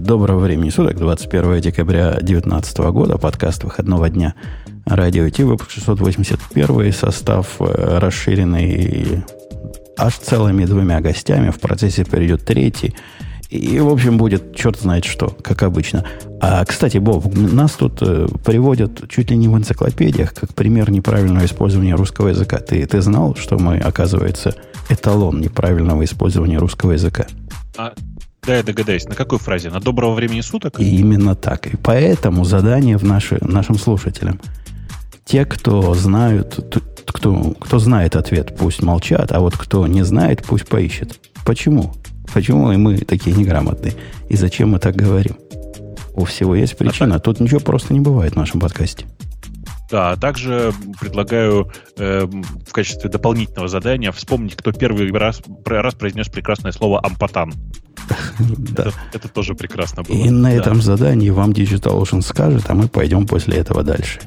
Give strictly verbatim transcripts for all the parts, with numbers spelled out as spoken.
Доброго времени суток, двадцать первого декабря две тысячи девятнадцатого года, подкаст выходного дня Радио Ти, выпуск шестьсот восемьдесят один, состав расширенный аж целыми двумя гостями, в процессе перейдет третий, и, в общем, будет черт знает что, как обычно. А, кстати, Боб, нас тут э, приводят чуть ли не в энциклопедиях как пример неправильного использования русского языка. Ты, ты знал, что мы, оказывается, эталон неправильного использования русского языка? А, да, я догадаюсь. На какой фразе? На доброго времени суток? И именно так. И поэтому задание в наши, нашим слушателям. Те, кто знают, кто, кто знает ответ, пусть молчат, а вот кто не знает, пусть поищет. Почему? Почему и мы такие неграмотные? И зачем мы так говорим? У всего есть причина. А Тут ничего просто не бывает в нашем подкасте. Да, а также предлагаю э, в качестве дополнительного задания вспомнить, кто первый раз, раз произнес прекрасное слово «ампатан». Да. Это, это тоже прекрасно было. И на да. этом задании вам DigitalOcean скажет, а мы пойдем после этого дальше.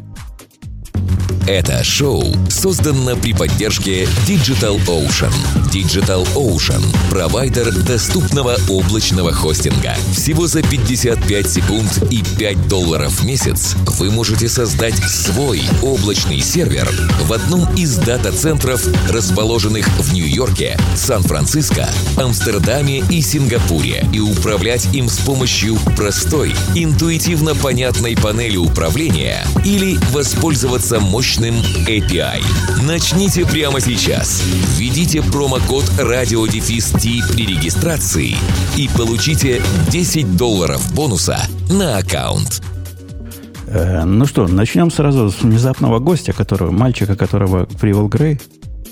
Это шоу создано при поддержке DigitalOcean. DigitalOcean – провайдер доступного облачного хостинга. Всего за пятьдесят пять секунд и пять долларов в месяц вы можете создать свой облачный сервер в одном из дата-центров, расположенных в Нью-Йорке, Сан-Франциско, Амстердаме и Сингапуре, и управлять им с помощью простой, интуитивно понятной панели управления или воспользоваться мощным эй пи ай. Начните прямо сейчас. Введите промокод радиодефис-ти при регистрации и получите десять долларов бонуса на аккаунт. Э, ну что, начнем сразу с внезапного гостя, которого, мальчика, которого привел Грей.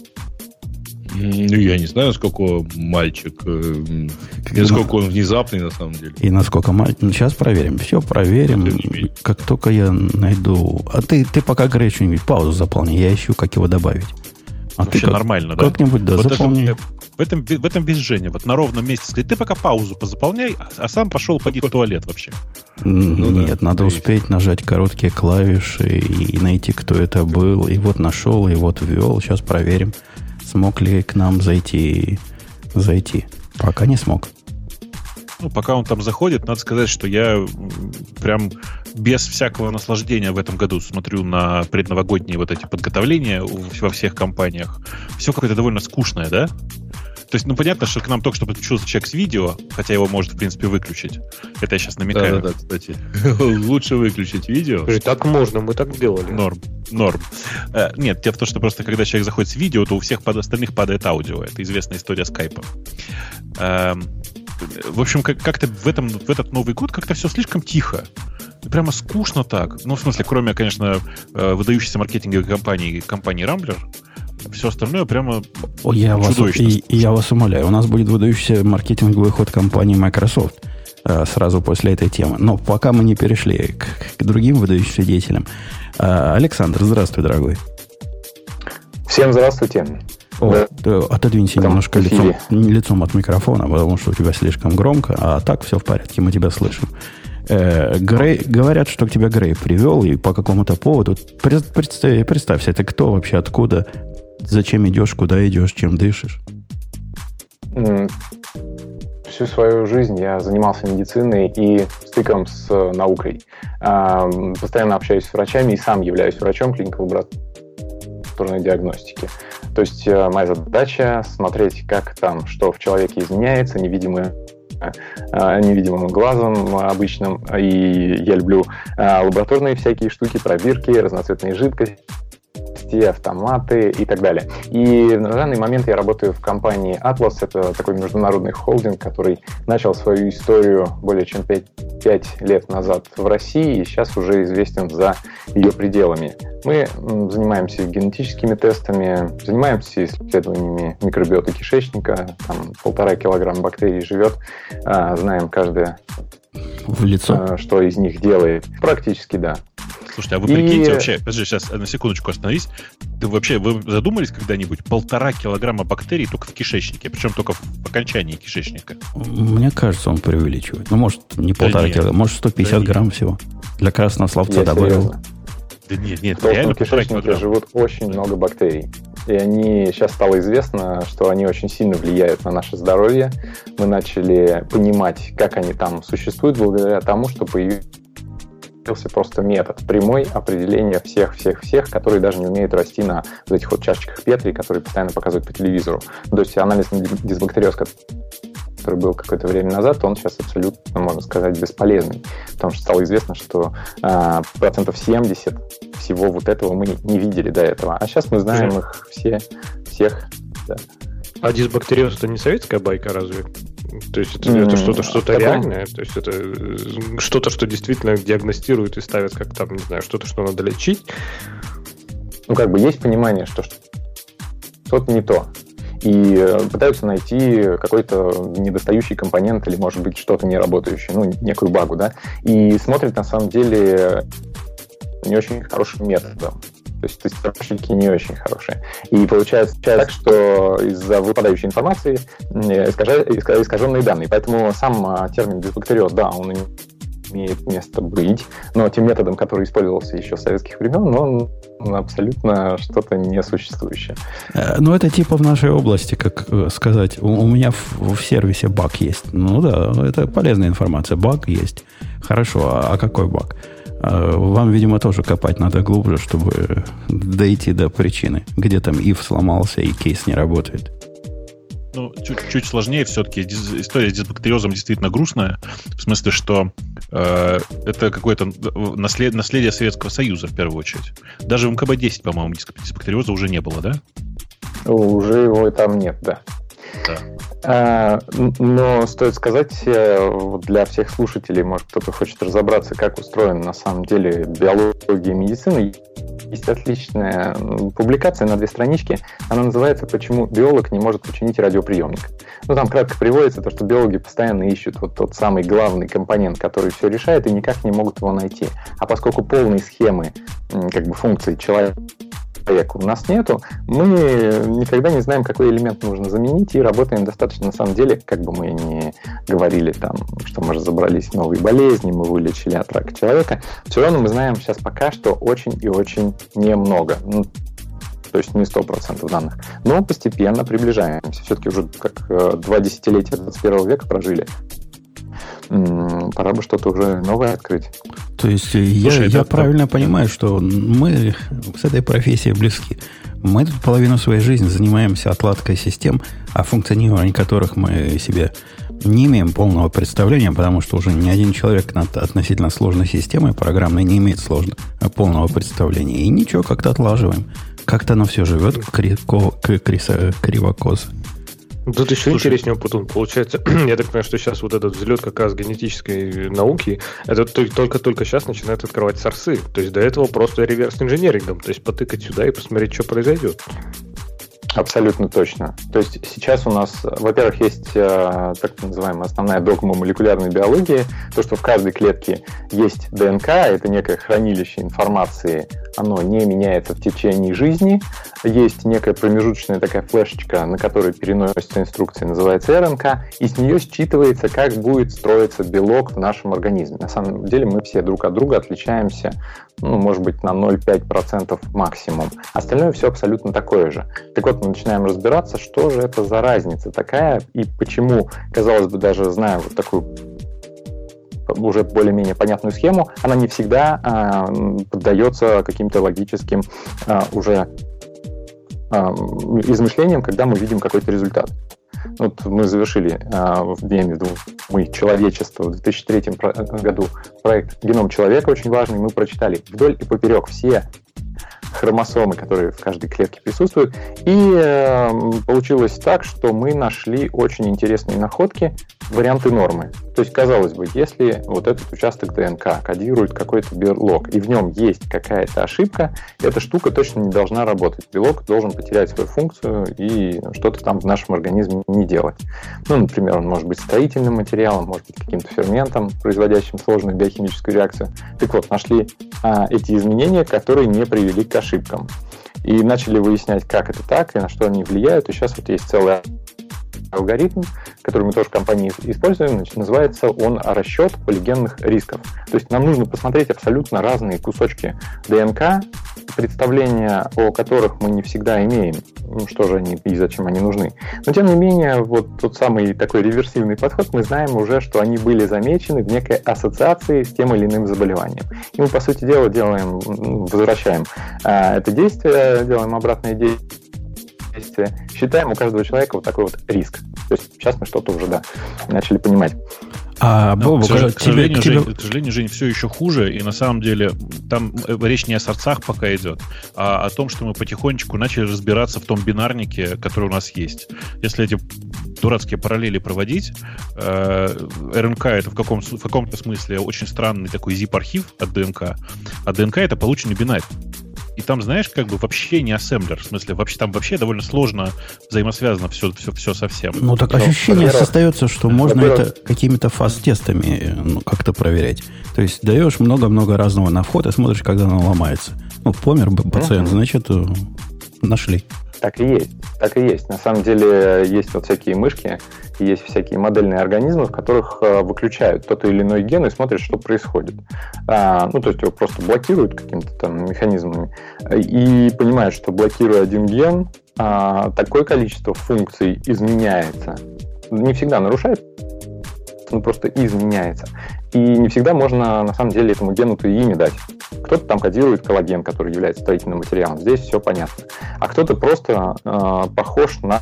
Ну, я не знаю, насколько мальчик, э, насколько он внезапный на самом деле. И насколько мальчик. Ну, сейчас проверим. Все проверим. Как только я найду. А ты, ты пока, Грей, что-нибудь паузу заполни. Я ищу, как его добавить. А Вообще ты как, нормально, да? Как-нибудь, да, вот заполни. Это, в, этом, в этом без Жени. Вот на ровном месте сказать, ты пока паузу позаполняй, а сам пошел поди в туалет вообще. Ну, Нет, да, надо успеть есть. нажать короткие клавиши и найти, кто это был. И вот нашел, и вот ввел. Сейчас проверим, смог ли к нам зайти. Зайти. Пока не смог. Ну, пока он там заходит, надо сказать, что я прям без всякого наслаждения в этом году смотрю на предновогодние вот эти подготовления во всех компаниях. Все какое-то довольно скучное, да? То есть, ну, понятно, что к нам только что подключился человек с видео, хотя его может, в принципе, выключить. Это я сейчас намекаю. Да-да-да, кстати. Лучше выключить видео. Слушай, так можно, мы так делали. Норм, норм. Э, нет, дело в том, что просто когда человек заходит с видео, то у всех под остальных падает аудио. Это известная история скайпа. Э, в общем, как- как-то в, этом, в этот Новый год как-то все слишком тихо. Прямо скучно так. Ну, в смысле, кроме, конечно, выдающейся маркетинговой компании, компании Rambler, все остальное прямо О, я вас, чудовищно. и, и я вас умоляю, у нас будет выдающийся маркетинговый ход компании Microsoft э, сразу после этой темы. Но пока мы не перешли к, к другим выдающимся деятелям. Э, Александр, здравствуй, дорогой. Всем здравствуйте. О, Да. ты отодвинься Там немножко лицом, эфире. лицом от микрофона, потому что у тебя слишком громко, а так все в порядке, мы тебя слышим. Э, Грей, говорят, что к тебе Грей привел, и по какому-то поводу. Пред- Представь, представься, ты кто вообще, откуда, зачем идешь, куда идешь, чем дышишь? М, Всю свою жизнь я занимался медициной и стыком с э, наукой. А, м, Постоянно общаюсь с врачами и сам являюсь врачом клинико-лабораторной диагностики. То есть э, моя задача смотреть, как там, что в человеке изменяется, невидимое э, невидимым глазом обычным. И я люблю э, лабораторные всякие штуки, пробирки, разноцветные жидкости, автоматы и так далее. И на данный момент я работаю в компании Atlas. Это такой международный холдинг, который начал свою историю более чем пять лет назад в России и сейчас уже известен за ее пределами. Мы м, занимаемся генетическими тестами, занимаемся исследованиями микробиоты кишечника. Там полтора килограмма бактерий живет. А, знаем каждое, В лицо? а, что из них делает. Практически, да. Слушайте, а вы И- прикиньте вообще, подожди, сейчас на секундочку остановись. Ты вообще, вы задумались когда-нибудь полтора килограмма бактерий только в кишечнике, причем только в окончании кишечника? Мне кажется, он преувеличивает. Ну, может, не полтора нет. килограмма, может, сто пятьдесят Да грамм нет. всего. Для красного словца Я добавил. серьезно. Да нет, нет, В толстом реально полтора кишечнике килограмма. живут очень много бактерий. и они, сейчас стало известно, что они очень сильно влияют на наше здоровье. Мы начали понимать, как они там существуют, благодаря тому, что появился просто метод прямой определения всех-всех-всех, которые даже не умеют расти на вот этих вот чашечках Петри, которые постоянно показывают по телевизору. То есть анализ на дисбактериоз, который был какое-то время назад, он сейчас абсолютно, можно сказать, бесполезный. Потому что стало известно, что э, процентов семьдесят всего вот этого мы не видели до этого. А сейчас мы знаем mm-hmm. их все, всех. Да. А дисбактериоз это не советская байка, разве? То есть это, mm-hmm. это что-то, что-то а реальное? То есть это что-то, что действительно диагностируют и ставят как там, не знаю, что-то, что надо лечить? Ну, как бы есть понимание, что что-то не то. И пытаются найти какой-то недостающий компонент или, может быть, что-то не работающее, ну, некую багу, да, и смотрят, на самом деле, не очень хорошим методом. То есть тестировщики не очень хорошие. И получается так, что из-за выпадающей информации искаженные данные. Поэтому сам термин дисбактериоз, да, он имеет место быть, но тем методом, который использовался еще с советских времен, он абсолютно что-то несуществующее. Ну, это типа в нашей области, как сказать, у, у меня в, в сервисе баг есть. Ну да, это полезная информация. Баг есть. Хорошо, а, а какой баг? Вам, видимо, тоже копать надо глубже, чтобы дойти до причины, где там if сломался и кейс не работает. Ну, чуть, чуть сложнее все-таки. История с дисбактериозом действительно грустная. В смысле, что э, это какое-то наслед, наследие Советского Союза, в первую очередь. Даже в эм ка бэ десять, по-моему, дисбактериоза уже не было, да? Уже его там нет, да. Да. А, но стоит сказать, для всех слушателей, может, кто-то хочет разобраться, как устроена на самом деле биология медицины, есть отличная публикация на две странички. Она называется «Почему биолог не может починить радиоприемник». Ну, там кратко приводится то, что биологи постоянно ищут вот тот самый главный компонент, который все решает, и никак не могут его найти. А поскольку полной схемы как бы функций человека у нас нету, мы никогда не знаем, какой элемент нужно заменить, и работаем достаточно, на самом деле, как бы мы ни говорили, там, что мы разобрались в новой болезни, мы вылечили от рака человека, все равно мы знаем сейчас пока что очень и очень немного. Ну, то есть не сто процентов данных. Но постепенно приближаемся. Все-таки уже как два десятилетия двадцать первого века прожили. Пора бы что-то уже новое открыть. То есть я, Слушай, я правильно так... понимаю, что мы с этой профессией близки. Мы тут половину своей жизни занимаемся отладкой систем, о функционировании которых мы себе не имеем полного представления, потому что уже ни один человек над относительно сложной системой программной не имеет сложного, полного представления. И ничего, как-то отлаживаем. Как-то оно все живет криво, криво-косо. Тут еще Слушай, интереснее, Путун, получается, я так понимаю, что сейчас вот этот взлет как раз генетической науки, это только-только сейчас начинают открывать сорсы. То есть до этого просто реверс-инженерингом, то есть потыкать сюда и посмотреть, что произойдет. Абсолютно точно. То есть сейчас у нас, во-первых, есть э, так называемая основная догма молекулярной биологии, то, что в каждой клетке есть ДНК, это некое хранилище информации, оно не меняется в течение жизни. Есть некая промежуточная такая флешечка, на которой переносятся инструкции, называется эр эн ка, и с нее считывается, как будет строиться белок в нашем организме. На самом деле мы все друг от друга отличаемся, ну, может быть, на ноль целых пять десятых процента максимум. Остальное все абсолютно такое же. Так вот, мы начинаем разбираться, что же это за разница такая, и почему, казалось бы, даже зная вот такую уже более-менее понятную схему, она не всегда э, поддается каким-то логическим э, уже э, измышлениям, когда мы видим какой-то результат. Вот мы завершили, э, я имею в виду, мы, человечество, в две тысячи третьем году проект «Геном человека» очень важный, мы прочитали вдоль и поперек все хромосомы, которые в каждой клетке присутствуют, и э, получилось так, что мы нашли очень интересные находки, варианты нормы. То есть, казалось бы, если вот этот участок ДНК кодирует какой-то белок, и в нем есть какая-то ошибка, эта штука точно не должна работать. Белок должен потерять свою функцию и что-то там в нашем организме не делать. Ну, например, он может быть строительным материалом, может быть каким-то ферментом, производящим сложную биохимическую реакцию. Так вот, нашли а, эти изменения, которые не привели к ошибкам. И начали выяснять, как это так, и на что они влияют. И сейчас вот есть целый алгоритм, который мы тоже в компании используем, значит, называется он расчет полигенных рисков. То есть нам нужно посмотреть абсолютно разные кусочки ДНК, представления о которых мы не всегда имеем, ну, что же они и зачем они нужны. Но, тем не менее, вот тот самый такой реверсивный подход, мы знаем уже, что они были замечены в некой ассоциации с тем или иным заболеванием. И мы, по сути дела, делаем, возвращаем а, это действие, делаем обратное действие, считаем у каждого человека вот такой вот риск. То есть сейчас мы что-то уже, да, начали понимать. А, Бобу, к, сожалению, к, сожалению, тебе... Жень, к сожалению, Жень, все еще хуже, и на самом деле там речь не о сорцах пока идет, а о том, что мы потихонечку начали разбираться в том бинарнике, который у нас есть. Если эти дурацкие параллели проводить, э, РНК это в, каком, в каком-то смысле очень странный такой zip-архив от ДНК, а ДНК это полученный бинарь. И там, знаешь, как бы вообще не ассемблер. В смысле, вообще там вообще довольно сложно взаимосвязано все, все, все совсем. Ну, так Но, ощущение остается, что можно это какими-то фаз-тестами ну, как-то проверять. То есть даешь много-много разного на вход и смотришь, когда оно ломается. Ну, помер бы пациент, значит, нашли. Так и есть. Так и есть. На самом деле есть вот всякие мышки, есть всякие модельные организмы, в которых э, выключают тот или иной ген и смотрят, что происходит. А, ну, то есть его просто блокируют какими-то там механизмами и понимают, что блокируя один ген, а, такое количество функций изменяется. Не всегда нарушает, но просто изменяется. И не всегда можно, на самом деле, этому гену-то и имя дать. Кто-то там кодирует коллаген, который является строительным материалом. Здесь все понятно. А кто-то просто э, похож на,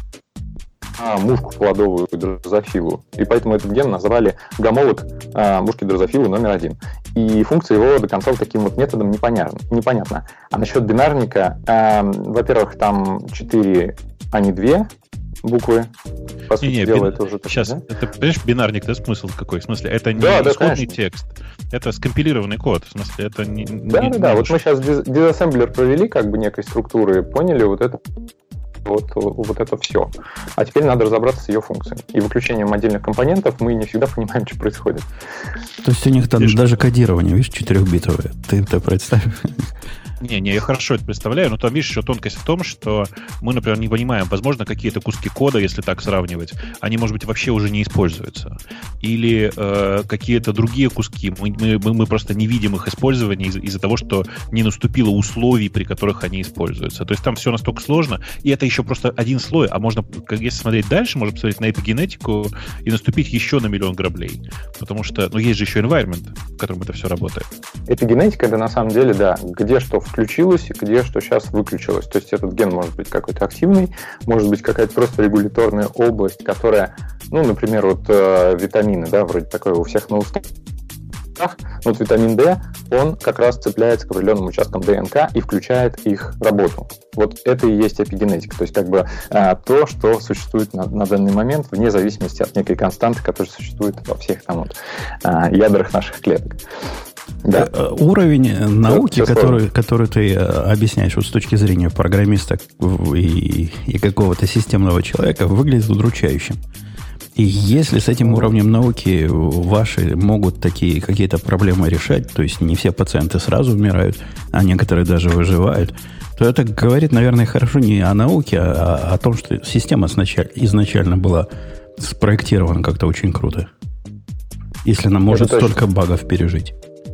на мушку плодовую дрозофилу. И поэтому этот ген назвали гомолог э, мушки дрозофилы номер один. И функция его до конца вот таким вот методом непонятна. непонятна. А насчет бинарника, э, во-первых, там четыре, а не две буквы. По сути не, не, дела, бин... это уже... Сейчас, да? это, понимаешь, бинарник, да, смысл какой? В смысле, это не да, да, исходный конечно. текст, это скомпилированный код. В смысле, это не... Да, не, да, не да. не Вот мы сейчас дизассемблер провели, как бы некой структуры, поняли вот это, вот, вот это все. А теперь надо разобраться с ее функцией. И выключением отдельных компонентов мы не всегда понимаем, что происходит. То есть у них там Видишь? даже кодирование, видишь, четырехбитовое. Ты это представь. Не, не, я хорошо это представляю, но там, видишь, еще тонкость в том, что мы, например, не понимаем, возможно, какие-то куски кода, если так сравнивать, они, может быть, вообще уже не используются. Или э, какие-то другие куски, мы, мы, мы просто не видим их использования из- из-за того, что не наступило условий, при которых они используются. То есть там все настолько сложно, и это еще просто один слой, а можно, если смотреть дальше, можно посмотреть на эпигенетику и наступить еще на миллион граблей. Потому что, ну, есть же еще environment, в котором это все работает. Эпигенетика, это на самом деле, да, где что включилось и где что сейчас выключилось. То есть этот ген может быть какой-то активный, может быть какая-то просто регуляторная область, которая, ну, например, вот э, витамины, да, вроде такое у всех на устах. Но вот витамин D, он как раз цепляется к определенным участкам ДНК и включает их работу. Вот это и есть эпигенетика. То есть как бы э, то, что существует на, на данный момент, вне зависимости от некой константы, которая существует во всех там вот э, ядрах наших клеток. Да. Уровень науки, да, который, который ты объясняешь вот с точки зрения программиста и, и какого-то системного человека, выглядит удручающим. И если с этим уровнем науки ваши могут такие какие-то проблемы решать, то есть не все пациенты сразу умирают, а некоторые даже выживают, то это говорит, наверное, хорошо не о науке, а о том, что система сначала, изначально была спроектирована как-то очень круто. Если она может столько багов пережить.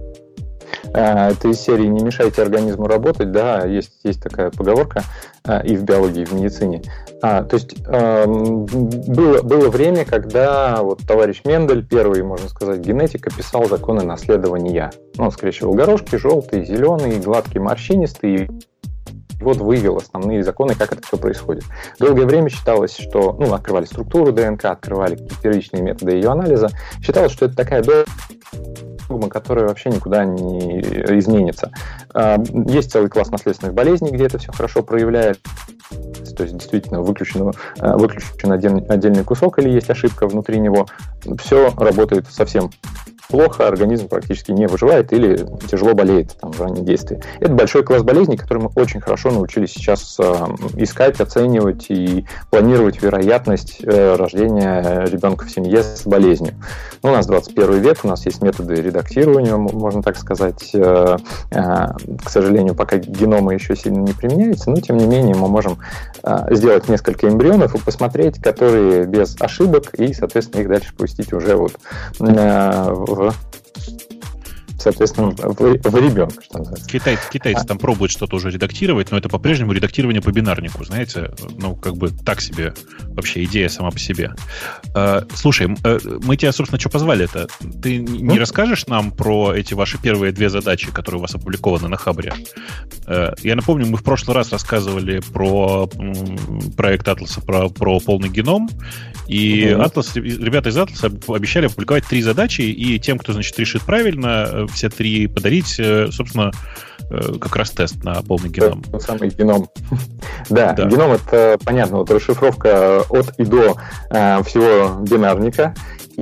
Это из серии «Не мешайте организму работать», да, есть, есть такая поговорка и в биологии, и в медицине. А, то есть было, было время, когда вот товарищ Мендель, первый, можно сказать, генетик, описал законы наследования. Ну, он скрещивал горошки, желтые, зеленые, гладкие, морщинистые, и вот вывел основные законы, как это все происходит. Долгое время считалось, что, ну, открывали структуру ДНК, открывали первичные методы ее анализа, считалось, что это такая догма, которая вообще никуда не изменится. Есть целый класс наследственных болезней, где это все хорошо проявляется. То есть действительно выключен, выключен один, отдельный кусок или есть ошибка внутри него. Все работает совсем плохо, организм практически не выживает или тяжело болеет там, в раннем действии. Это большой класс болезней, который мы очень хорошо научились сейчас э, искать, оценивать и планировать вероятность э, рождения ребенка в семье с болезнью. Ну, у нас двадцать первый век, у нас есть методы редактирования, можно так сказать. Э, э, к сожалению, пока генома еще сильно не применяется, но тем не менее мы можем э, сделать несколько эмбрионов и посмотреть, которые без ошибок, и, соответственно, их дальше пустить уже вот э, в соответственно, в, в ребенка, что называется. Китайцы, китайцы а. там пробуют что-то уже редактировать, но это по-прежнему редактирование по бинарнику, знаете? Ну, как бы так себе вообще идея сама по себе. Э, слушай, э, мы тебя, собственно, что позвали-то? Ты не mm? расскажешь нам про эти ваши первые две задачи, которые у вас опубликованы на Хабре? Э, я напомню, мы в прошлый раз рассказывали про м, проект Атласа, про, про полный геном, и mm-hmm. Атлас, ребята из Атласа обещали опубликовать три задачи, и тем, кто, значит, решит правильно, все три подарить, собственно, как раз тест на полный геном. Тот самый геном. Да, да, геном — это, понятно, вот расшифровка от и до э, всего бинарника.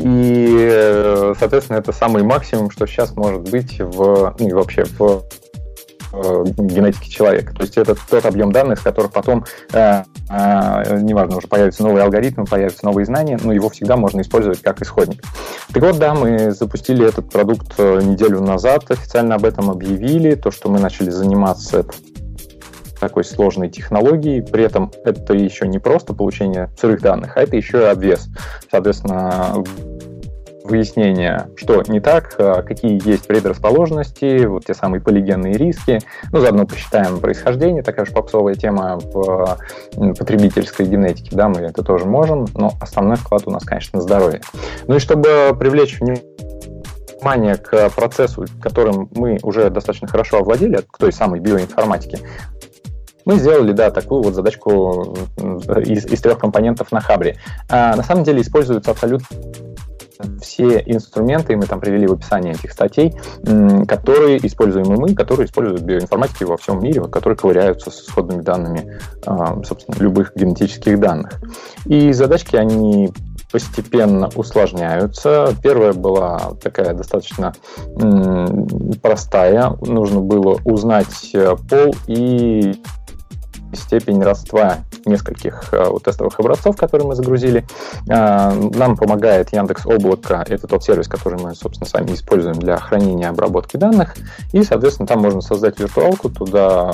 И, соответственно, это самый максимум, что сейчас может быть в, ну, и вообще в генетики человека. То есть это тот объем данных, с которых потом, э, э, неважно, уже появятся новые алгоритмы, появятся новые знания, но его всегда можно использовать как исходник. Так вот, да, мы запустили этот продукт неделю назад, официально об этом объявили, то, что мы начали заниматься такой сложной технологией, при этом это еще не просто получение сырых данных, а это еще и обвес. Соответственно, выяснение, что не так, какие есть предрасположенности, вот те самые полигенные риски. Ну, заодно посчитаем происхождение, такая же попсовая тема в потребительской генетике, да, мы это тоже можем, но основной вклад у нас, конечно, на здоровье. Ну и чтобы привлечь внимание к процессу, которым мы уже достаточно хорошо овладели, к той самой биоинформатике, мы сделали, да, такую вот задачку из, из трех компонентов на Хабре. А, на самом деле используются абсолютно все инструменты, мы там привели в описании этих статей, которые используем и мы, которые используют биоинформатики во всем мире, которые ковыряются с исходными данными, собственно, любых генетических данных. И задачки, они постепенно усложняются. Первая была такая достаточно простая. Нужно было узнать пол и степень родства нескольких uh, тестовых образцов, которые мы загрузили. Uh, нам помогает Яндекс.Облако. Это тот сервис, который мы, собственно, сами используем для хранения и обработки данных. И, соответственно, там можно создать виртуалку, туда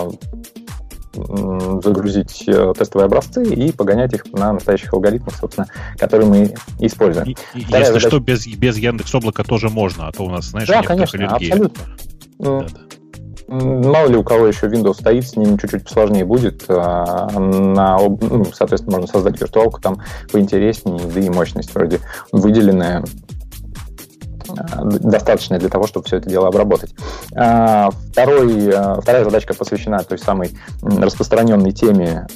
загрузить тестовые образцы и погонять их на настоящих алгоритмах, собственно, которые мы используем. И, если задача... что, без, без Яндекс.Облака тоже можно, а то у нас, знаешь, да, конечно, аллергия. Абсолютно. Да, да. Мало ли у кого еще Windows стоит, с ним чуть-чуть посложнее будет. На, ну, соответственно, можно создать виртуалку там поинтереснее, да и мощность вроде выделенная, достаточная для того, чтобы все это дело обработать. Второй, вторая задачка посвящена той самой распространенной теме,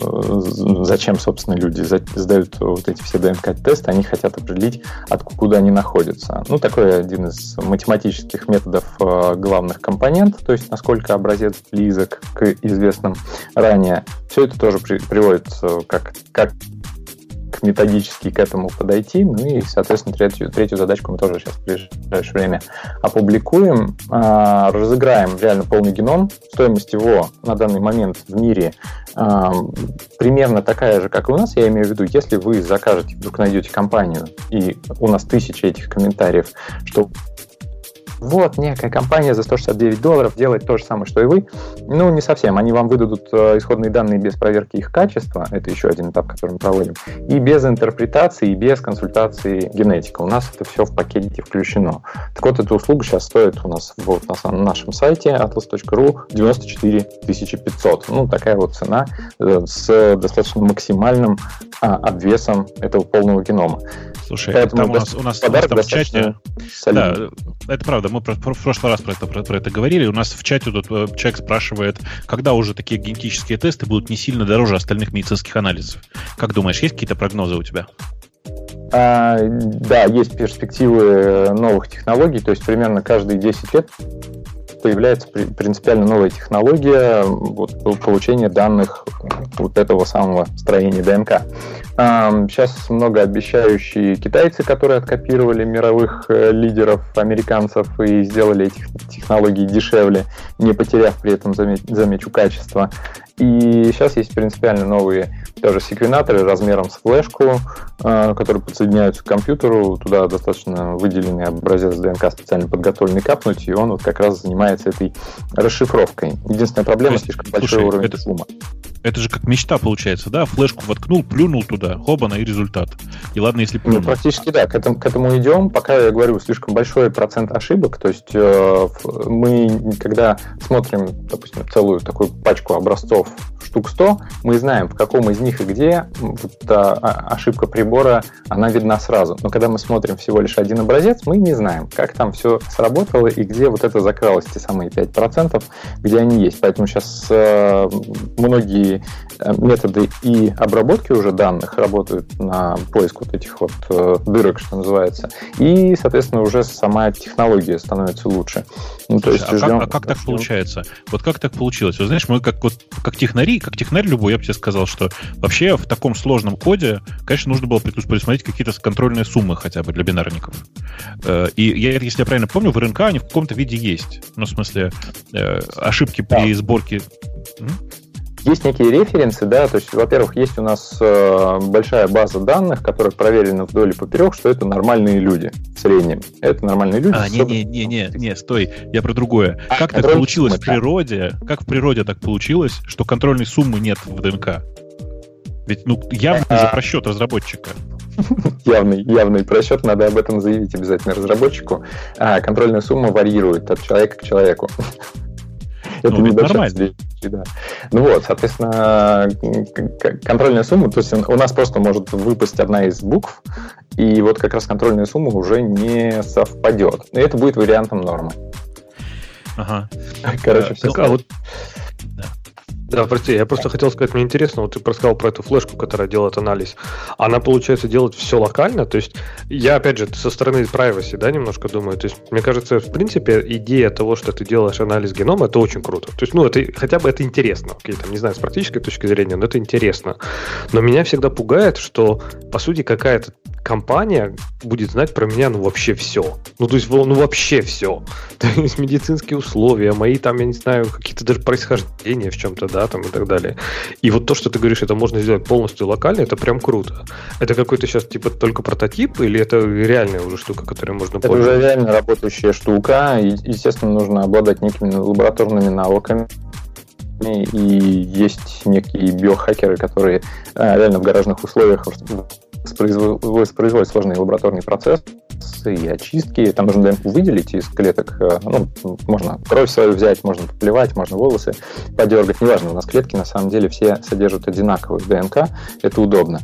зачем, собственно, люди сдают вот эти все ДНК-тесты, они хотят определить, откуда они находятся. Ну, такой один из математических методов главных компонент, то есть насколько образец близок к известным ранее. Все это тоже при, приводит как, как методически к этому подойти. Ну и, соответственно, третью, третью задачку мы тоже сейчас в ближайшее время опубликуем. А, разыграем реально полный геном. Стоимость его на данный момент в мире а, примерно такая же, как и у нас. Я имею в виду, если вы закажете, вдруг найдете компанию, и у нас тысячи этих комментариев, что вот, некая компания за сто шестьдесят девять долларов делает то же самое, что и вы. Ну, не совсем. Они вам выдадут исходные данные без проверки их качества. Это еще один этап, который мы проводим. И без интерпретации, и без консультации генетика. У нас это все в пакете включено. Так вот, эта услуга сейчас стоит у нас вот на нашем сайте атлас точка ру девяносто четыре тысячи пятьсот. Ну, такая вот цена с достаточно максимальным а, обвесом этого полного генома. Слушай, поэтому там у нас, у нас, у нас там в чате... Да, это правда, мы про, про, в прошлый раз про это, про, про это говорили. У нас в чате тут человек спрашивает, когда уже такие генетические тесты будут не сильно дороже остальных медицинских анализов. Как думаешь, есть какие-то прогнозы у тебя? А, да, есть перспективы новых технологий, то есть примерно каждые десять лет появляется принципиально новая технология вот, получения данных вот этого самого строения ДНК. Сейчас многообещающие китайцы, которые откопировали мировых лидеров, американцев и сделали эти технологии дешевле, не потеряв при этом, замечу, качество. И сейчас есть принципиально новые тоже секвенаторы размером с флешку, которые подсоединяются к компьютеру. Туда достаточно выделенный образец ДНК специально подготовленный капнуть, и он вот как раз занимается этой расшифровкой. Единственная проблема — слишком большой слушай, уровень это... шума. Это же как мечта получается, да? Флешку воткнул, плюнул туда, хобана и результат. И ладно, если плюнул. Ну, практически да, к этому, к этому идем. Пока, я говорю, слишком большой процент ошибок. То есть э, мы, когда смотрим, допустим, целую такую пачку образцов штук сто, мы знаем, в каком из них и где вот, а, ошибка прибора, она видна сразу. Но когда мы смотрим всего лишь один образец, мы не знаем, как там все сработало и где вот это закралось, те самые пять процентов, где они есть. Поэтому сейчас э, многие методы и обработки уже данных работают на поиск вот этих вот э, дырок, что называется, и, соответственно, уже сама технология становится лучше. Ну, то есть а, ждем, как, а как так получается? Вот как так получилось? Вы знаешь, мы как вот как технари, как технарь любой, я бы тебе сказал, что вообще в таком сложном коде, конечно, нужно было предусмотреть какие-то контрольные суммы хотя бы для бинарников. И я, если я правильно помню, в РНК они в каком-то виде есть. Ну, в смысле, ошибки при да. сборке. Есть некие референсы, да, то есть, во-первых, есть у нас э, большая база данных, которая проверена вдоль и поперек, что это нормальные люди в среднем. Это нормальные люди. А, не-не-не, не, стой, я про другое. А, как так получилось суммы, в природе, да. как в природе так получилось, что контрольной суммы нет в ДНК? Ведь, ну, явно а... за просчет разработчика. Явный, явный просчет, надо об этом заявить обязательно разработчику. А, контрольная сумма варьирует от человека к человеку. Это ну, нормально. Да. Ну вот, соответственно, контрольная сумма, то есть у нас просто может выпасть одна из букв, и вот как раз контрольная сумма уже не совпадет. И это будет вариантом нормы. Ага. Короче, все. А вот... Да, прости, я просто хотел сказать, мне интересно, вот ты рассказал про эту флешку, которая делает анализ. Она, получается, делает все локально? То есть, я, опять же, со стороны privacy, да, немножко думаю. То есть, мне кажется, в принципе, идея того, что ты делаешь анализ генома, это очень круто. То есть, ну, это хотя бы это интересно. Окей, там, не знаю, с практической точки зрения, но это интересно. Но меня всегда пугает, что, по сути, какая-то компания будет знать про меня, ну, вообще все. Ну, то есть, ну, вообще все. То есть, медицинские условия, мои там, я не знаю, какие-то даже происхождения в чем-то, да, там и так далее. И вот то, что ты говоришь, это можно сделать полностью локально, это прям круто. Это какой-то сейчас, типа, только прототип, или это реальная уже штука, которой можно это пользоваться? Это уже реально работающая штука, и, естественно, нужно обладать некими лабораторными навыками. И есть некие биохакеры, которые реально в гаражных условиях воспроизводят сложные лабораторные процессы и очистки. Там нужно ДНК выделить из клеток. Ну, можно кровь свою взять, можно поплевать, можно волосы подергать. Неважно, у нас клетки на самом деле все содержат одинаковую ДНК. Это удобно.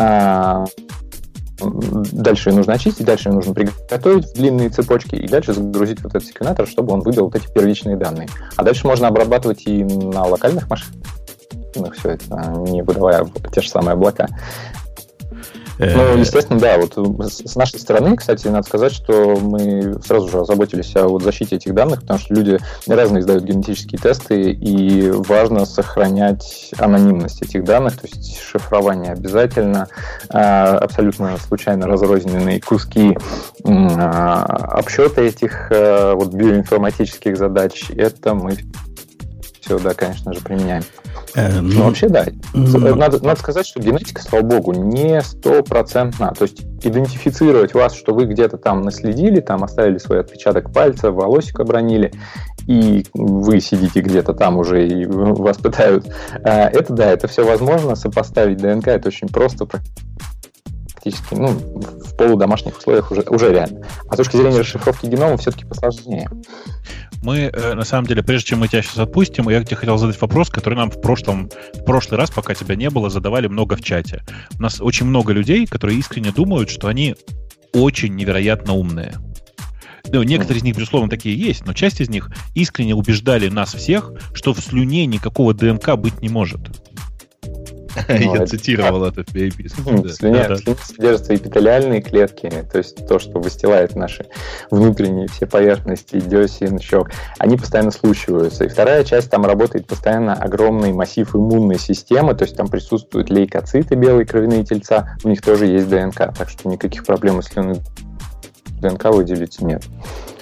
Дальше ее нужно очистить, дальше ее нужно приготовить в длинные цепочки и дальше загрузить вот этот секвенатор, чтобы он выдал вот эти первичные данные. А дальше можно обрабатывать и на локальных машинах все это, не выдавая те же самые облака. Ну, естественно, да, вот с нашей стороны, кстати, надо сказать, что мы сразу же озаботились о вот защите этих данных, потому что люди разные сдают генетические тесты, и важно сохранять анонимность этих данных, то есть шифрование обязательно, абсолютно случайно разрозненные куски обсчета этих вот биоинформатических задач, это мы все, да, конечно же, применяем. Э, ну, Но вообще, да. Ну, надо, надо сказать, что генетика, слава богу, не стопроцентна. То есть идентифицировать вас, что вы где-то там наследили, там оставили свой отпечаток пальца, волосик обронили, и вы сидите где-то там уже, и вас пытают. Это, да, это все возможно. Сопоставить ДНК, это очень просто, практически, ну, в полудомашних условиях уже, уже реально. А с точки зрения расшифровки генома все-таки посложнее. Мы, на самом деле, прежде чем мы тебя сейчас отпустим, я тебе хотел задать вопрос, который нам в прошлом, в прошлый раз, пока тебя не было, задавали много в чате. У нас очень много людей, которые искренне думают, что они очень невероятно умные. Ну, некоторые из них, безусловно, такие есть, но часть из них искренне убеждали нас всех, что в слюне никакого ДНК быть не может. Я ну, цитировал это, это в переписке. В слюне содержатся эпителиальные клетки, то есть то, что выстилает наши внутренние все поверхности, десен, щек, они постоянно слущиваются. И вторая часть, там работает постоянно огромный массив иммунной системы, то есть там присутствуют лейкоциты, белые кровяные тельца, у них тоже есть ДНК, так что никаких проблем с слюной ДНК выделить нет.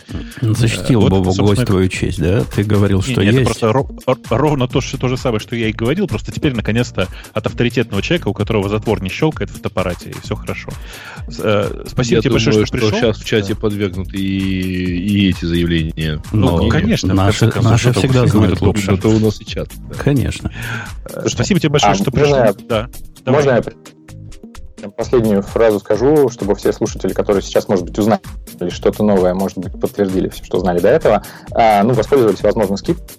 Защитил вот, Бобу гость твою честь, да? Ты говорил, что не, есть. Это просто ро- ровно то, что, то же самое, что я и говорил, просто теперь, наконец-то, от авторитетного человека, у которого затвор не щелкает в фотоаппарате, и все хорошо. Э, спасибо я тебе думаю, большое, что, что пришел. сейчас в чате да. подвергнуты и, и эти заявления. Ну, ну конечно. Наши, концов, наши всегда знают лучше. Это у нас и чат. Да. Конечно. Спасибо тебе большое, а, что пришел. Я... Да. Можно я последнюю фразу скажу, чтобы все слушатели, которые сейчас, может быть, узнали что-то новое, может быть, подтвердили все, что знали до этого, а, ну, воспользовались, возможно, скидкой.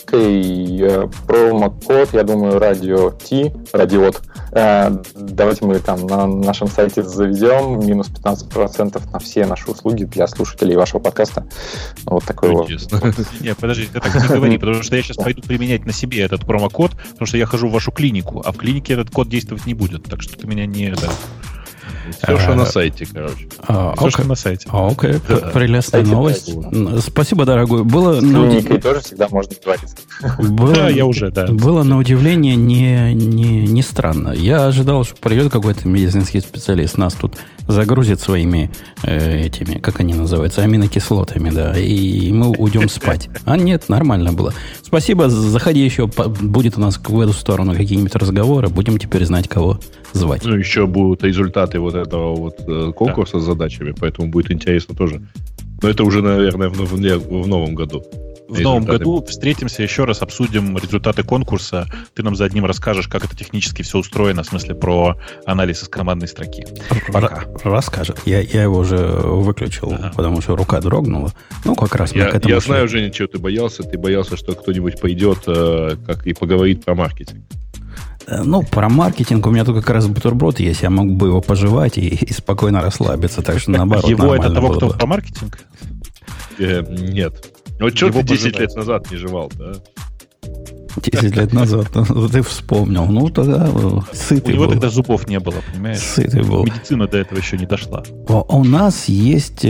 Промокод, я думаю, радио T, радиот. А, давайте мы там на нашем сайте заведем минус пятнадцать процентов на все наши услуги для слушателей вашего подкаста. Вот такой вот. Нет, подожди, ты так не говори, потому что я сейчас пойду применять на себе этот промокод, потому что я хожу в вашу клинику, а в клинике этот код действовать не будет, так что ты меня не... Все, что на сайте, короче. А, Все, что на сайте. Окей, прелестная новость. Спасибо, дорогой. Было с клиникой тоже всегда можно договориться. Да, я уже, да. Было на удивление не, не, не странно. Я ожидал, что придет какой-то медицинский специалист, нас тут загрузит своими э, этими, как они называются, аминокислотами, да, и мы уйдем спать. А нет, нормально было. Спасибо, заходи еще, будет у нас в эту сторону какие-нибудь разговоры, будем теперь знать, кого звать. Ну, еще будут результаты вот этого вот э, конкурса да. с задачами, поэтому будет интересно тоже. Но это уже, наверное, в, в, в новом году. В новом году встретимся, еще раз обсудим результаты конкурса. Ты нам за одним расскажешь, как это технически все устроено, в смысле про анализ из командной строки. Пока. Расскажет. Я, я его уже выключил, ага. потому что рука дрогнула. Ну, как раз я, мы к этому Я шли. знаю, Женя, чего ты боялся. Ты боялся, что кто-нибудь пойдет э, как и поговорит про маркетинг. Ну, про маркетинг у меня тут как раз бутерброд есть. Я мог бы его пожевать и, и спокойно расслабиться. Так что, наоборот, его это того, кто бы. про маркетинг? Э, нет. Вот что ты десять лет назад не жевал, да? десять лет назад. Ты вспомнил. Ну, тогда сытый У него был. тогда зубов не было, понимаешь? Сытый был. Медицина до этого еще не дошла. У нас есть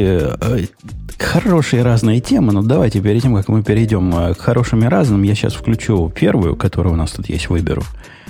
хорошие разные темы, но давайте перед тем, как мы перейдем к хорошим и разным, я сейчас включу первую, которая у нас тут есть, выберу.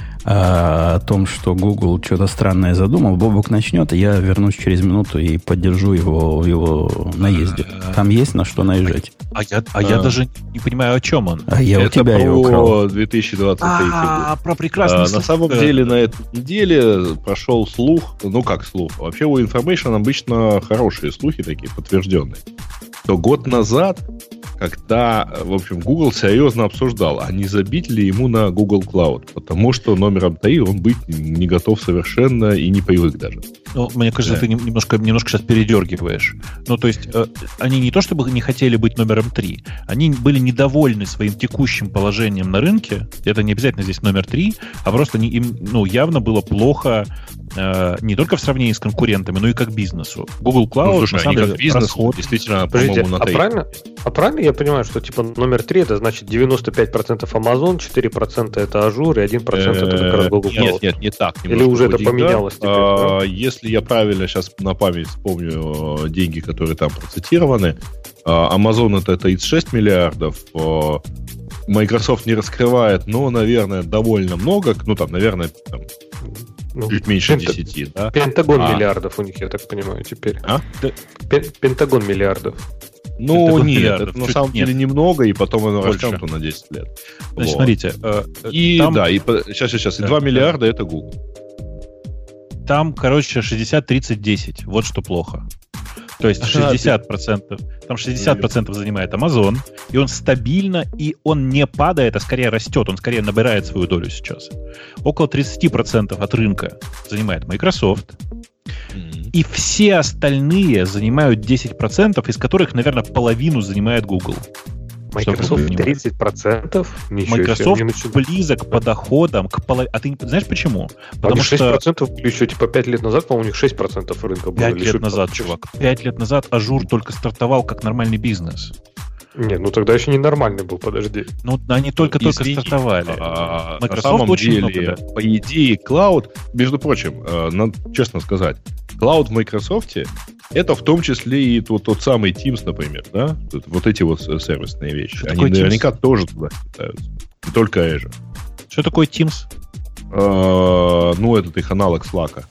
О том, что Google что-то странное задумал. Бобук начнет, и я вернусь через минуту и поддержу его в его наезде. Там есть на что наезжать. А я, а я даже не понимаю, о чем он. А я это у тебя его украл. две тысячи двадцать третий А, год. про прекрасный а, слух. На самом деле, на этой неделе прошел слух, ну как слух, вообще у Information обычно хорошие слухи такие, подтвержденные. То год назад, когда, в общем, Google серьезно обсуждал, а не забить ли ему на Google Cloud, потому что номером три он быть не готов совершенно и не привык даже. Ну, мне кажется, да. ты немножко, немножко сейчас передергиваешь. Ну, то есть, э, они не то чтобы не хотели быть номером три, они были недовольны своим текущим положением на рынке. Это не обязательно здесь номер три, а просто не, им ну, явно было плохо э, не только в сравнении с конкурентами, но и как бизнесу. Google Cloud, ну, слушай, на самом деле, как бизнес, расход... действительно, Подождите, по-моему, на а правильно, а правильно я понимаю, что типа номер три это значит девяносто пять процентов Amazon, четыре процента это Azure и один процент это как раз Google Cloud? Нет, нет, не так. Или уже это поменялось теперь? А, да? Если я правильно сейчас на память вспомню деньги, которые там процитированы, Amazon это тридцать шесть миллиардов, Microsoft не раскрывает, но, наверное, довольно много, ну там, наверное, там, ну, чуть меньше пента... десяти, да? Пентагон а. миллиардов у них, я так понимаю, теперь. А? Пентагон миллиардов. Ну, Пентагон нет, миллиардов, это на самом нет. деле немного, и потом оно растянуто на десять лет. Значит, вот. смотрите. Э, и, там... да, и сейчас, сейчас, да, и два да. миллиарда это Google. Там, короче, шестьдесят тридцать десять. Вот что плохо. То есть шестьдесят процентов, там шестьдесят процентов занимает Amazon, и он стабильно, и он не падает, а скорее растет, он скорее набирает свою долю сейчас. Около тридцать процентов от рынка занимает Microsoft, mm-hmm. и все остальные занимают десять процентов, из которых, наверное, половину занимает Google. Microsoft тридцать процентов? Ничего Microsoft близок по доходам к половине. А ты знаешь почему? Потому шесть процентов что... еще типа пять лет назад, по-моему, у них шесть процентов рынка было. пять лет назад, чувак. пять лет назад Azure только стартовал как нормальный бизнес. Нет, ну тогда еще не нормальный был, подожди. Ну, они только-только стартовали. А, на самом деле, много, да. По идее, Cloud, между прочим, э, надо честно сказать, Cloud в Microsoft это в том числе и тот, тот самый Teams, например, да? Вот эти вот сервисные вещи. Что они наверняка Teams? Тоже туда считаются. Не только Azure. Что такое Teams? Э, ну, этот их аналог Slack.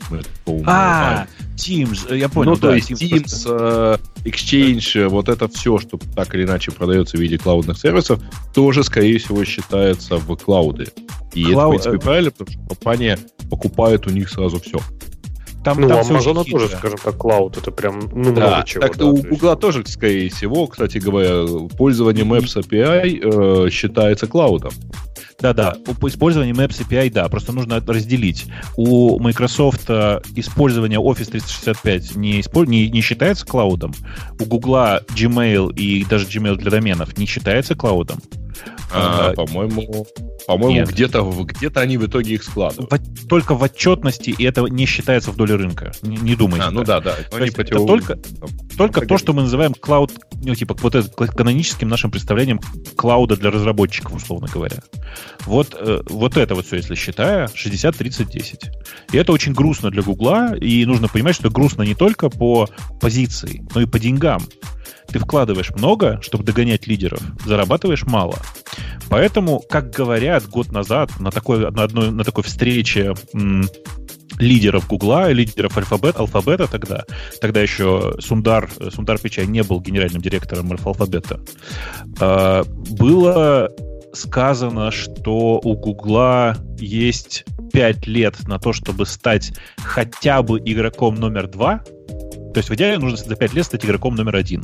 Мы, а, Teams, я понял. Ну, да, то есть Teams, Teams, просто... Exchange, вот это все, что так или иначе продается в виде клаудных сервисов, тоже, скорее всего, считается в клауды. И Cloud... это, в принципе, правильно, потому что компания покупает у них сразу все. Там, ну, там у Амазона тоже, скажем так, клауд, это прям ну, да, много чего. Так да, у есть... Гугла тоже, скорее всего, кстати говоря, пользование Maps эй пи ай э, считается клаудом. Да-да, по использованию Maps эй пи ай, да, просто нужно разделить. У Microsoft использование Office триста шестьдесят пять не, исполь... не, не считается клаудом. У Гугла Gmail и даже Gmail для доменов не считается клаудом. А, а, по-моему, по-моему где-то, где-то они в итоге их складывают. В, только в отчетности, и это не считается в доле рынка. Не, не думайте. А, ну да, да. То есть это только, там, только то, что мы называем клауд, ну, типа, вот это, каноническим нашим представлением клауда для разработчиков, условно говоря. Вот, э, вот это вот все, если считая, шестьдесят тридцать десять. И это очень грустно для Гугла, и нужно понимать, что грустно не только по позиции, но и по деньгам. Ты вкладываешь много, чтобы догонять лидеров, зарабатываешь мало. Поэтому, как говорят год назад на такой, на одной, на такой встрече м, лидеров Гугла, лидеров Альфабет, Алфабета тогда, тогда еще Сундар, Сундар Пичай не был генеральным директором Алфабета, э, было сказано, что у Гугла есть пять лет на то, чтобы стать хотя бы игроком номер два. То есть в идеале нужно за пять лет стать игроком номер один.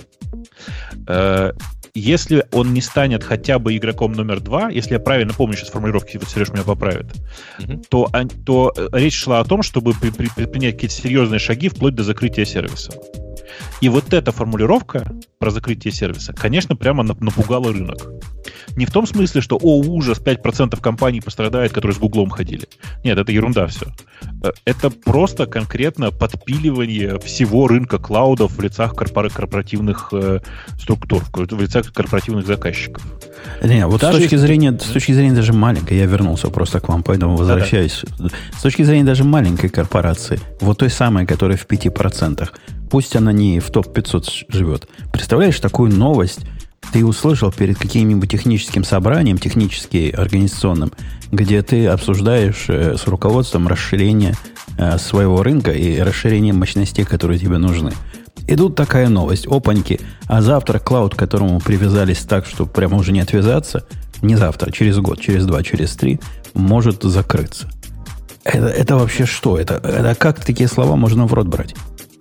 Если он не станет хотя бы игроком номер два, если я правильно помню сейчас формулировки, вот Сереж меня поправит, mm-hmm. то, то речь шла о том, чтобы предпринять какие-то серьезные шаги вплоть до закрытия сервиса. И вот эта формулировка про закрытие сервиса, конечно, прямо напугала рынок. Не в том смысле, что, о, ужас, пять процентов компаний пострадает, которые с Гуглом ходили. Нет, это ерунда все. Это просто конкретно подпиливание всего рынка клаудов в лицах корпоративных э, структур, в лицах корпоративных заказчиков. Не, вот даже с точки, если... зрения, с точки зрения даже маленькой, я вернулся просто к вам, поэтому возвращаюсь. Да-да. С точки зрения даже маленькой корпорации, вот той самой, которая в пяти процентах, пусть она не в топ пятьсот живет. Представляешь, такую новость ты услышал перед каким-нибудь техническим собранием, технически организационным, где ты обсуждаешь э, с руководством расширение э, своего рынка и расширение мощностей, которые тебе нужны. И тут такая новость, опаньки, а завтра клауд, к которому привязались так, что прямо уже не отвязаться, не завтра, через год, через два, через три, может закрыться. Это, это вообще что? Это, это как такие слова можно в рот брать?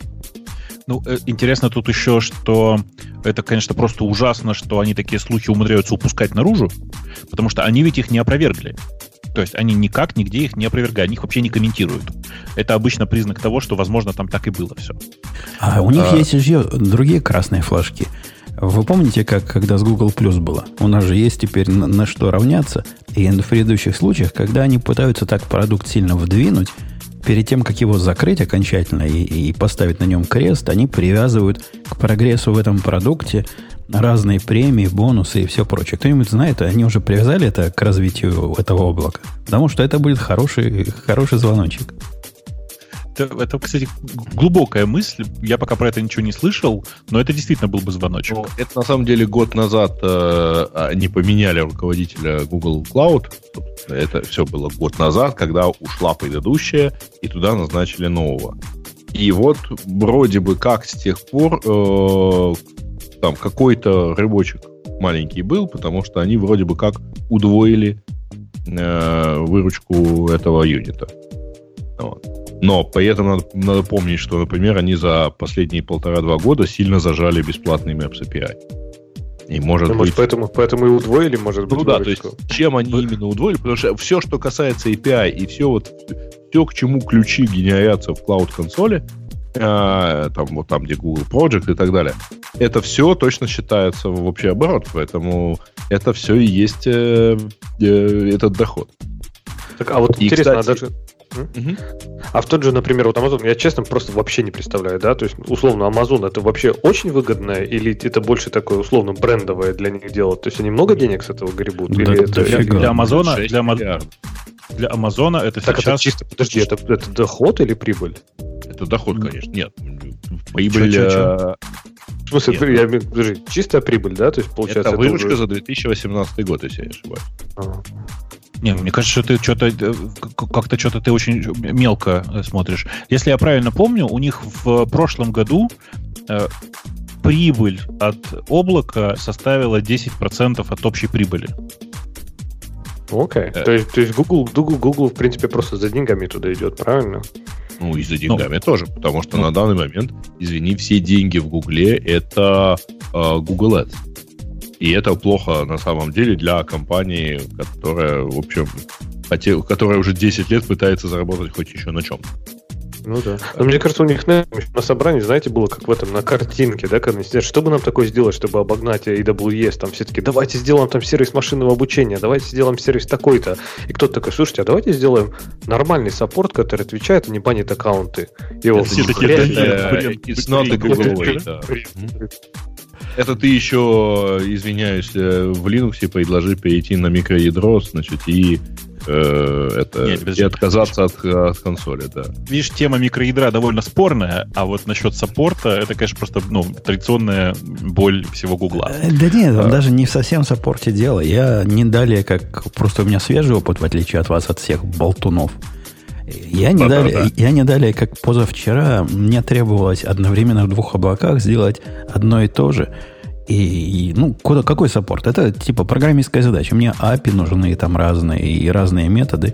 Ну, интересно тут еще, что это, конечно, просто ужасно, что они такие слухи умудряются упускать наружу, потому что они ведь их не опровергли. То есть они никак, нигде их не опровергают, они их вообще не комментируют. Это обычно признак того, что, возможно, там так и было все. А у них а... есть еще другие красные флажки. Вы помните, как когда с Google Plus было? У нас же есть теперь на, на что равняться. И в предыдущих случаях, когда они пытаются так продукт сильно вдвинуть, перед тем, как его закрыть окончательно и, и поставить на нем крест, они привязывают к прогрессу в этом продукте разные премии, бонусы и все прочее. Кто-нибудь знает, они уже привязали это к развитию этого облака? Потому что это будет хороший, хороший звоночек. Это, это, кстати, глубокая мысль. Я пока про это ничего не слышал, но это действительно был бы звоночек. Ну, это на самом деле год назад э, они поменяли руководителя Google Cloud. Это все было год назад, когда ушла предыдущая, и туда назначили нового. И вот вроде бы как с тех пор э, там какой-то рыбочек маленький был, потому что они вроде бы как удвоили э, выручку этого юнита. Вот. Но при этом надо, надо помнить, что, например, они за последние полтора-два года сильно зажали бесплатный Maps эй пи ай. И может ну, быть... Может, поэтому, поэтому и удвоили, может быть, ну да, то есть, чем они Вы... именно удвоили? Потому что все, что касается эй пи ай и все, вот, все к чему ключи генерятся в клауд-консоли, э, там, вот там, где Google Project и так далее, это все точно считается в общий оборот. Поэтому это все и есть э, э, этот доход. Так, а вот и, интересно, кстати, а даже... Угу. А в тот же, например, вот Amazon, я честно просто вообще не представляю, да, то есть, условно, Amazon это вообще очень выгодное или это больше такое, условно, брендовое для них дело? То есть они много денег с этого гребут? Да, или это для, для Амазона, для, миллиардов. для Амазона это так сейчас... Это чисто, подожди, это, это доход или прибыль? Это доход, конечно, нет. Прибыль... Чё, чё, чё? В смысле, нет, я, ну... подожди, чистая прибыль, да? То есть, получается, это выручка это уже... за две тысячи восемнадцатый год, если я не ошибаюсь. А. Не, мне кажется, что ты что-то как-то что-то ты очень мелко смотришь. Если я правильно помню, у них в прошлом году э, прибыль от облака составила десять процентов от общей прибыли. Окей. Okay. То есть, то есть Google, Google, Google, в принципе, просто за деньгами туда идет, правильно? Ну, и за деньгами ну, тоже, потому что ну, на данный момент, извини, все деньги в Гугле это э, Google Ads. И это плохо на самом деле для компании, которая, в общем, хотел, которая уже десять лет пытается заработать хоть еще на чем-то. Ну да. Но мне кажется, у них на, на собрании, знаете, было как в этом, на картинке, да, когда они сидят, что бы нам такое сделать, чтобы обогнать эй дабл ю эс, там все таки давайте сделаем там сервис машинного обучения, давайте сделаем сервис такой-то. И кто-то такой, слушайте, а давайте сделаем нормальный саппорт, который отвечает, а не банит аккаунты. Его все такие, it's not a Google way. Это ты еще, извиняюсь, в Linux предложи перейти на микроядро, значит, и, э, это, Нет, и отказаться от, от консоли, да. Видишь, тема микроядра довольно спорная, а вот насчет саппорта, это, конечно, просто ну, традиционная боль всего Гугла. Да нет, а. даже не совсем в саппорте дело. Я не далее, как просто у меня свежий опыт, в отличие от вас, от всех болтунов. Я не, далее, да, да. я не далее, как позавчера, мне требовалось одновременно в двух облаках сделать одно и то же. И, и ну, куда, какой саппорт? Это типа программистская задача. Мне эй пи ай нужны там разные и разные методы.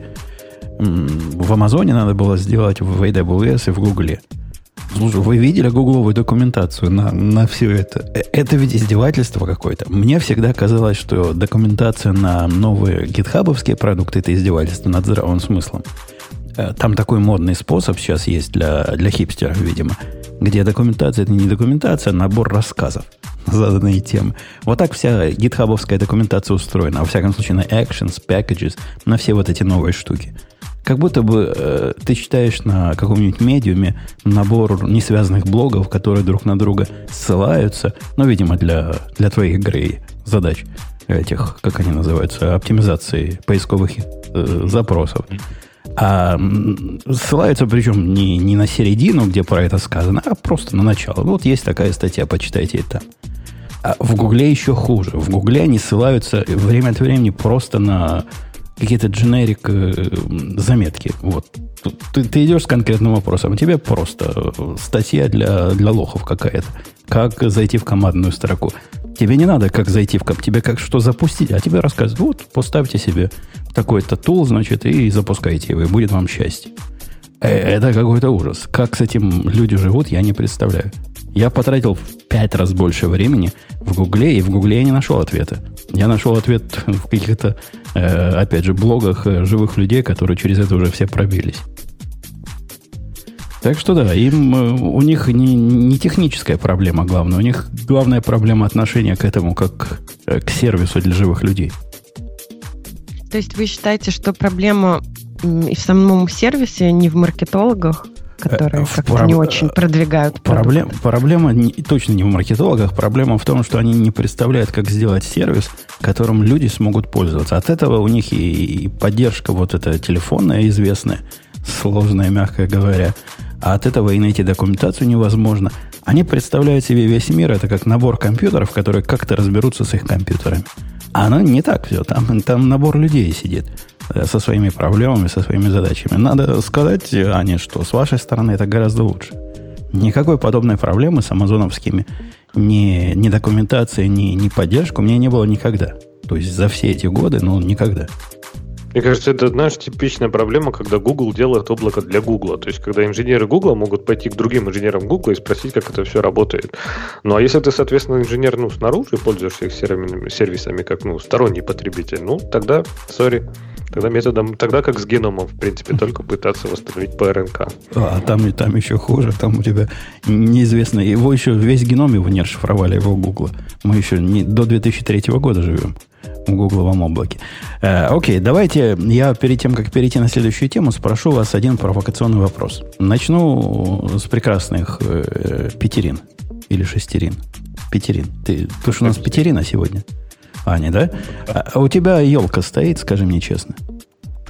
В Амазоне надо было сделать в эй дабл ю эс и в Гугле. Вы видели гугловую документацию на, на все это? Это ведь издевательство какое-то. Мне всегда казалось, что документация на новые гитхабовские продукты – это издевательство над здравым смыслом. Там такой модный способ сейчас есть для, для хипстеров, видимо, где документация – это не документация, а набор рассказов, заданные темы. Вот так вся гитхабовская документация устроена. Во всяком случае, на actions, packages, на все вот эти новые штуки. Как будто бы э, ты читаешь на каком-нибудь медиуме набор несвязанных блогов, которые друг на друга ссылаются, ну, видимо, для, для твоих игр и задач, этих, как они называются, оптимизации поисковых э, запросов. А ссылаются, причем не, не на середину, где про это сказано, а просто на начало. Вот есть такая статья, почитайте это. А в Гугле еще хуже. В Гугле они ссылаются время от времени просто на какие-то дженерик заметки. Вот. Ты, ты идешь с конкретным вопросом, а тебе просто статья для, для лохов какая-то. Как зайти в командную строку. Тебе не надо, как зайти в комп, тебе как что запустить, а тебе рассказывают, вот, поставьте себе такой-то тул, значит, и запускайте его, и будет вам счастье. Это какой-то ужас. Как с этим люди живут, я не представляю. Я потратил в пять раз больше времени в Гугле, и в Гугле я не нашел ответа. Я нашел ответ в каких-то, э, опять же, блогах живых людей, которые через это уже все пробились. Так что да, им, у них не, не техническая проблема главная, у них главная проблема отношения к этому как к сервису для живых людей. То есть вы считаете, что проблема и в самом сервисе, не в маркетологах, которые в как-то проб... не очень продвигают Проблем... Проблема не, точно не в маркетологах, проблема в том, что они не представляют, как сделать сервис, которым люди смогут пользоваться. От этого у них и, и поддержка вот эта телефонная известная, сложная, мягко говоря, а от этого и найти документацию невозможно. Они представляют себе весь мир, это как набор компьютеров, которые как-то разберутся с их компьютерами. А оно не так все. Там, там набор людей сидит со своими проблемами, со своими задачами. Надо сказать, Ане, что с вашей стороны это гораздо лучше. Никакой подобной проблемы с амазоновскими ни, ни документацией, ни, ни поддержкой у меня не было никогда. То есть за все эти годы, ну, никогда. Мне кажется, это, знаешь, типичная проблема, когда Google делает облако для Google. То есть, когда инженеры Google могут пойти к другим инженерам Google и спросить, как это все работает. Ну, а если ты, соответственно, инженер, ну, снаружи пользуешься их сервисами, как, ну, сторонний потребитель, ну, тогда, сори, тогда методом, тогда как с геномом, в принципе, только пытаться восстановить по эр эн ка. А там, там еще хуже, там у тебя неизвестно, его еще весь геном его не расшифровали, его Google. Мы еще не, до две тысячи третьего года живем в гугловом облаке. Э, окей, давайте я перед тем, как перейти на следующую тему, спрошу вас один провокационный вопрос. Начну с прекрасных э, пятерин или шестерин. Пятерин. Ты, ты что у нас пятерина сегодня? Аня, да? А, а у тебя елка стоит, скажи мне честно?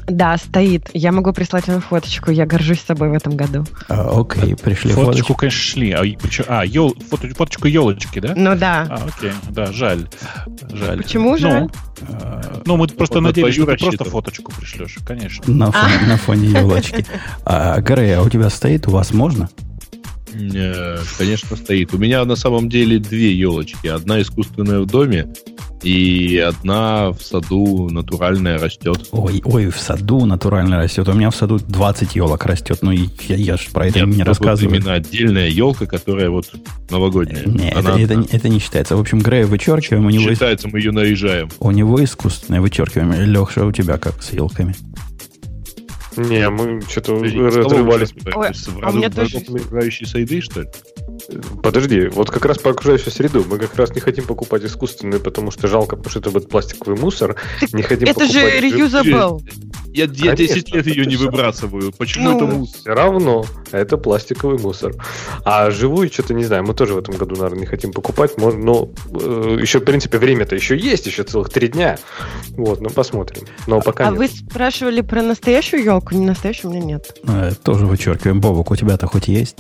Да, стоит. Я могу прислать вам фоточку. Я горжусь собой в этом году. А, окей, пришли фоточку. Фоточку, конечно, шли. А, а ел, фото, фоточку елочки, да? Ну да. А, окей, да, жаль. Жаль. Почему ну, жаль? Э, ну, мы просто Вот надеялись, что ты рассчитывал. просто фоточку пришлешь, конечно. на фоне, на фоне елочки. А, Грей, а у тебя стоит? У вас можно? Нет, конечно, стоит. У меня на самом деле две елочки. Одна искусственная в доме, и одна в саду натуральная растет. Ой, ой, в саду натурально растет. У меня в саду двадцать елок растет. Ну, и я, я же про это Нет, не тут рассказываю. вот именно отдельная елка, которая вот новогодняя. Не, это, Она это, не- это не считается. В общем, Грея вычеркиваем. У него, считается, мы ее наряжаем. у него искусственное вычеркиваем. Леша, у тебя как с елками? Не, мы что-то Столовую отрывались. Ой, в а у меня разу- в тоже- разу окружающей среды, что ли? Подожди, вот как раз по окружающей среду. Мы как раз не хотим покупать искусственный, потому что жалко, потому что это будет пластиковый мусор. Не хотим Это же покупать... reusable. Я, я десять Конечно, лет ее это не всё. выбрасываю. Почему Ну, это мусор? Все равно это пластиковый мусор. А живую что-то не знаю. Мы тоже в этом году, наверное, не хотим покупать. Можно, но э, еще, в принципе, время-то еще есть, еще целых три дня. Вот, ну посмотрим. Но пока А нет. вы спрашивали про настоящую елку? Не настоящую у меня нет. Э, тоже вычеркиваем. Бобок, у тебя-то хоть есть?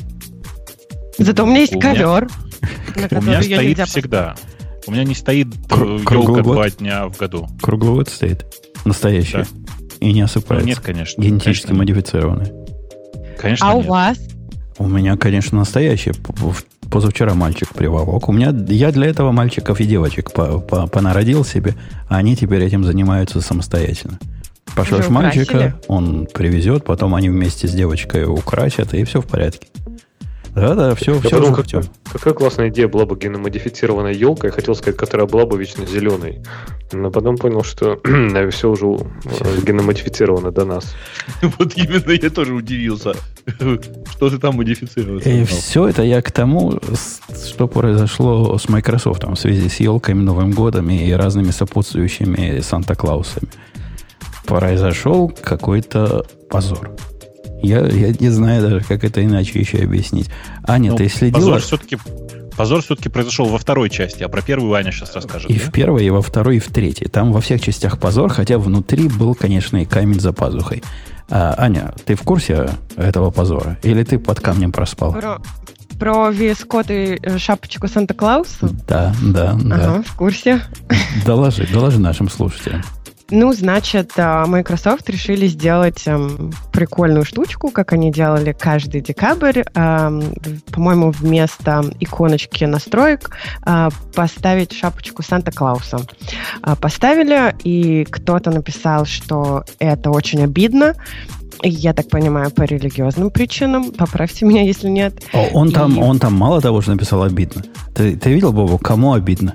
Зато у меня есть У меня- ковер, на У меня который ее стоит нельзя всегда. У меня не стоит Кру- елка круглый год? два дня в году. Круглый стоит. Настоящий. Да. И не Ну, осыпается. нет, конечно. Генетически конечно, модифицированный. Конечно, А у нет. вас? У меня, конечно, настоящий. П- п- Позавчера мальчик приволок. У меня, я для этого мальчиков и девочек по- по- понародил себе, а они теперь этим занимаются самостоятельно. Пошлешь Уже мальчика, украсили? он привезет, потом они вместе с девочкой украсят, и все в порядке. Да-да, все, Я все подумал, уже как- путем. какая классная идея была бы геномодифицированная елка. Я хотел сказать, которая была бы вечно зеленой. Но потом понял, что все уже э, геномодифицировано до нас. Вот именно я тоже удивился. Что ты там модифицировал? И все это я к тому, с- что произошло с Microsoft в связи с елками, Новым годом и разными сопутствующими Санта-Клаусами. Произошел какой-то позор. Я, я не знаю даже, как это иначе еще объяснить. Аня, Ну, ты следила? Позор все-таки, позор все-таки произошел во второй части, а про первую Аня сейчас расскажет. И да? в первой, и во второй, и в третьей. Там во всех частях позор, хотя внутри был, конечно, и камень за пазухой. А, Аня, ты в курсе этого позора? Или ты под камнем проспал? Про, про ви эс Code и э, шапочку Санта-Клауса? Да, да, да. Ага, в курсе. Доложи, доложи нашим слушателям. Ну, значит, а, Microsoft решили сделать эм, прикольную штучку, как они делали каждый декабрь. Эм, по-моему, вместо иконочки настроек а, поставить шапочку Санта-Клауса. А, поставили, и кто-то написал, что это очень обидно. Я так понимаю, по религиозным причинам. Поправьте меня, если нет. О, Он, И- там, он там мало того, что написал обидно. Ты, ты видел, Бобу, кому обидно?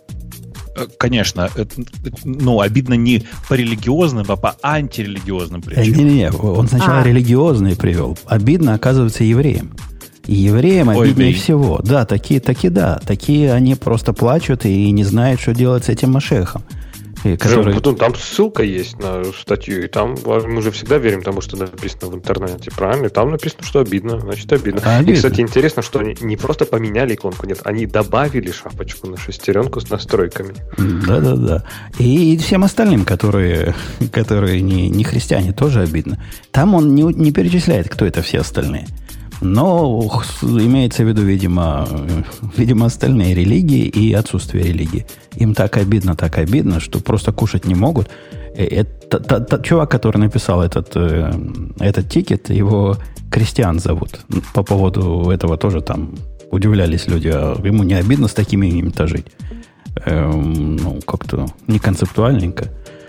Э, Конечно. это, Ну, обидно не по религиозным, а по антирелигиозным Э, причинам. Не-не-не, он сначала А. религиозные привел. Обидно, оказывается, евреям. И евреям Ой, обиднее бей. всего. Да, такие, такие, да. Такие они просто плачут и не знают, что делать с этим Машехом. И который... Потом там ссылка есть на статью, и там мы же всегда верим тому, что написано в интернете, правильно? И там написано, что обидно, значит обидно. Обидно. И, кстати, интересно, что они не просто поменяли иконку, нет, они добавили шапочку на шестеренку с настройками. Да-да-да. И, и всем остальным, которые, которые не, не христиане, тоже обидно. Там он не, не перечисляет, кто это все остальные. Но х- имеется в виду, видимо, э, видимо, остальные религии и отсутствие религии. Им так обидно, так обидно, что просто кушать не могут. Э, Это, та- та- чувак, который написал этот, э, этот тикет, его Кристиан зовут. По поводу этого тоже там удивлялись люди. А ему не обидно с такими именем-то жить? Эм, ну, как-то неконцептуальненько.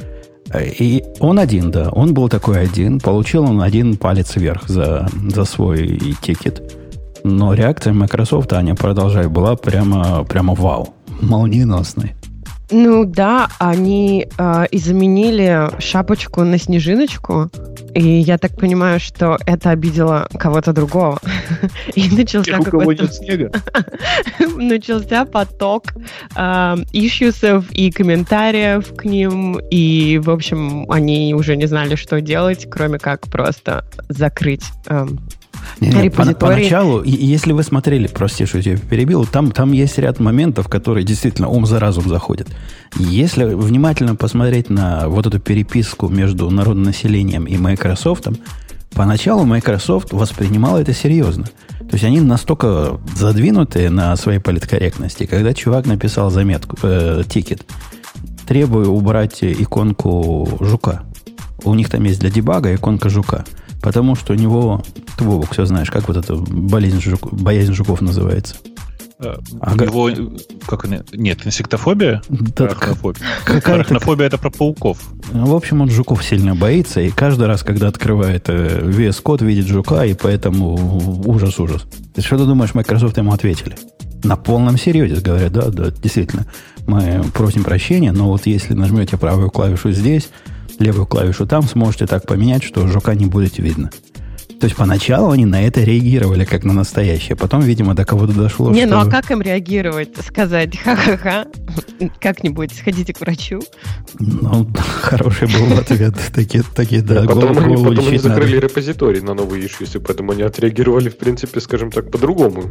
И он один, да. Он был такой один. Получил он один палец вверх за, за свой тикет. Но реакция Microsoft, Аня, продолжай, была прямо, прямо вау. Молниеносной. Ну да, они э, и заменили шапочку на снежиночку, и я так понимаю, что это обидело кого-то другого. И начался У кого какой-то нет снега? начался поток э, ишьюсов и комментариев к ним, и, в общем, они уже не знали, что делать, кроме как просто закрыть э, Не, не, по, поначалу, и, если вы смотрели, прости, что я перебил, там, там есть ряд моментов, которые действительно ум за разум заходят. Если внимательно посмотреть на вот эту переписку между народным населением и Microsoft, поначалу Microsoft воспринимал это серьезно. То есть они настолько задвинутые на своей политкорректности, когда чувак написал заметку, э, тикет, требую убрать иконку жука. У них там есть для дебага иконка жука. Потому что у него, ты, Бобок, все знаешь, как вот эта болезнь жук, боязнь жуков называется. Ага. Его, как он, нет, инсектофобия? Да, арахнофобия. Арахнофобия это про пауков. В общем, он жуков сильно боится, и каждый раз, когда открывает ви эс Code, видит жука, и поэтому ужас-ужас. Что ты думаешь, Microsoft ему ответили? На полном серьезе говорят, да, да, действительно, мы просим прощения, но вот если нажмете правую клавишу здесь, левую клавишу там, сможете так поменять, что жука не будет видно. То есть поначалу они на это реагировали как на настоящее. Потом, видимо, до кого-то дошло. Не, что... ну а как им реагировать? Сказать ха-ха-ха, как-нибудь сходите к врачу? Ну, хороший был ответ. Такие, такие, да. Потом они закрыли репозиторий на новые issues, поэтому они отреагировали, в принципе, скажем так, по-другому.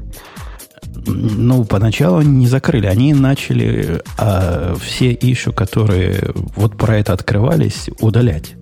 Ну, поначалу они не закрыли. Они начали а, все issue, которые вот про это открывались, удалять.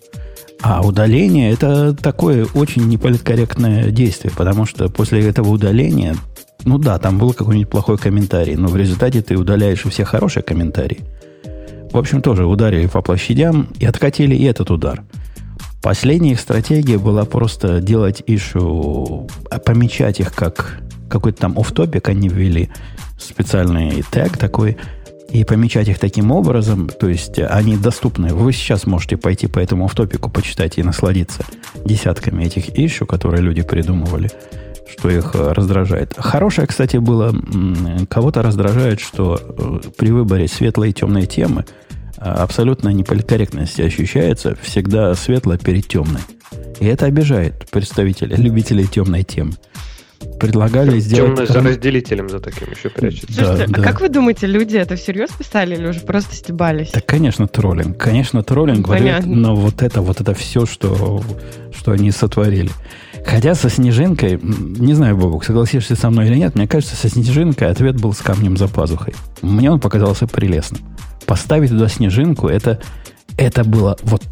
А удаление – это такое очень неполиткорректное действие, потому что после этого удаления, ну да, там был какой-нибудь плохой комментарий, но в результате ты удаляешь и все хорошие комментарии. В общем, тоже ударили по площадям и откатили и этот удар. Последняя их стратегия была просто делать ишу, помечать их как какой-то там офф-топик они ввели, специальный тег такой, и помечать их таким образом, то есть они доступны. Вы сейчас можете пойти по этому офф-топику почитать и насладиться десятками этих issue, которые люди придумывали, что их раздражает. Хорошее, кстати, было, кого-то раздражает, что при выборе светлой и темной темы абсолютно неполиткорректность ощущается, всегда светло перед темной. И это обижает представителей, любителей темной темы. Предлагали сделать... Темно за разделителем за таким еще прячется. Слушайте, да, а да. как вы думаете, люди это всерьез писали или уже просто стебались? Так, конечно, троллинг. Конечно, троллинг, вот, но вот это, вот это все, что, что они сотворили. Хотя со снежинкой, не знаю, Бобок, согласишься со мной или нет, мне кажется, со снежинкой ответ был с камнем за пазухой. Мне он показался прелестным. Поставить туда снежинку, это, это было вот...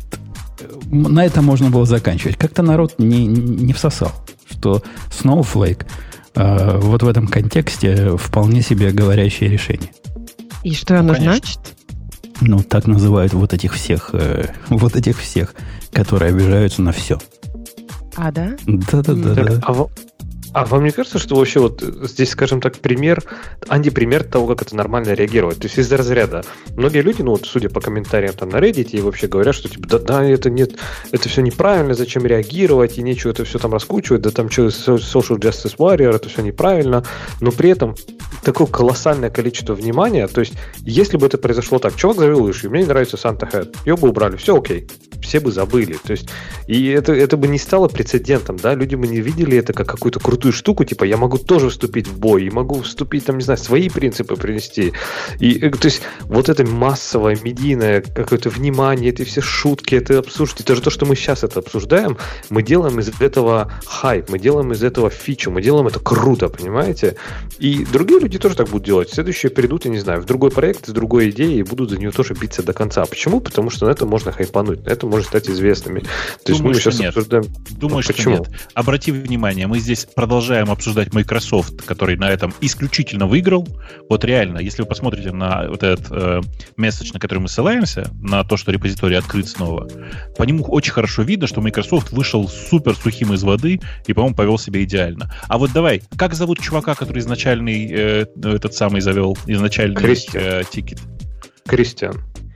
На это можно было заканчивать. Как-то народ не, не всосал, что Snowflake э, вот в этом контексте вполне себе говорящее решение. И что оно Конечно. значит? Ну, так называют вот этих всех, э, вот этих всех, которые обижаются на все. А, да? Да-да-да. Так, а, во- а вам не кажется, что вообще вот здесь, скажем так, пример, антипример того, как это нормально реагировать? То есть из разряда. Многие люди, ну вот судя по комментариям там на Reddit, и вообще говорят, что типа, да, да, это нет, это все неправильно, зачем реагировать, и нечего это все там раскручивать, да там что, Social Justice Warrior, это все неправильно, но при этом такое колоссальное количество внимания, то есть если бы это произошло так, чувак завел issue, мне не нравится Santa Hat, ее бы убрали, все окей, все бы забыли, то есть и это, это бы не стало прецедентом, да, люди бы не видели это как какую-то крутую штуку, типа я могу тоже вступить в бой, и могу вступить, там, не знаю, свои принципы принести, и, то есть вот это массовое, медийное какое-то внимание, эти все шутки, это обсуждение, даже то, что мы сейчас это обсуждаем, мы делаем из этого хайп, мы делаем из этого фичу, мы делаем это круто, понимаете, и другие люди тоже так будут делать, следующие придут, я не знаю, в другой проект, с другой идеей, и будут за нее тоже биться до конца. Почему? Потому что на это можно хайпануть, на это можно стать известными. То есть Думаю, мы сейчас что нет. обсуждаем... Думаю, а что нет. Обрати внимание, мы здесь продолжаем обсуждать Microsoft, который на этом исключительно выиграл. Вот реально, если вы посмотрите на вот этот э, месседж, на который мы ссылаемся, на то, что репозиторий открыт снова, по нему очень хорошо видно, что Microsoft вышел супер сухим из воды и, по-моему, повел себя идеально. А вот давай, как зовут чувака, который изначальный э, этот самый завел, изначальный э, тикет? Кристиан.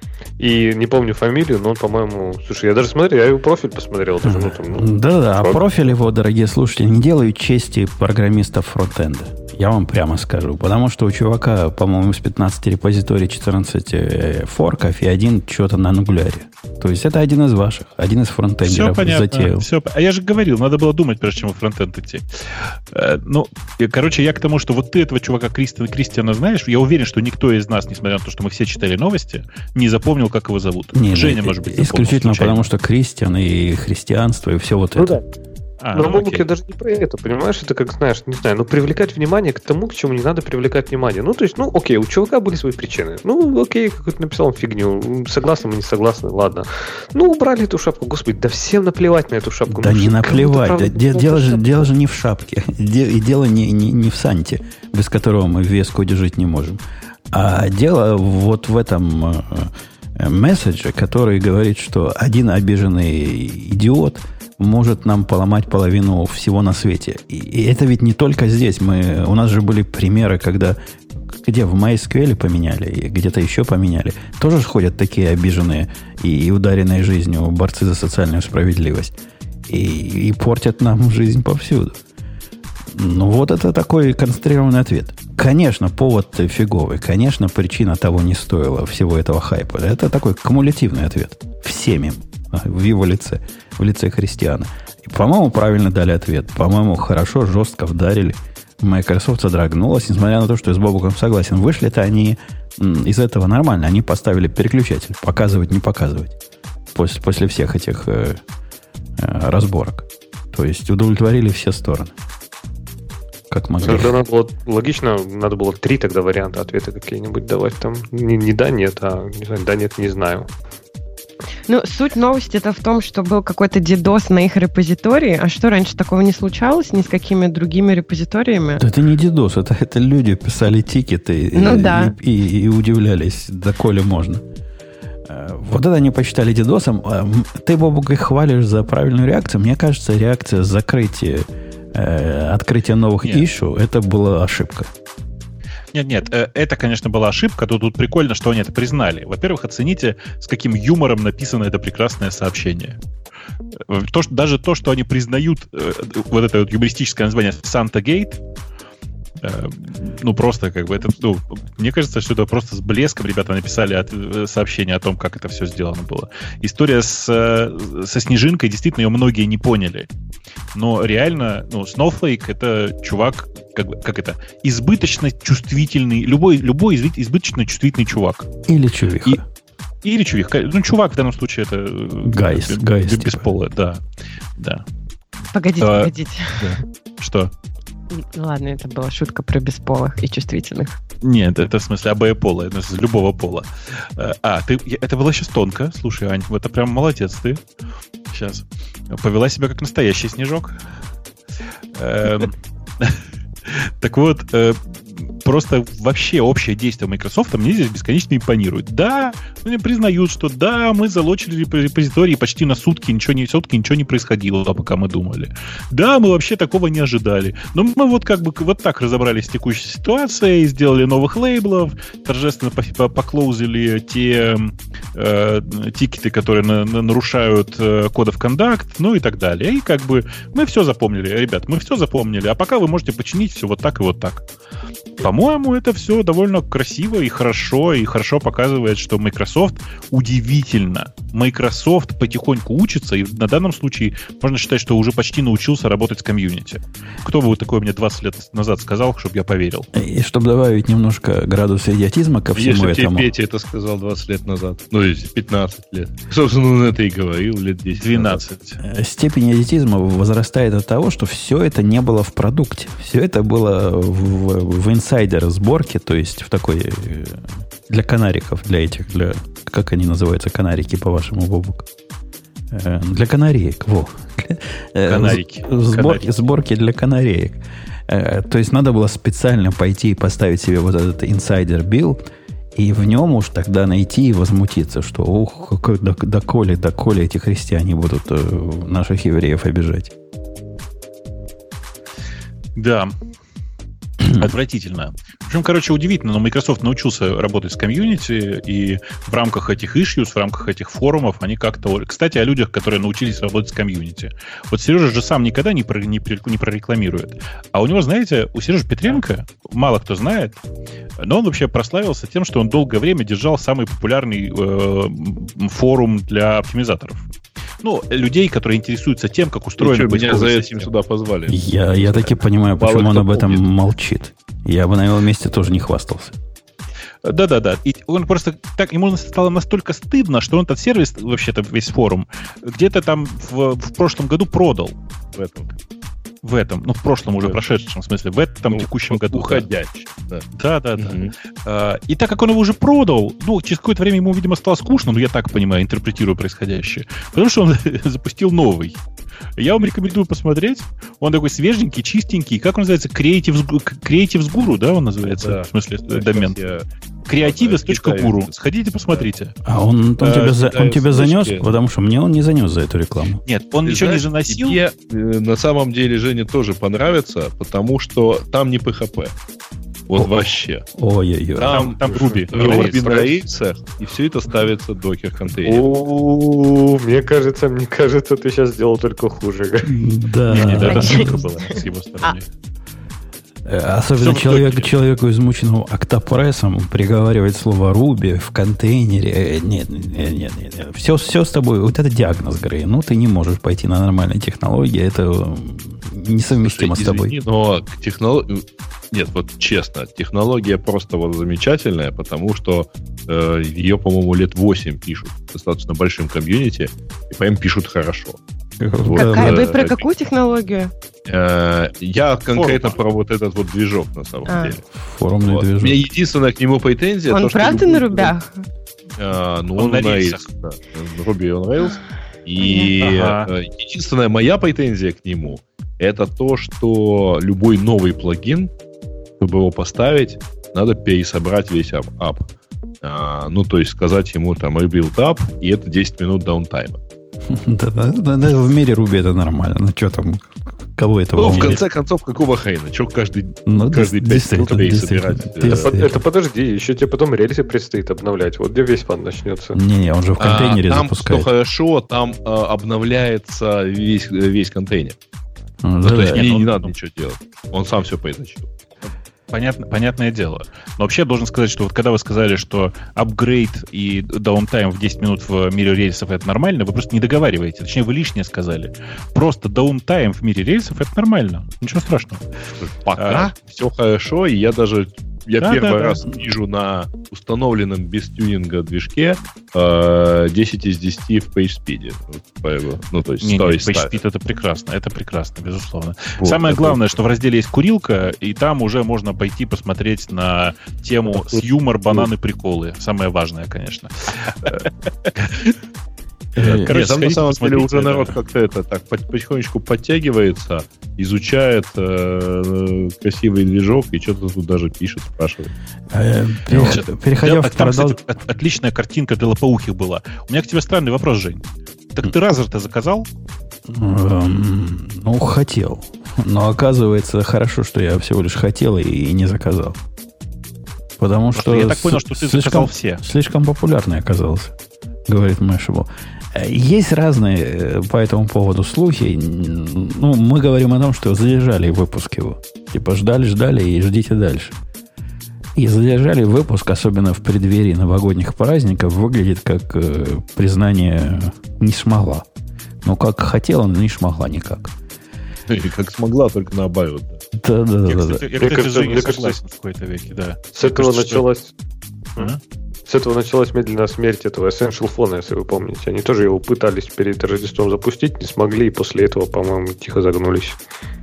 И не помню фамилию, но он, по-моему... Слушай, я даже смотрел, я его профиль посмотрел. Даже, ну, там, ну, Да-да, а профиль. профиль его, дорогие слушатели, не делают чести программистов фронтенда. Я вам прямо скажу. Потому что у чувака, по-моему, из пятнадцати репозиторий четырнадцать форков и один что-то на ангуляре. То есть это один из ваших, один из фронтендеров затеял. Все, а я же говорил, надо было думать, прежде чем в фронтенд идти. Э, ну, короче, я к тому, что вот ты этого чувака Кристиана, Кристиана знаешь, я уверен, что никто из нас, несмотря на то, что мы все читали новости, не запомнил, как его зовут. Не, Женя, не, может быть, исключительно запомнил, потому, что Кристиан и христианство и все вот ну это. Да. А, но ну, мобуки даже не про это, понимаешь? Это как, знаешь, не знаю, ну, привлекать внимание к тому, к чему не надо привлекать внимание. Ну, то есть, ну, окей, у чувака были свои причины. Ну, окей, какой-то написал он фигню. Согласны мы, не согласны, ладно. Ну, убрали эту шапку. Господи, да всем наплевать на эту шапку. Да ну, не наплевать. Да, де- дело, же, дело же не в шапке. Де- и дело не, не, не в Санте, без которого мы в Вескоде жить не можем. А дело вот в этом э, месседже, который говорит, что один обиженный идиот может нам поломать половину всего на свете. И, и это ведь не только здесь. Мы, у нас же были примеры, когда где в MySQL поменяли, и где-то еще поменяли. Тоже ходят такие обиженные и, и ударенные жизнью борцы за социальную справедливость. И, и портят нам жизнь повсюду. Ну, вот это такой концентрированный ответ. Конечно, повод фиговый. Конечно, причина того не стоила всего этого хайпа. Это такой кумулятивный ответ. Всем им. В его лице. В лице христиана. И, по-моему, правильно дали ответ. По-моему, хорошо, жестко вдарили. Microsoft содрогнулась, несмотря на то, что я с Бобуком согласен. Вышли-то они из этого нормально. Они поставили переключатель. Показывать, не показывать. После, после всех этих э, э, разборок. То есть удовлетворили все стороны. Как могли. Тогда надо было, логично, надо было три тогда варианта ответа какие-нибудь давать. Там не, не да, нет, а не знаю, да, нет, не знаю. Ну, суть новости-то в том, что был какой-то дидос на их репозитории. А что, раньше такого не случалось ни с какими другими репозиториями? Да это не дидос, это, это люди писали тикеты ну, и, да. и, и, и удивлялись, доколе можно. Вот это они посчитали дидосом. Ты, Бобук, их хвалишь за правильную реакцию. Мне кажется, реакция закрытия, э, открытия новых issue, это была ошибка. Нет, нет, это, конечно, была ошибка. Тут, тут прикольно, что они это признали. Во-первых, оцените, с каким юмором написано это прекрасное сообщение. То, что, даже то, что они признают вот это вот юмористическое название «Санта-гейт», ну, просто как бы это... Ну, мне кажется, что это просто с блеском ребята написали от, сообщение о том, как это все сделано было. История с, со Снежинкой, действительно, ее многие не поняли. Но реально, ну, Snowflake — это чувак, как, бы, как это, избыточно чувствительный, любой, любой избыточно чувствительный чувак. Или чувиха. И, или чувиха. Ну, чувак в данном случае это... Гайс. Гайс бесполый, типа. Да. да. Погодите, а, погодите. Да. Что? Ладно, это была шутка про бесполых и чувствительных. Нет, это в смысле обоепола, это с любого пола. А, ты, это было сейчас тонко. Слушай, Ань, это прям молодец ты. Сейчас. Повела себя как настоящий снежок. Так вот, просто вообще общее действие Microsoft мне здесь бесконечно импонирует. Да, они признают, что да, мы залочили репозитории почти на сутки, ничего не, сутки ничего не происходило, пока мы думали. Да, мы вообще такого не ожидали. Но мы вот как бы вот так разобрались с текущей ситуацией, сделали новых лейблов, торжественно поклоузили те э, тикеты, которые на, на, нарушают э, Code of Conduct, ну и так далее. И как бы мы все запомнили, ребят, мы все запомнили, а пока вы можете починить все вот так и вот так. По-моему, это все довольно красиво и хорошо, и хорошо показывает, что Microsoft удивительно. Microsoft потихоньку учится, и на данном случае можно считать, что уже почти научился работать с комьюнити. Кто бы вот такое мне двадцать лет назад сказал, чтобы я поверил? И чтобы добавить немножко градуса идиотизма ко всему Если этому... Если тебе Петя это сказал двадцать лет назад, ну, пятнадцать лет. Собственно, он это и говорил лет десять. двенадцать. Назад. Степень идиотизма возрастает от того, что все это не было в продукте. Все это было в, в инсайдер сборке, то есть в такой для канариков, для этих, для как они называются, канарики, по-вашему, Бобук? Для канареек, во. Канарики. Сборки, сборки для канареек. То есть надо было специально пойти и поставить себе вот этот инсайдер билд, и в нем уж тогда найти и возмутиться, что ух, доколе, доколе эти христиане будут наших евреев обижать. Да. Отвратительно. В общем, короче, удивительно, но Microsoft научился работать с комьюнити, и в рамках этих issues, в рамках этих форумов они как-то... Кстати, о людях, которые научились работать с комьюнити. Вот Сережа же сам никогда не, про, не, не прорекламирует. А у него, знаете, у Сережи Петренко, мало кто знает, но он вообще прославился тем, что он долгое время держал самый популярный э, форум для оптимизаторов. Ну, людей, которые интересуются тем, как устроена меня за этим сюда позвали. Я, я таки понимаю, почему Мало он об этом помнит. молчит. Я бы на его месте тоже не хвастался. Да-да-да. И он просто так, ему стало настолько стыдно, что он этот сервис, вообще-то весь форум, где-то там в, в прошлом году продал. в этом. В этом, ну, в прошлом уже прошедшем, в смысле, в этом ну, текущем году. Уходящем, да. Да, да, да. Угу. А, и так как он его уже продал, ну, через какое-то время ему, видимо, стало скучно, ну, я так понимаю, интерпретирую происходящее, потому что он запустил новый. Я вам рекомендую посмотреть. Он такой свеженький, чистенький. Как он называется? Creatives, Creatives Guru, да, он называется? Да. В смысле, да, домен. Creatives точка guru. Сходите, посмотрите. А он, он, а, тебя, за, он тебя занес? Потому что мне он не занес за эту рекламу. Нет, он Ты ничего знаешь, не заносил. Тебе на самом деле, Жене, тоже понравится, потому что там не пи эйч пи. Вот О, вообще. Ой-ой-ой. Там, там Ruby. Ruby на рельсах, и все это ставится докер-контейнер. Мне кажется, мне кажется, ты сейчас сделал только хуже. Да. Не, не, да, это шутка была с его стороны. Особенно человек, человеку, измученному октопрессом, приговаривать слово «руби» в контейнере. Нет, нет, нет, нет, нет. Все, все с тобой. Вот это диагноз, Грей. Ну, ты не можешь пойти на нормальные технологии. Это несовместимо Слушай, с тобой. Извини, но технология... Нет, вот честно, технология просто вот замечательная, потому что э, ее, по-моему, лет восемь пишут достаточно большим комьюнити, и по им пишут хорошо. Какая? Вы про какую технологию? Я конкретно про вот этот вот движок, на самом а. деле. Форумный вот. движок. У меня единственная к нему претензия... Он то, правда на рубях? А, ну, он, он на рельсах. Да. Ruby on Rails. И ага. единственная моя претензия к нему это то, что любой новый плагин, чтобы его поставить, надо пересобрать весь ап. А, ну, то есть сказать ему там rebuild up, и это десять минут даунтайма. Да, да, да, да, в мире Ruby это нормально. Ну, что там, кого это волнует? Ну, в конце концов, какого хрена? Что каждый, ну, каждый пять минут пересобирать? Это, это подожди, еще тебе потом рельсы предстоит обновлять. Вот где весь фан начнется. Не-не, он же в контейнере а, там, запускает. Там, что хорошо, там а, обновляется весь, весь контейнер. А, ну, да, то да, есть мне не надо ничего делать. Он сам все произносит. Понятно, понятное дело. Но вообще я должен сказать, что вот когда вы сказали, что апгрейд и даунтайм в десять минут в мире рельсов это нормально, вы просто не договариваете. Точнее, вы лишнее сказали. Просто даунтайм в мире рельсов это нормально. Ничего страшного. Пока а, все хорошо, и я даже я да, первый да, раз да. вижу на установленном без тюнинга движке э, десять из десяти в PageSpeed. Ну, то есть не, не, PageSpeed это прекрасно, это прекрасно, безусловно. Вот, Самое главное, что в разделе есть курилка, и там уже можно пойти посмотреть на тему с юмор, бананы, приколы. Самое важное, конечно. Короче, Нет, там на самом деле уже да. народ как-то это так потихонечку подтягивается, изучает э, красивый движок и что-то тут даже пишет, спрашивает. Э, переходя да, в там, продал... кстати, отличная картинка для лопоухих была. У меня к тебе странный вопрос, Жень. Так ты Razer-то заказал? Эм, ну, хотел. Но оказывается, хорошо, что я всего лишь хотел и не заказал. Потому Просто что... Я так понял, что ты слишком, заказал все. Слишком популярный оказался, говорит Мэшебл. Есть разные по этому поводу слухи. Ну, мы говорим о том, что задержали выпуск его. Типа ждали-ждали и ждите дальше. И задержали выпуск, особенно в преддверии новогодних праздников, выглядит как э, признание не смогла. Ну, как хотела, но не смогла никак. Как смогла, только наоборот. Да, да, да. Я, да, кстати, да. я, кстати, Женя, не согласен в какой-то веке, да. С этого кажется, началась... Что... С этого началась медленная смерть этого Essential Phone, если вы помните. Они тоже его пытались перед Рождеством запустить, не смогли, и после этого, по-моему, тихо загнулись.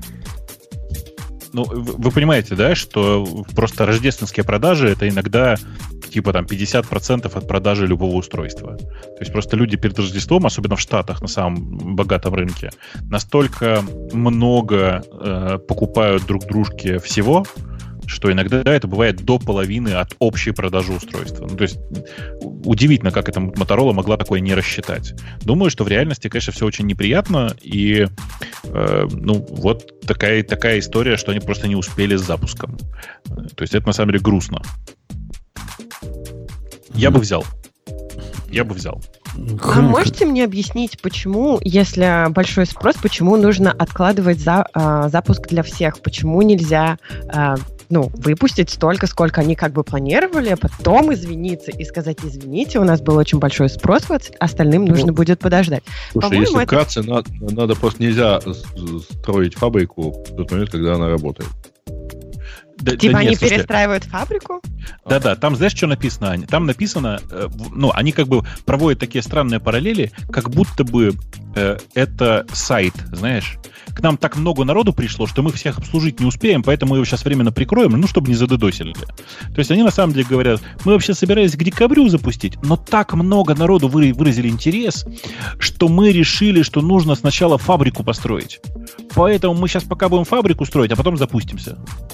Ну, вы понимаете, да, что просто рождественские продажи — это иногда типа там пятьдесят процентов от продажи любого устройства. То есть просто люди перед Рождеством, особенно в Штатах, на самом богатом рынке, настолько много э, покупают друг дружке всего, что иногда это бывает до половины от общей продажи устройства. Ну, то есть удивительно, как это Motorola могла такое не рассчитать. Думаю, что в реальности, конечно, все очень неприятно, и э, ну, вот такая, такая история, что они просто не успели с запуском. То есть это на самом деле грустно. Я бы взял. Я бы взял. А можете мне объяснить, почему, если большой спрос, почему нужно откладывать за, э, запуск для всех? Почему нельзя э, ну, выпустить столько, сколько они как бы планировали, а потом извиниться и сказать: извините, у нас был очень большой спрос, вот остальным нужно ну, будет подождать. Слушай, По-моему, если это... вкратце, надо, надо просто нельзя строить фабрику в тот момент, когда она работает. Да, типа да они нет, перестраивают фабрику? Да-да, там знаешь, что написано, Аня? Там написано, ну, они как бы проводят такие странные параллели, как будто бы э, это сайт, знаешь. К нам так много народу пришло, что мы всех обслужить не успеем, поэтому мы его сейчас временно прикроем, ну, чтобы не задодосили. То есть они на самом деле говорят, мы вообще собирались к декабрю запустить, но так много народу выразили интерес, что мы решили, что нужно сначала фабрику построить. Поэтому мы сейчас пока будем фабрику строить, а потом запустимся.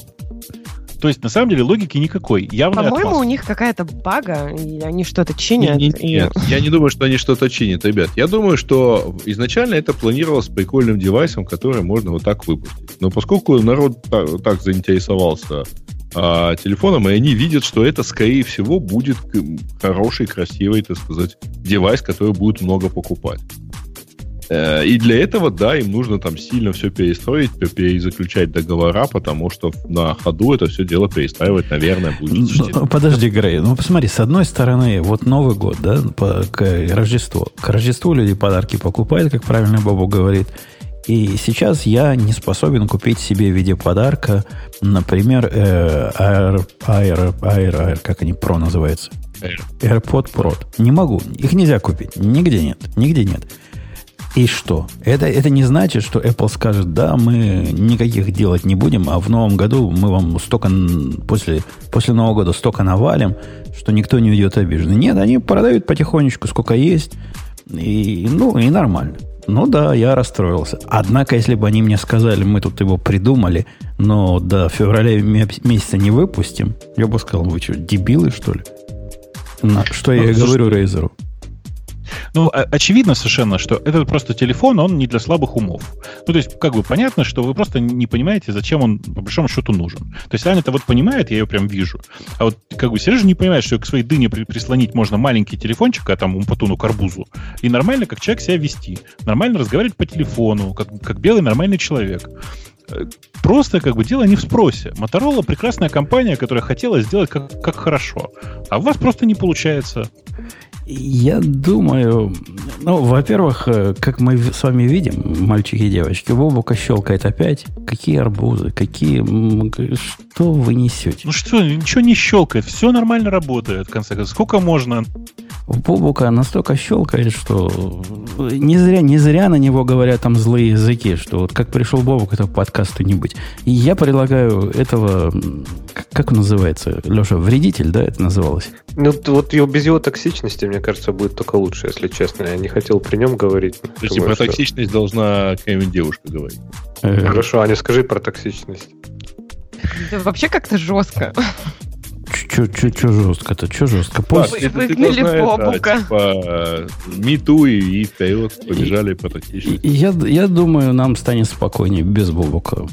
То есть, на самом деле, логики никакой. Явный По-моему, отмаз. у них какая-то бага, и они что-то чинят. Нет, и... нет, я не думаю, что они что-то чинят, ребят. Я думаю, что изначально это планировалось прикольным девайсом, который можно вот так выпустить. Но поскольку народ так, так заинтересовался а, телефоном, и они видят, что это, скорее всего, будет хороший, красивый, так сказать, девайс, который будет много покупать. И для этого, да, им нужно там сильно все перестроить, перезаключать договора, потому что на ходу это все дело перестраивать, наверное, будет. Ну, подожди, Грей, ну посмотри, с одной стороны, вот Новый год, да, по, к Рождеству. К Рождеству люди подарки покупают, как правильно Бобу говорит. И сейчас я не способен купить себе в виде подарка, например, э, Air, Air, Air, Air, как они, Pro называются? Air. AirPod Pro. Не могу, их нельзя купить, нигде нет, нигде нет. И что? Это, это не значит, что Apple скажет, да, мы никаких делать не будем, а в новом году мы вам столько, после, после Нового года столько навалим, что никто не уйдет обиженный. Нет, они продают потихонечку, сколько есть, и, ну, и нормально. Ну да, я расстроился. Однако, если бы они мне сказали, мы тут его придумали, но до февраля месяца не выпустим, я бы сказал, вы что, дебилы, что ли? На, что я и говорю Razer. Ну, очевидно совершенно, что этот просто телефон, он не для слабых умов. Ну, то есть, как бы понятно, что вы просто не понимаете, зачем он, по большому счету, нужен. То есть, Аня-то вот понимает, я ее прям вижу. А вот, как бы, Сережа не понимает, что к своей дыне прислонить можно маленький телефончик, а там умпатуну к арбузу, и нормально, как человек, себя вести. Нормально разговаривать по телефону, как, как белый нормальный человек. Просто, как бы, дело не в спросе. Motorola прекрасная компания, которая хотела сделать как, как хорошо. А у вас просто не получается. Я думаю, ну, во-первых, как мы с вами видим, мальчики и девочки, Бобука щелкает опять. Какие арбузы, какие... Что вы несете? Ну что, ничего не щелкает, все нормально работает, в конце концов. Сколько можно? У Бобука настолько щелкает, что не зря, не зря на него говорят там злые языки, что вот как пришел Бобук, этого подкаста не быть. И я предлагаю этого... Как он называется? Леша, вредитель, да, это называлось? Ну, вот его, без его токсичности, мне кажется, будет только лучше, если честно. Я не хотел при нем говорить. То есть про что... токсичность должна какая-нибудь девушка говорить. Хорошо, Аня, скажи про токсичность. Да, вообще как-то жестко. Че жестко-то? Че жестко? После выгнали Бобука. Типа, me-too и вперед побежали по токсичности. Я, я думаю, нам станет спокойнее без Бобука.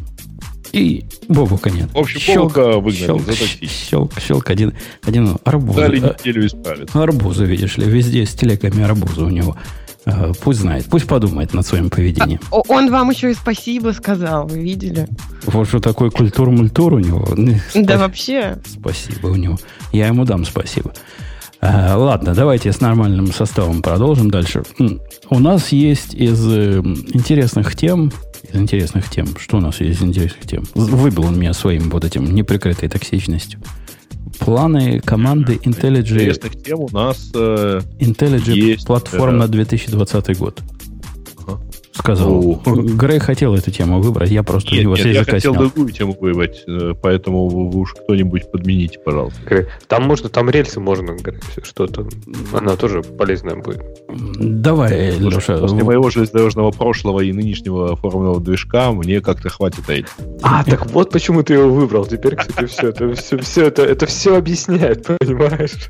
И Бобука нет. В общем, щелк, Бобука выгнали щелк, за токсичность. Щелк, щелк, один, один арбуз. Дали неделю исправиться. Арбузы, видишь ли, везде с телеками арбузы у него. Пусть знает, пусть подумает над своим поведением. А, он вам еще и спасибо сказал, вы видели? Вот что такой культур-мультур у него. Да вообще. Спасибо у него. Я ему дам спасибо. А, ладно, давайте с нормальным составом продолжим дальше. У нас есть из интересных тем... Из интересных тем. Что у нас есть из интересных тем? Выбил он меня своим вот этим неприкрытой токсичностью. Планы команды IntelliJ... Интересных тем у нас э, IntelliJ есть, платформа э, на две тысячи двадцатый год. Ага. Сказал. О. Грей хотел эту тему выбрать, я просто Нет, его нет, здесь я закоснел. хотел другую тему выбрать, поэтому вы уж кто-нибудь подмените, пожалуйста. Грей, там можно, там рельсы можно, Грей, что-то. Она тоже полезная будет. Давай, Леша. После моего железнодорожного прошлого и нынешнего формульного движка мне как-то хватит этих. А, так вот почему ты его выбрал. Теперь, кстати, все это все, все это, это все объясняет, понимаешь?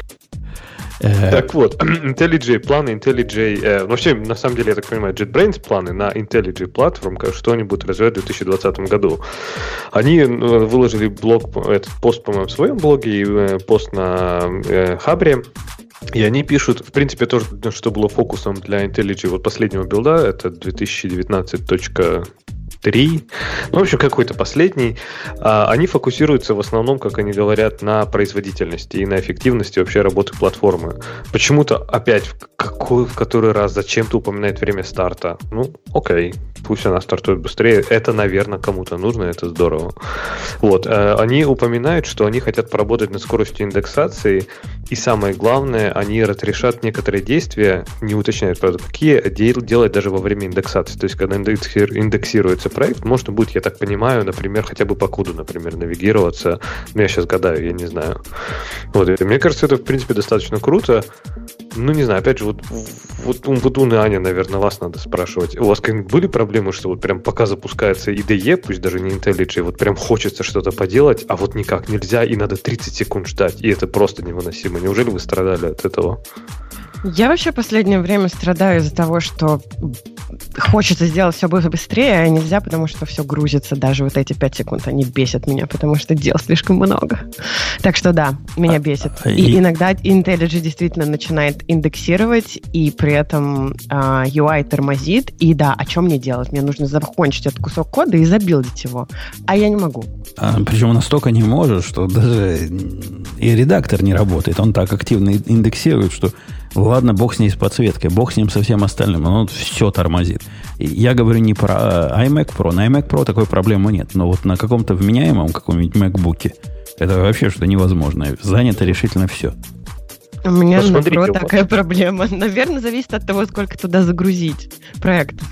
Так вот, IntelliJ планы, IntelliJ... Э, вообще, на самом деле, я так понимаю, JetBrains планы на IntelliJ платформ что-нибудь развивать в две тысячи двадцатом году. Они выложили блог, этот пост, по-моему, в своем блоге и э, пост на э, Хабре. И они пишут, в принципе, то, что было фокусом для IntelliJ вот последнего билда, это две тысячи девятнадцать точка три, ну, в общем, какой-то последний, а, они фокусируются в основном, как они говорят, на производительности и на эффективности вообще работы платформы. Почему-то опять в, какой, в который раз зачем-то упоминает время старта. Ну, окей, пусть она стартует быстрее. Это, наверное, кому-то нужно, это здорово. Вот. Они упоминают, что они хотят поработать над скоростью индексации, и самое главное, они разрешат некоторые действия, не уточняют, правда, какие, делать даже во время индексации. То есть, когда индексируется проект, можно будет, я так понимаю, например, хотя бы по коду, например, навигироваться. Ну, я сейчас гадаю, я не знаю. Вот. И мне кажется, это, в принципе, достаточно круто. Ну, не знаю, опять же, вот, вот, вот у Аня, наверное, вас надо спрашивать. У вас как-нибудь были проблемы, что вот прям пока запускается ай ди и, пусть даже не IntelliJ, вот прям хочется что-то поделать, а вот никак нельзя, и надо тридцать секунд ждать, и это просто невыносимо. Неужели вы страдали от этого? Я вообще в последнее время страдаю из-за того, что хочется сделать все быстрее, а нельзя, потому что все грузится. Даже вот эти пять секунд, они бесят меня, потому что дел слишком много. Так что да, меня бесит. И, и иногда IntelliJ действительно начинает индексировать, и при этом а, ю ай тормозит. И да, а что мне делать? Мне нужно закончить этот кусок кода и забилдить его. А я не могу. А, причем настолько не может, что даже и редактор не работает. Он так активно индексирует, что ладно, бог с ней с подсветкой, бог с ним со всем остальным, он все тормозит. И я говорю не про iMac Pro. На iMac Pro такой проблемы нет. Но вот на каком-то вменяемом каком-нибудь MacBook это вообще что-то невозможное. Занято решительно все. У меня на Pro такая проблема. Наверное, зависит от того, сколько туда загрузить проектов.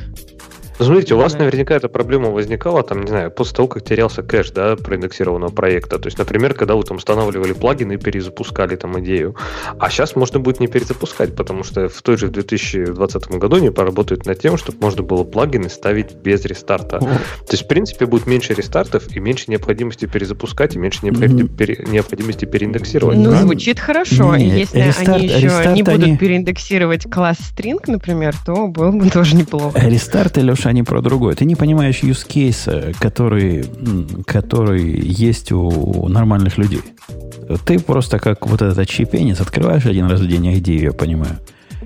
Смотрите, у вас наверняка эта проблема возникала, там, не знаю, после того, как терялся кэш, да, проиндексированного проекта. То есть, например, когда вы там устанавливали плагины и перезапускали там идею. А сейчас можно будет не перезапускать, потому что в той же две тысячи двадцатом году они поработают над тем, чтобы можно было плагины ставить без рестарта. То есть, в принципе, будет меньше рестартов и меньше необходимости перезапускать, и меньше необходимости, пере... необходимости переиндексировать. Ну, звучит хорошо. Не, и если рестарт, они еще рестарт не будут они... переиндексировать класс string, например, то было бы тоже неплохо. Рестарт, Леша, они про другое. Ты не понимаешь use case, который, который есть у нормальных людей. Ты просто как вот этот отщепенец открываешь один раз в день ай ди, я понимаю,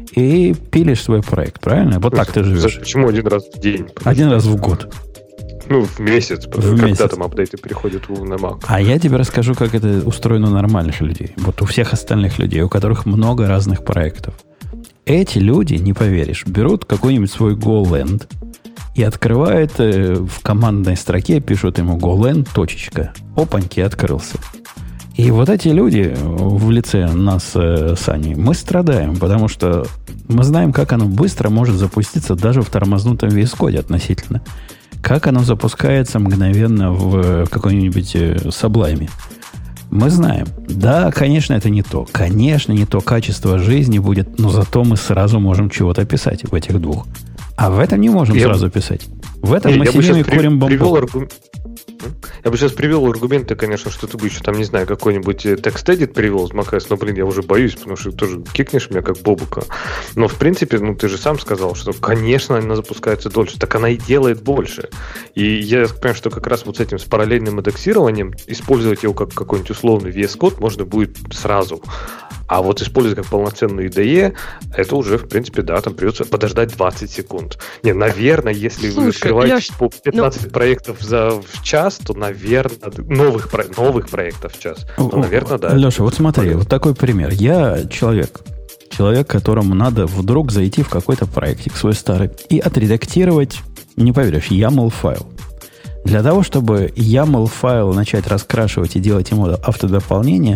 и пилишь свой проект, правильно? Вот так ты живешь. Почему один раз в день? Один раз в год. Ну, в месяц, в когда месяц. Там апдейты приходят на Mac. А я тебе расскажу, как это устроено у нормальных людей. Вот у всех остальных людей, у которых много разных проектов. Эти люди, не поверишь, берут какой-нибудь свой GoLand и открывают э, в командной строке, пишут ему GoLand, точечка, опаньки, открылся. И вот эти люди в лице нас э, с Аней, мы страдаем, потому что мы знаем, как оно быстро может запуститься даже в тормознутом ви эс Code относительно. Как оно запускается мгновенно в какой-нибудь э, Sublime. Мы знаем. Да, конечно, это не то. Конечно, не то качество жизни будет, но зато мы сразу можем чего-то писать в этих двух. А в этом не можем я сразу писать. В этом я, мы я сидим и курим бамбук. Аргум... Я бы сейчас привел аргументы, конечно, что ты бы еще там, не знаю, какой-нибудь TextEdit привел из macOS, но, блин, я уже боюсь, потому что тоже кикнешь меня как бобука. Но, в принципе, ну, ты же сам сказал, что, конечно, она запускается дольше, так она и делает больше. И я понимаю, что как раз вот с этим, с параллельным индексированием, использовать его как какой-нибудь условный ви эс Code можно будет сразу. А вот использовать как полноценную ай ди и, это уже, в принципе, да, там придется подождать двадцать секунд. Не, наверное, если Слушай, вы открываете Леш, по пятнадцать ну... проектов за, в час, то, наверное, новых, новых проектов в час. То, наверное, да. Леша, вот смотри, Понятно. Вот такой пример. Я человек, человек, которому надо вдруг зайти в какой-то проектик свой старый и отредактировать, не поверишь, ямл файл. Для того, чтобы ямл файл начать раскрашивать и делать ему автодополнение,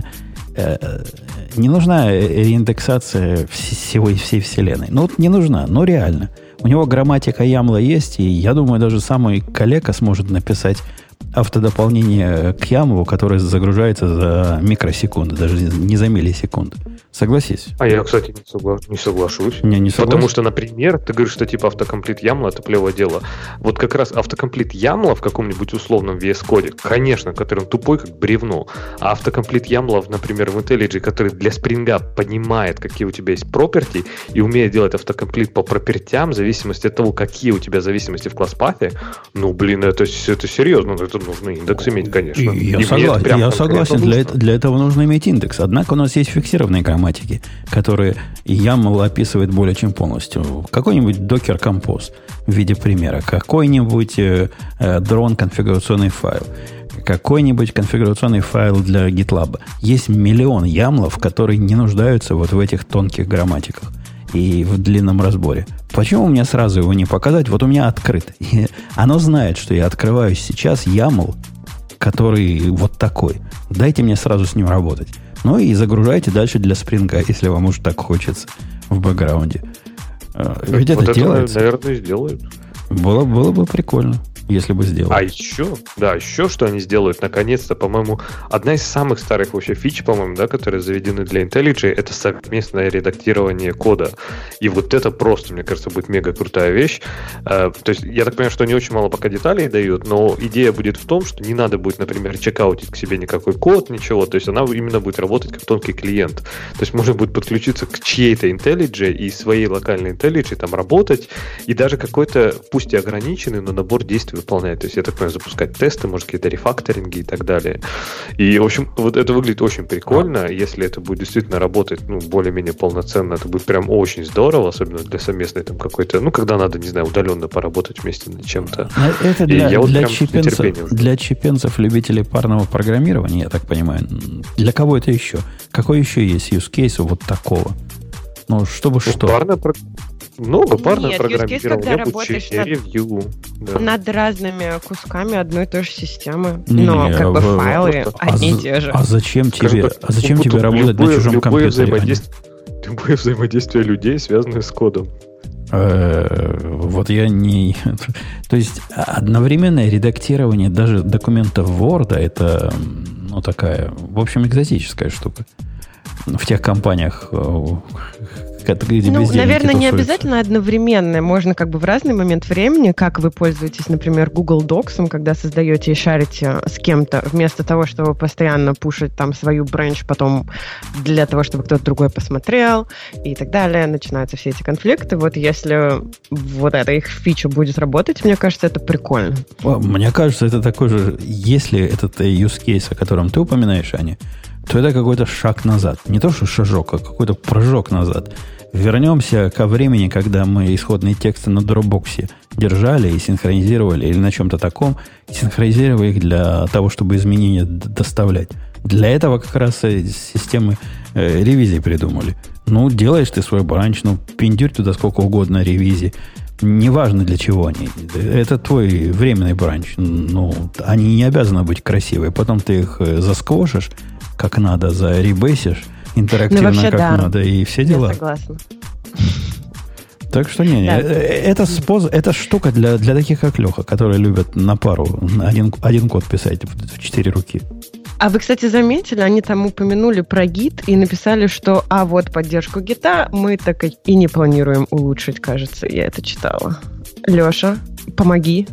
не нужна реиндексация всего, всей вселенной. Ну, вот не нужна, но реально. У него грамматика ямла есть, и я думаю, даже самый коллега сможет написать автодополнение к ямлу, которое загружается за микросекунды, даже не за миллисекунды. Согласись? А я, кстати, не, согла... не соглашусь. Не, не соглашусь. Потому что, например, ты говоришь, что типа автокомплит ямла — это плевое дело. Вот как раз автокомплит ямла в каком-нибудь условном ви эс Code, конечно, который он тупой, как бревно, а автокомплит ямла, например, в IntelliJ, который для спринга понимает, какие у тебя есть property, и умеет делать автокомплит по пропертям, в зависимости от того, какие у тебя зависимости в класс-пафе, ну, блин, это, это серьезно, это нужно индекс иметь, конечно. Я, согла... я согласен, для, это, для этого нужно иметь индекс. Однако у нас есть фиксированные грамматики, которые ямл описывает более чем полностью. Какой-нибудь Docker Compose в виде примера, какой-нибудь э, дрон конфигурационный файл, какой-нибудь конфигурационный файл для GitLab. Есть миллион ямлов, которые не нуждаются вот в этих тонких грамматиках. и в длинном разборе. Почему мне сразу его не показать? Вот у меня открыт. И оно знает, что я открываю сейчас YAML, который вот такой. Дайте мне сразу с ним работать. Ну и загружайте дальше для спринга, если вам уж так хочется в бэкграунде. Ведь вот это, это делается. Наверное, сделают. Было, было бы прикольно, если бы сделали. А еще, да, еще что они сделают, наконец-то, по-моему, одна из самых старых вообще фич, по-моему, да, которые заведены для IntelliJ, это совместное редактирование кода. И вот это просто, мне кажется, будет мега крутая вещь. То есть, я так понимаю, что они очень мало пока деталей дают, но идея будет в том, что не надо будет, например, чекаутить к себе никакой код, ничего. То есть, она именно будет работать как тонкий клиент. То есть, можно будет подключиться к чьей-то IntelliJ и своей локальной IntelliJ там работать, и даже какой-то, пусть и ограниченный, но набор действий выполнять. То есть, я так понимаю, запускать тесты, может, какие-то рефакторинги и так далее. И, в общем, вот это выглядит очень прикольно. Если это будет действительно работать, ну, более-менее полноценно, это будет прям очень здорово, особенно для совместной там какой-то, ну, когда надо, не знаю, удаленно поработать вместе над чем-то. Это для, я вот для, чипенцев, для чипенцев, любителей парного программирования, я так понимаю. Для кого это еще? Какой еще есть use case вот такого? Ну, чтобы ну, что? Парное про... Много парное Нет, программирование, обучение, над, ревью. Да. Над разными кусками одной и той же системы. Не, Но не, как бы в, файлы в, одни а, и те же. А зачем тебе, так, а зачем тебе работать любое, на чужом любое компьютере? Взаимодействие, любое взаимодействие людей, связанное с кодом. Вот я не... То есть одновременное редактирование даже документов Word, это, ну, такая, в общем, экзотическая штука. В тех компаниях, где ну, наверное, не обязательно одновременно. Можно как бы в разный момент времени, как вы пользуетесь, например, Google Docs, когда создаете и шарите с кем-то, вместо того, чтобы постоянно пушить там свою бренч, потом для того, чтобы кто-то другой посмотрел и так далее. Начинаются все эти конфликты. Вот если вот эта их фича будет работать, мне кажется, это прикольно. Мне кажется, это такой же, если этот use case, о котором ты упоминаешь, Аня, то это какой-то шаг назад. Не то, что шажок, а какой-то прыжок назад. Вернемся ко времени, когда мы исходные тексты на Dropbox держали и синхронизировали, или на чем-то таком, и синхронизировали их для того, чтобы изменения доставлять. Для этого как раз системы э, ревизии придумали. Ну, делаешь ты свой бранч, ну, пиндюрь туда сколько угодно ревизий. Неважно, для чего они. Это твой временный бранч. Ну, они не обязаны быть красивые. Потом ты их засквошишь, как надо, заребейсишь, интерактивно, ну, вообще, как да. надо, и все дела. Я согласна. Так что не, не да. это, споз, это штука для, для таких, как Леха, которые любят на пару один, один код писать в четыре руки. А вы, кстати, заметили, они там упомянули про гит и написали, что а вот поддержку гита мы так и не планируем улучшить, кажется, я это читала. Леша, помоги.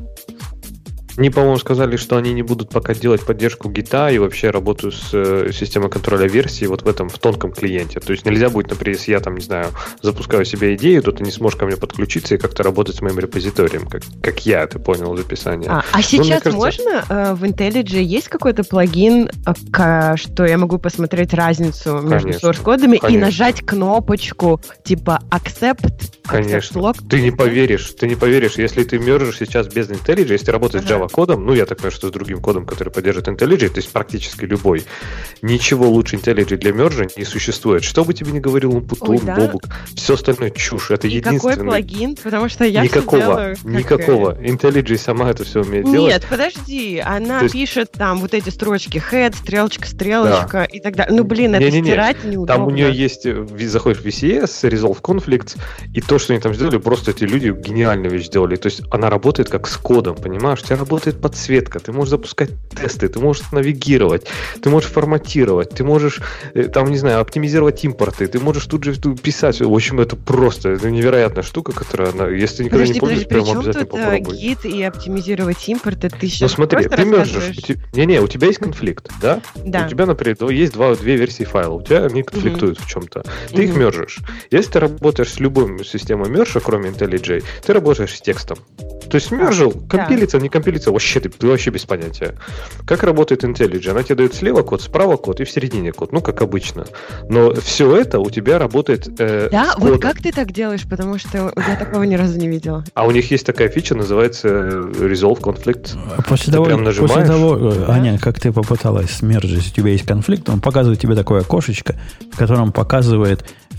Они, по-моему, сказали, что они не будут пока делать поддержку гита и вообще работу с э, системой контроля версий вот в этом, в тонком клиенте. То есть нельзя будет, например, если я там, не знаю, запускаю себе идею, то ты не сможешь ко мне подключиться и как-то работать с моим репозиторием, как, как я, ты понял, из описания. А, а сейчас кажется... можно э, в IntelliJ есть какой-то плагин, э, что я могу посмотреть разницу между source-кодами и нажать кнопочку типа accept? Конечно. Accept ты не поверишь, ты не поверишь, если ты мержишь сейчас без IntelliJ, если ты работаешь с Java кодом, ну, я так понимаю, что с другим кодом, который поддерживает IntelliJ, то есть практически любой, ничего лучше IntelliJ для мержа не существует. Что бы тебе ни говорил Умпутун, да? Бобук, все остальное чушь. Это и единственный... какой плагин? Потому что я никакого, все делаю. Как... Никакого. IntelliJ сама это все умеет Нет, делать. Нет, подожди. Она есть... пишет там вот эти строчки head, стрелочка, стрелочка да. и так далее. Ну, блин, это не, стирать не, не. неудобно. Там у нее есть, заходишь в ви си эс, Resolve Conflicts, и то, что они там сделали, просто эти люди гениальную вещь сделали. То есть она работает как с кодом, понимаешь? У тебя работает подсветка, ты можешь запускать тесты, ты можешь навигировать, ты можешь форматировать, ты можешь, там, не знаю, оптимизировать импорты, ты можешь тут же писать. В общем, это просто это невероятная штука, которая, если ты никогда подожди, не пользуешься, прям обязательно попробуй. Гид и оптимизировать импорты, ты сейчас Ну смотри, ты мержишь. Не-не, у тебя есть конфликт, да? Да. У тебя, например, есть два, две версии файла, у тебя они конфликтуют mm-hmm. в чем-то. Ты mm-hmm. их мержишь. Если ты работаешь с любой системой мержа, кроме IntelliJ, ты работаешь с текстом. То есть мержил, компилится, да. не компилится, вообще ты, ты вообще без понятия. Как работает IntelliJ? Она тебе дает слева код, справа код и в середине код, ну, как обычно. Но все это у тебя работает э, да, вот как ты так делаешь? Потому что я такого ни разу не видела. А у них есть такая фича, называется Resolve Conflict. После того, после того, Аня, как ты попыталась смержить, у тебя есть конфликт, он показывает тебе такое окошечко, в котором показывает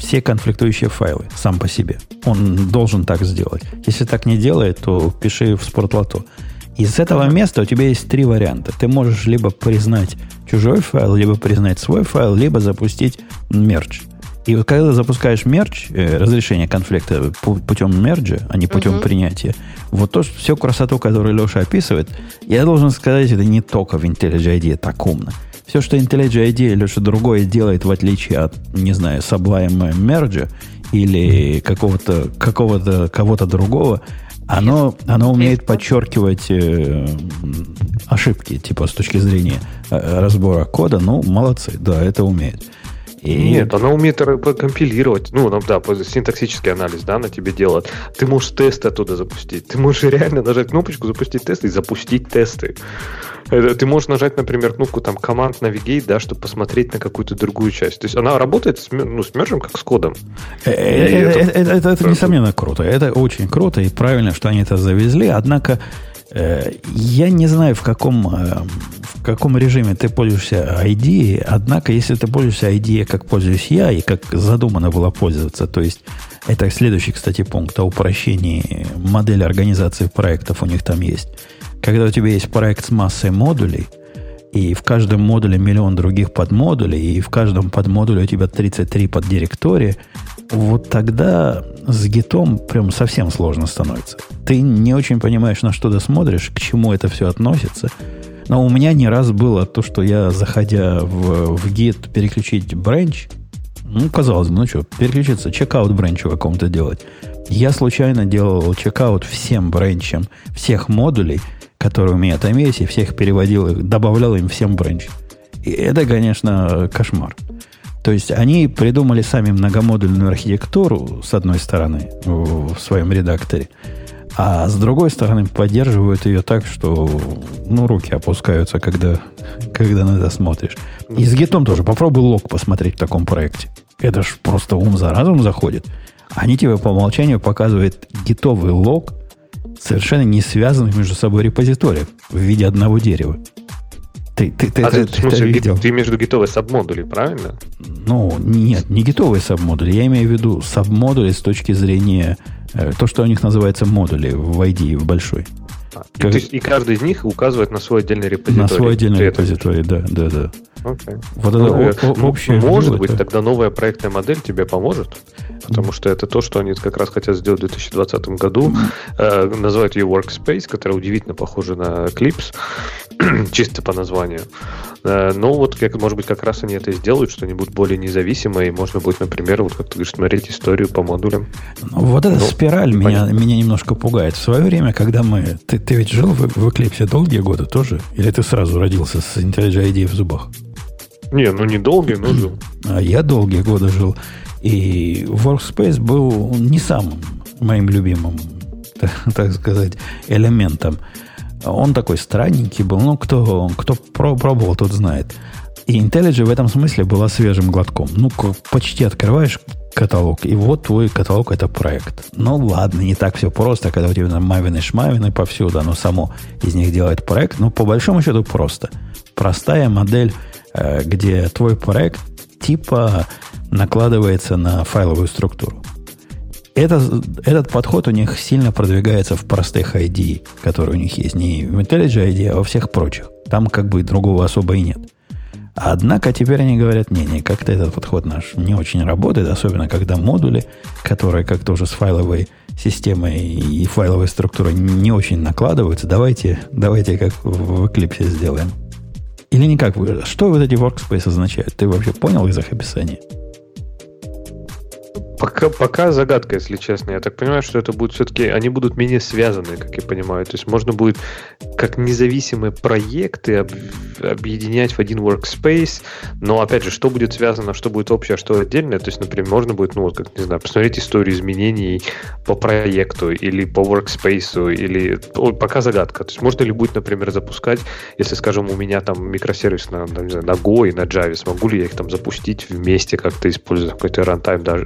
все конфликтующие файлы сам по себе. Он должен так сделать. Если так не делает, то пиши в спортлото. Из этого места у тебя есть три варианта. Ты можешь либо признать чужой файл, либо признать свой файл, либо запустить мердж. И вот когда запускаешь мердж, э, разрешение конфликта путем мерджа, а не путем uh-huh. принятия, вот то, что всю красоту, которую Леша описывает, я должен сказать, это не только в IntelliJ ай ди так умно. Все, что IntelliJ ай ди или что другое делает, в отличие от, не знаю, Sublime мерджа или какого-то, какого-то кого-то другого, оно, оно умеет подчеркивать э, ошибки, типа с точки зрения э, разбора кода. Ну, молодцы, да, это умеет. И... Нет, она умеет компилировать. Ну, да, синтаксический анализ, да, она тебе делает. Ты можешь тесты оттуда запустить. Ты можешь реально нажать кнопочку «Запустить тесты» и запустить тесты. Ты можешь нажать, например, кнопку там «Command Navigate», да, чтобы посмотреть на какую-то другую часть. То есть она работает с, ну, с мержем как с кодом. Это, это, это, это, это несомненно круто. Это очень круто и правильно, что они это завезли. Однако я не знаю, в каком, в каком режиме ты пользуешься ай ди, однако, если ты пользуешься ай ди, как пользуюсь я, и как задумано было пользоваться, то есть это следующий, кстати, пункт о упрощении модели организации проектов у них там есть. Когда у тебя есть проект с массой модулей, и в каждом модуле миллион других подмодулей, и в каждом подмодуле у тебя тридцать три поддиректория, вот тогда с гитом прям совсем сложно становится. Ты не очень понимаешь, на что ты смотришь, к чему это все относится. Но у меня не раз было то, что я, заходя в, в гит, переключить бренч, ну, казалось бы, ну что, переключиться, чекаут бренчу какому-то делать. Я случайно делал чекаут всем бренчам, всех модулей, которые у меня там есть, и всех переводил, добавлял им всем бренч. И это, конечно, кошмар. То есть они придумали сами многомодульную архитектуру, с одной стороны, в своем редакторе, а с другой стороны поддерживают ее так, что ну, руки опускаются, когда, когда на это смотришь. И с гитом тоже. Попробуй лог посмотреть в таком проекте. Это ж просто ум за разум заходит. Они тебе по умолчанию показывают гитовый лог, совершенно не связанных между собой репозиториев в виде одного дерева. Ты, ты, ты, а ты, ты, в смысле, ты, видел? Ты имеешь в виду гитовые сабмодули, правильно? Ну, нет, не гитовые сабмодули. Я имею в виду сабмодули с точки зрения э, то, что у них называется модули в ай ди, в большой. А, как... То есть и каждый из них указывает на свой отдельный репозиторий. На свой отдельный репозиторий, да, да, да. Okay. Вот ну, это о, о, общее может view, быть, это... тогда новая проектная модель тебе поможет, потому что это то, что они как раз хотят сделать в две тысячи двадцатом году. Э, называют ее Workspace, которая удивительно похожа на Eclipse, чисто по названию. Э, но вот, как, может быть, как раз они это и сделают, что они будут более независимые, и можно будет, например, вот как ты говоришь, смотреть историю по модулям. Ну, вот эта ну, спираль меня, меня немножко пугает. В свое время, когда мы... Ты, ты ведь жил в, в Eclipse долгие годы тоже? Или ты сразу родился с IntelliJ ай ди в зубах? Не, ну не долгие, но жил. А я долгие годы жил. И Workspace был не самым моим любимым, так, так сказать, элементом. Он такой странненький был. Ну, кто, кто пробовал, тот знает. И IntelliJ в этом смысле была свежим глотком. Ну, почти открываешь каталог, и вот твой каталог – это проект. Ну, ладно, не так все просто, когда у тебя там мавины-шмавины повсюду, оно само из них делает проект. Но по большому счету просто. Простая модель, где твой проект типа накладывается на файловую структуру. Это, этот подход у них сильно продвигается в простых ай ди, которые у них есть. Не в IntelliJ ай ди, а во всех прочих. Там как бы другого особо и нет. Однако теперь они говорят, не-не, как-то этот подход наш не очень работает, особенно когда модули, которые как-то уже с файловой системой и файловой структурой не очень накладываются, давайте, давайте как в Eclipse сделаем. Или никак? Что вот эти workspace означают? Ты вообще понял из их описания? Пока, пока загадка, если честно. Я так понимаю, что это будет все-таки... Они будут менее связаны, как я понимаю. То есть можно будет как независимые проекты об, объединять в один workspace. Но, опять же, что будет связано, что будет общее, а что отдельное. То есть, например, можно будет, ну, вот, как, не знаю, посмотреть историю изменений по проекту или по workspace, или... Ой, пока загадка. То есть можно ли будет, например, запускать, если, скажем, у меня там микросервис на, не знаю, на Go и на Java, смогу ли я их там запустить вместе, как-то используя какой-то runtime, runtime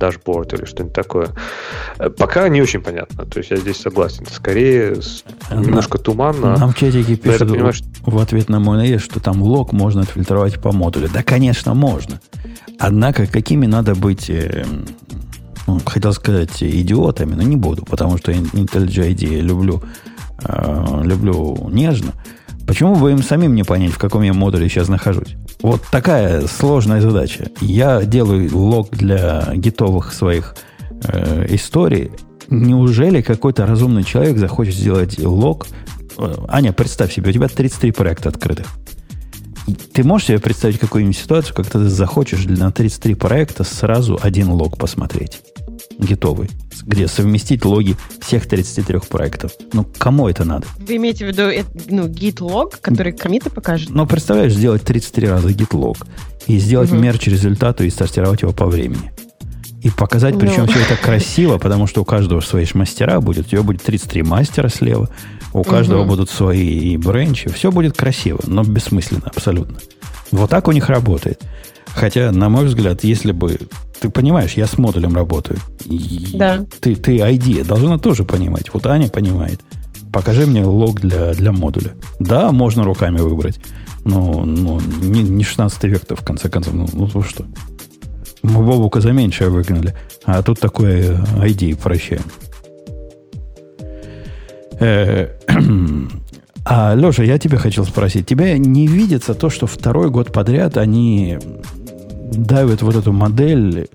дашборд или что-нибудь такое. Пока не очень понятно. То есть я здесь согласен. Скорее, немножко туманно. Нам в чатике пишут понимаю, что... в ответ на мой наезд, что там лог можно отфильтровать по модулю. Да, конечно, можно. Однако, какими надо быть, э, ну, хотел сказать, идиотами, но не буду, потому что IntelliJ IDEA люблю, э, люблю нежно. Почему бы им самим не понять, в каком я модуле сейчас нахожусь? Вот такая сложная задача. Я делаю лог для гитовых своих э, историй. Неужели какой-то разумный человек захочет сделать лог? Аня, представь себе, у тебя тридцать три проекта открытых. Ты можешь себе представить какую-нибудь ситуацию, когда ты захочешь на тридцать три проекта сразу один лог посмотреть? Гитовый, где совместить логи всех тридцати трёх проектов. Ну, кому это надо? Вы имеете в виду ну, git-лог, который коммиты покажет? Ну, представляешь, сделать тридцать три раза git-лог и сделать угу. мерч результату и сортировать его по времени. И показать, причем ну. все это красиво, потому что у каждого свои мастера будет. У тебя будет тридцать три мастера слева, у каждого угу. будут свои бренчи. Все будет красиво, но бессмысленно абсолютно. Вот так у них работает. Хотя, на мой взгляд, если бы... Ты понимаешь, я с модулем работаю. Да. Ты, ты ай ди должна тоже понимать. Вот Аня понимает. Покажи мне лог для, для модуля. Да, можно руками выбрать. Но, но не, не шестнадцатый век-то, в конце концов. Ну, ну что? Мы Бобука за меньшее выгнали. А тут такое ай ди прощаем. А, Леша, я тебя хотел спросить. Тебе не видится то, что второй год подряд они давят вот эту модель,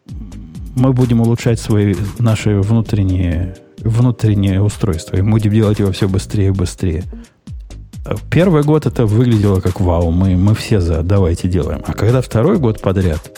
мы будем улучшать свои наши внутренние, внутренние устройства, и мы будем делать его все быстрее и быстрее. Первый год это выглядело как вау, мы, мы все за, давайте делаем. А когда второй год подряд,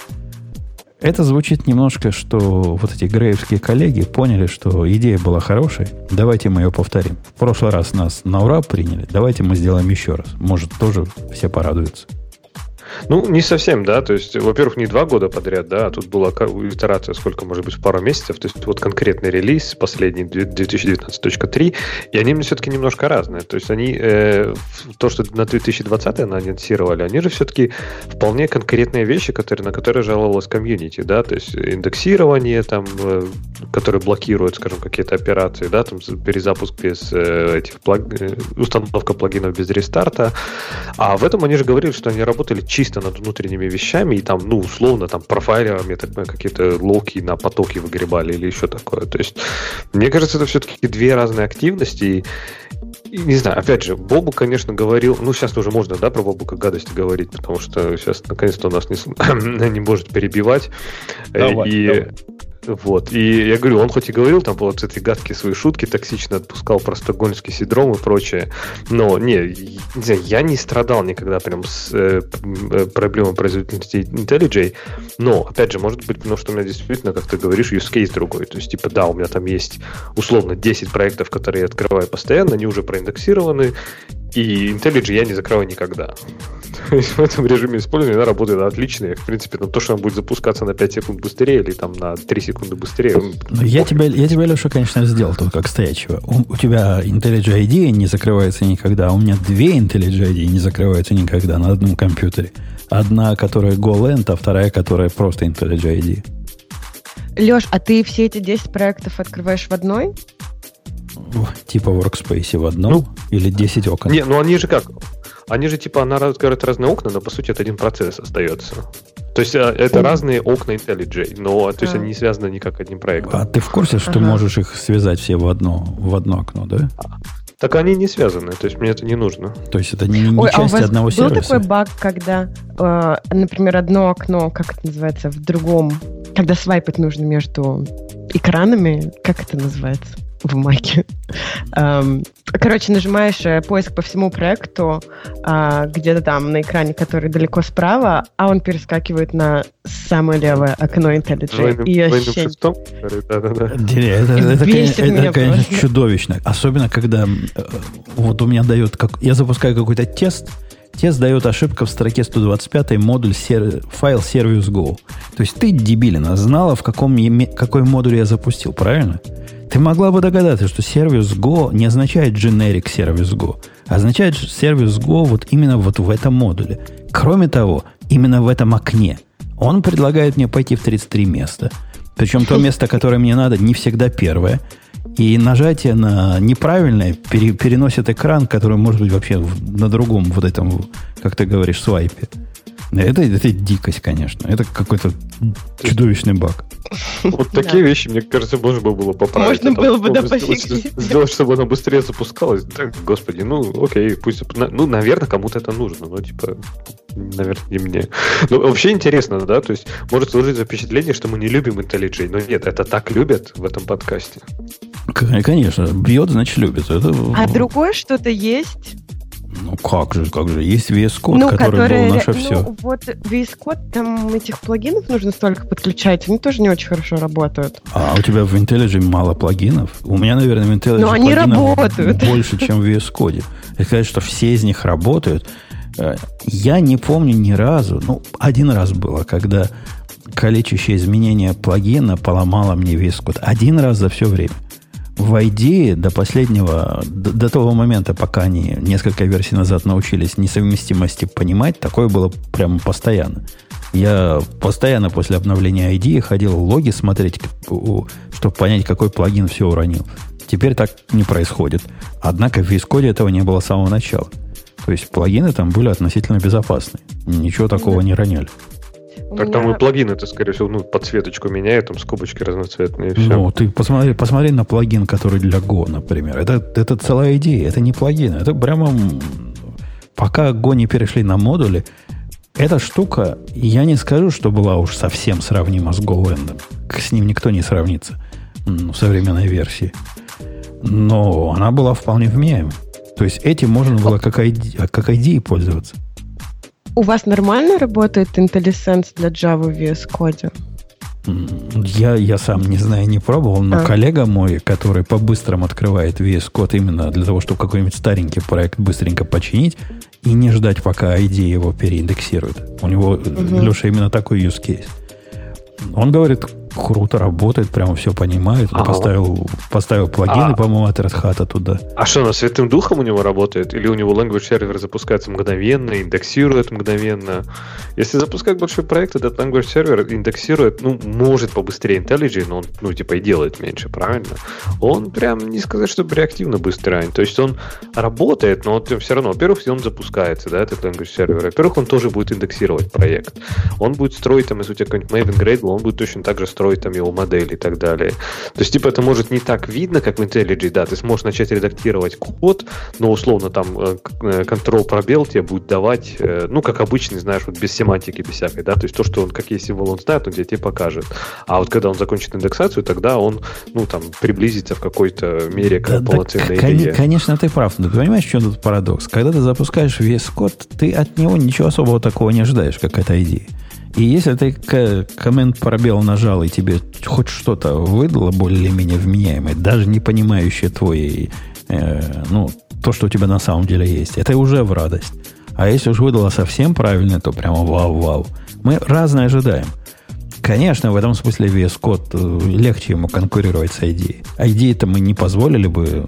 это звучит немножко, что вот эти греевские коллеги поняли, что идея была хорошей, давайте мы ее повторим. В прошлый раз нас на ура приняли, давайте мы сделаем еще раз. Может, тоже все порадуются. Ну, не совсем, да, то есть, во-первых, не два года подряд, да, а тут была итерация, сколько, может быть, пару месяцев, то есть, вот конкретный релиз, последний две тысячи девятнадцать точка три, и они все-таки немножко разные, то есть, они, э, то, что на две тысячи двадцатый анонсировали, они же все-таки вполне конкретные вещи, которые, на которые жаловалась комьюнити, да, то есть, индексирование, там, э, которое блокирует, скажем, какие-то операции, да, там, перезапуск без э, этих, плаг... установка плагинов без рестарта, а в этом они же говорили, что они работали чисто над внутренними вещами и там, ну, условно, там, профайлерами, я так понимаю, какие-то локи на потоки выгребали или еще такое. То есть, мне кажется, это все-таки две разные активности. И, и не знаю, опять же, Бобук, конечно, говорил, ну, сейчас уже можно, да, про Бобука гадости говорить, потому что сейчас, наконец-то, у нас не, не может перебивать. Давай, и... давай. Вот. И я говорю, он хоть и говорил там вот эти гадкие свои шутки, токсично отпускал про стокгольмский синдром и прочее, но не, я не страдал никогда прям с э, проблемой производительности IntelliJ, но, опять же, может быть, потому что у меня действительно, как ты говоришь, use case другой. То есть, типа, да, у меня там есть условно десять проектов, которые я открываю постоянно, они уже проиндексированы, и IntelliJ я не закрываю никогда. То есть в этом режиме использования она работает отлично. В принципе, ну, то, что она будет запускаться на пять секунд быстрее или там на три секунды быстрее. Ну, я тебя, я тебя, Леша, конечно, сделал тут как стоячего. У, у тебя IntelliJ IDEA не закрывается никогда, а у меня две IntelliJ IDEA не закрываются никогда на одном компьютере. Одна, которая GoLand, а вторая, которая просто IntelliJ IDEA. Леш, а ты все эти десять проектов открываешь в одной? Типа в Workspace в одном? Ну, или десять окон? Не, ну они же как? Они же типа, она говорит разные окна, но по сути это один процесс остается. То есть это mm. разные окна IntelliJ, но то есть а. они не связаны никак одним проектом. А ты в курсе, что ага. можешь их связать все в одно, в одно окно, да? Так они не связаны, то есть мне это не нужно. То есть это не, не Ой, часть а у вас одного был сервиса? Был такой баг, когда, э, например, одно окно, как это называется, в другом, когда свайпать нужно между экранами, как это называется? В Маке. Короче, нажимаешь поиск по всему проекту, где-то там на экране, который далеко справа, а он перескакивает на самое левое окно IntelliJ. И ощущение... Это, это, конечно, это, конечно, чудовищно. Особенно, когда вот у меня дает... Как, я запускаю какой-то тест, тест дает ошибка в строке сто двадцать пять модуль сер, файл service.go. То есть ты, дебилина, знала, в каком, какой модуль я запустил, правильно? Ты могла бы догадаться, что Service.go не означает generic Service.go, а означает Service.go вот именно вот в этом модуле. Кроме того, именно в этом окне. Он предлагает мне пойти в тридцать три места. Причем то место, которое мне надо, не всегда первое. И нажатие на неправильное пере, переносит экран, который может быть вообще на другом вот этом, как ты говоришь, свайпе. Это, это дикость, конечно. Это какой-то чудовищный баг. Вот такие вещи, мне кажется, можно было поправить. Можно было бы, да, пофиксить. Сделать, чтобы оно быстрее запускалось. Господи, ну, окей, пусть... Ну, наверное, кому-то это нужно. Ну, типа, наверное, не мне. Ну, вообще интересно, да? То есть, может сложиться впечатление, что мы не любим IntelliJ. Но нет, это так любят в этом подкасте. Конечно, бьет, значит, любит. Это... А другое что-то есть... Ну как же, как же. Есть ви эс Code, ну, который, который был наше ну, все. Вот ви эс Code, там этих плагинов нужно столько подключать, они тоже не очень хорошо работают. А у тебя в IntelliJ мало плагинов? У меня, наверное, в IntelliJ Но они плагинов работают. больше, чем в ви эс Code. И сказать, что все из них работают. Я не помню ни разу, ну, один раз было, когда калечащее изменение плагина поломало мне ви эс Code. Один раз за все время. В ай ди до последнего, до, до того момента, пока они несколько версий назад научились несовместимости понимать, такое было прямо постоянно. Я постоянно после обновления ай ди ходил логи смотреть, чтобы понять, какой плагин все уронил. Теперь так не происходит. Однако в ви эс Code этого не было с самого начала. То есть плагины там были относительно безопасны. Ничего такого не роняли. Так там и плагин это, скорее всего, ну, подсветочку меняет, там скобочки разноцветные, и все. Ну, ты посмотри, посмотри на плагин, который для Go, например. Это, это целая идея, это не плагин. Это прямо... Пока Go не перешли на модули, эта штука, я не скажу, что была уж совсем сравнима с GoLand. С ним никто не сравнится в современной версии. Но она была вполне вменяема. То есть этим можно было как ай ди, как ай ди пользоваться. У вас нормально работает IntelliSense для Java в ви эс Code? Я, я сам не знаю, не пробовал, но а. коллега мой, который по-быстрому открывает ви эс Code именно для того, чтобы какой-нибудь старенький проект быстренько починить и не ждать, пока ай ди его переиндексирует. У него, угу. Леша, именно такой use case. Он говорит, круто работает, прямо все понимает. Он поставил, поставил плагины, а, по-моему, от Red Hat туда. А что, на Святым Духом у него работает? Или у него language server запускается мгновенно, индексирует мгновенно? Если запускать большой проект, этот language server индексирует, ну, может побыстрее IntelliJ, но он, ну, типа, и делает меньше, правильно? Он прям, не сказать, что реактивно быстрый. То есть он работает, но он все равно, во-первых, он запускается, да, этот language server. Во-первых, он тоже будет индексировать проект. Он будет строить, там, если у тебя какой-нибудь Maven Gradle, он будет точно так же строить там его модели и так далее. То есть, типа, это может не так видно, как в IntelliJ, да, ты сможешь начать редактировать код, но, условно, там, control-пробел тебе будет давать, ну, как обычный, знаешь, вот без семантики, без всякой, да, то есть то, что он, какие символы он знает, он тебе покажет. А вот когда он закончит индексацию, тогда он, ну, там, приблизится в какой-то мере к да, полноценной да, идее. Конечно, ты прав, но ты понимаешь, в чем тут парадокс? Когда ты запускаешь ви эс Code, ты от него ничего особого такого не ожидаешь, как эта идея. И если ты коммент пробел нажал, и тебе хоть что-то выдало более-менее вменяемое, даже не понимающее твой, э, ну, то, что у тебя на самом деле есть, это уже в радость. А если уж выдало совсем правильно, то прямо вау-вау. Мы разное ожидаем. Конечно, в этом смысле ви эс Code легче ему конкурировать с ай ди. ай ди-то мы не позволили бы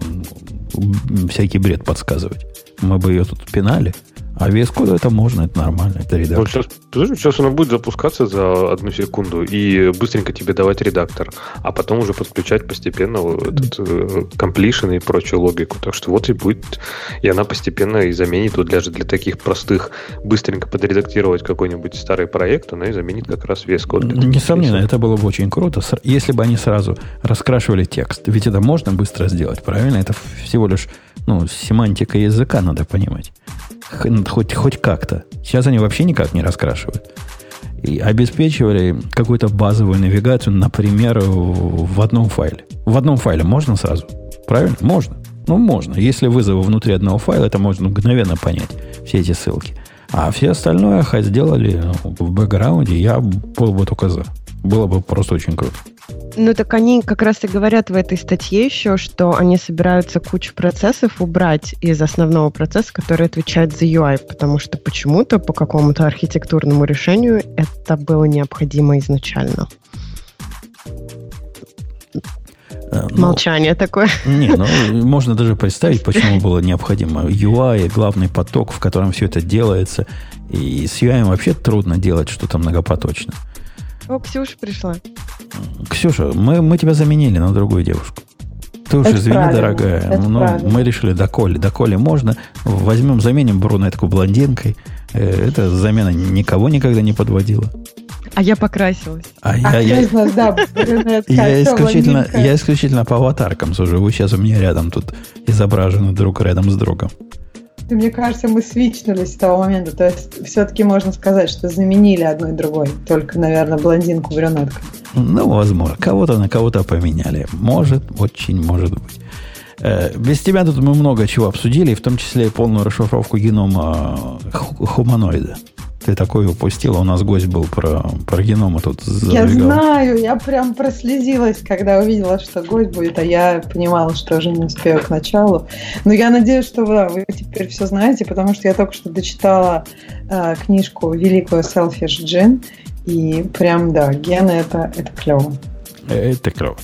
всякий бред подсказывать. Мы бы ее тут пинали. А ви эс Code это можно, это нормально, это редактор. Вот сейчас, подожди, сейчас она будет запускаться за одну секунду и быстренько тебе давать редактор, а потом уже подключать постепенно этот completion и прочую логику. Так что вот и будет, и она постепенно и заменит, вот даже для таких простых, быстренько подредактировать какой-нибудь старый проект, она и заменит как раз ви эс Code. Несомненно, это было бы очень круто, если бы они сразу раскрашивали текст. Ведь это можно быстро сделать, правильно? Это всего лишь, ну, семантика языка надо понимать. Хоть, хоть как-то. Сейчас они вообще никак не раскрашивают. И обеспечивали какую-то базовую навигацию, например, в одном файле. В одном файле можно сразу? Правильно? Можно. Ну, можно. Если вызовы внутри одного файла, это можно мгновенно понять, все эти ссылки. А все остальное сделали в бэкграунде, я был бы только за. Было бы просто очень круто. Ну, так они как раз и говорят в этой статье еще, что они собираются кучу процессов убрать из основного процесса, который отвечает за ю ай, потому что почему-то по какому-то архитектурному решению это было необходимо изначально. Ну, молчание такое. Не, ну, можно даже представить, почему было необходимо. ю ай, главный поток, в котором все это делается. И с ю ай вообще трудно делать что-то многопоточно. О, Ксюша пришла. Ксюша, мы, мы тебя заменили на другую девушку. Ты уж Это извини, правильно. дорогая. Это Но правильно. мы решили доколе. Доколе можно. Возьмем, заменим брюнетку блондинкой. Э, Эта замена никого никогда не подводила. А я покрасилась. А А я, я, из нас, да, брюнетка, я, всё, исключительно, блондинка. я исключительно по аватаркам сужу. Вы сейчас у меня рядом тут изображены друг рядом с другом. И мне кажется, мы свичнулись с того момента. То есть, все-таки можно сказать, что заменили одну и другой. Только, наверное, блондинку брюнетку. Ну, возможно. Кого-то на кого-то поменяли. Может, очень может быть. Э, Без тебя тут мы много чего обсудили, в том числе и полную расшифровку генома э, ху- хуманоида. Ты такой упустила. У нас гость был про, про генома тут Я забегал. знаю, я прям прослезилась, когда увидела, что гость будет, а я понимала, что уже не успею к началу. Но я надеюсь, что да, вы теперь все знаете, потому что я только что дочитала э, книжку великую Selfish Gene, и прям, да, гены это, это клево. Это клево.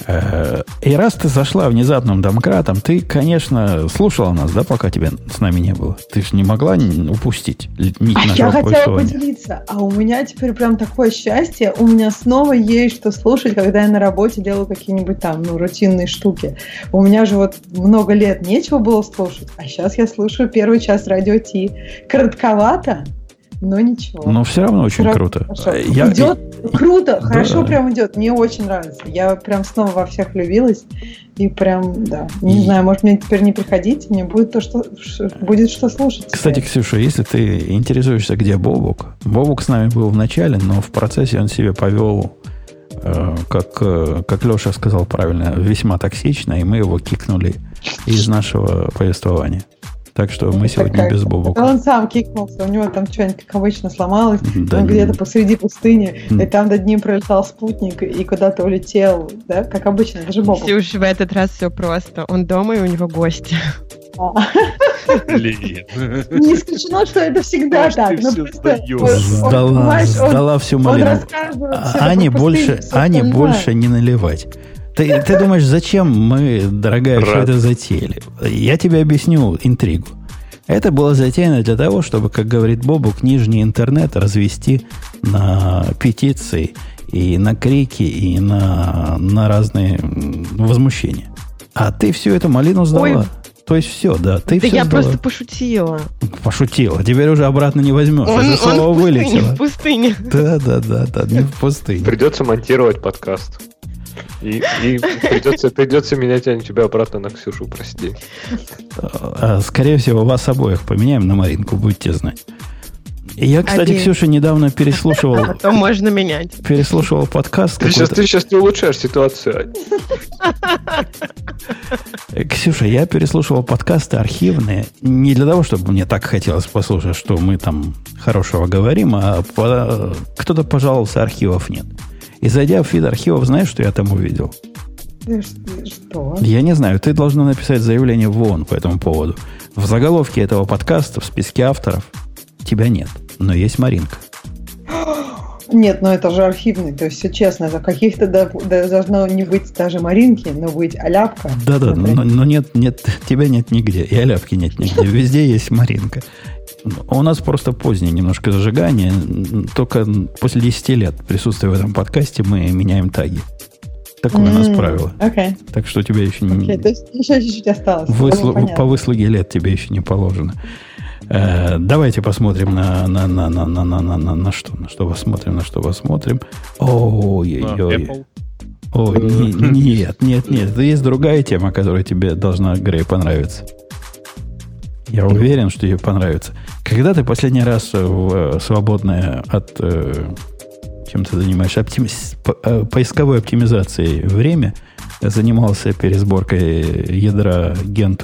Э, И раз ты зашла внезапным домкратом, ты, конечно, слушала нас, да, пока тебя с нами не было. Ты же не могла н- упустить нить А нашего я хотела повествования. поделиться, а у меня теперь прям такое счастье, у меня снова есть что слушать, когда я на работе делаю какие-нибудь там, ну, рутинные штуки. У меня же вот много лет нечего было слушать, а сейчас я слушаю первый час Радио Ти. Коротковато, но ничего. Но все равно очень Всё круто. хорошо. Я- Идет круто, Да. хорошо прям идет. Мне очень нравится. Я прям снова во всех влюбилась. И прям, да. Не И- знаю, может мне теперь не приходить, мне будет то, что ш- будет что слушать. Кстати, теперь. Ксюша, если ты интересуешься, где Бобук, Бобук с нами был в начале, но в процессе он себя повел, э, как, э, как Леша сказал правильно, весьма токсично, и мы его кикнули из нашего повествования. Так что мы сегодня Как- без Это Бобука. он сам кикнулся, у него там что-нибудь, как обычно, сломалось. Да он не- где-то посреди пустыни, М. и там над ним пролетал спутник, и куда-то улетел, да, как обычно, это же Бобук. Ксюш, в этот раз все просто. Он дома, и у него гости. А, Блин. Не исключено, что это всегда Может, так. ты ну, всё просто сдаёшь. он- он, Сдала, понимаешь, он- сдала всю Он малину. рассказывает А- всё Ане про больше, пустыню, всё Ане остальное. больше не наливать. Ты, ты думаешь, зачем мы, дорогая, все Рад. это затеяли? Я тебе объясню интригу. Это было затеяно для того, чтобы, как говорит Бобук, нижний интернет развести на петиции и на крики, и на, на разные м, возмущения. А ты всю эту малину сдала. Ой. То есть все, да. Ты Да все я сдала. просто пошутила. Пошутила. Теперь уже обратно не возьмешь. Он, Это он слово в пустыне, вылетело. в пустыне. Да, да, да, да, не в пустыне. Придется монтировать подкаст. И, и придется, придется менять Аню, тебя обратно на Ксюшу, прости. А, Скорее всего, вас обоих поменяем на Маринку, будете знать. И я, кстати, Обеих. Ксюша, недавно переслушивал, Потом можно менять. переслушивал подкаст. Ты сейчас, какой-то. ты сейчас не улучшаешь ситуацию. Э, Ксюша, я переслушивал подкасты архивные не для того, чтобы мне так хотелось послушать, что мы там хорошего говорим, а по- кто-то пожаловался, архивов нет. И зайдя в фид архивов, знаешь, что я там увидел? Ты ш- Что? Я не знаю, ты должна написать заявление в ООН по этому поводу. В заголовке этого подкаста, в списке авторов, тебя нет, но есть Маринка. Нет, ну это же архивный, то есть все честно, за каких-то да- да должно не быть даже Маринки, но быть Аляпка. Да-да, например. но, но нет, нет, тебя нет нигде, и Аляпки нет нигде. Везде есть Маринка. У нас просто позднее немножко зажигание. Только после десяти лет присутствия в этом подкасте мы меняем таги. Такое у нас М, правило. Окей, Так что тебе еще не... окей, то есть еще чуть-чуть осталось. выслу- Ну, понятно. по выслуге лет тебе еще не положено. Э, давайте посмотрим на, на, на, на, на, на, на, на, на что. На что посмотрим, на что посмотрим. Ой-ой-ой. Apple. Ой, не- нет, нет, нет. Есть другая тема, которая тебе должна, Грей, понравиться. Я уверен, что тебе понравится. Когда ты последний раз в э, свободное от... э, чем ты занимаешься? Оптими- по- э, поисковой оптимизацией время занимался пересборкой ядра Генту?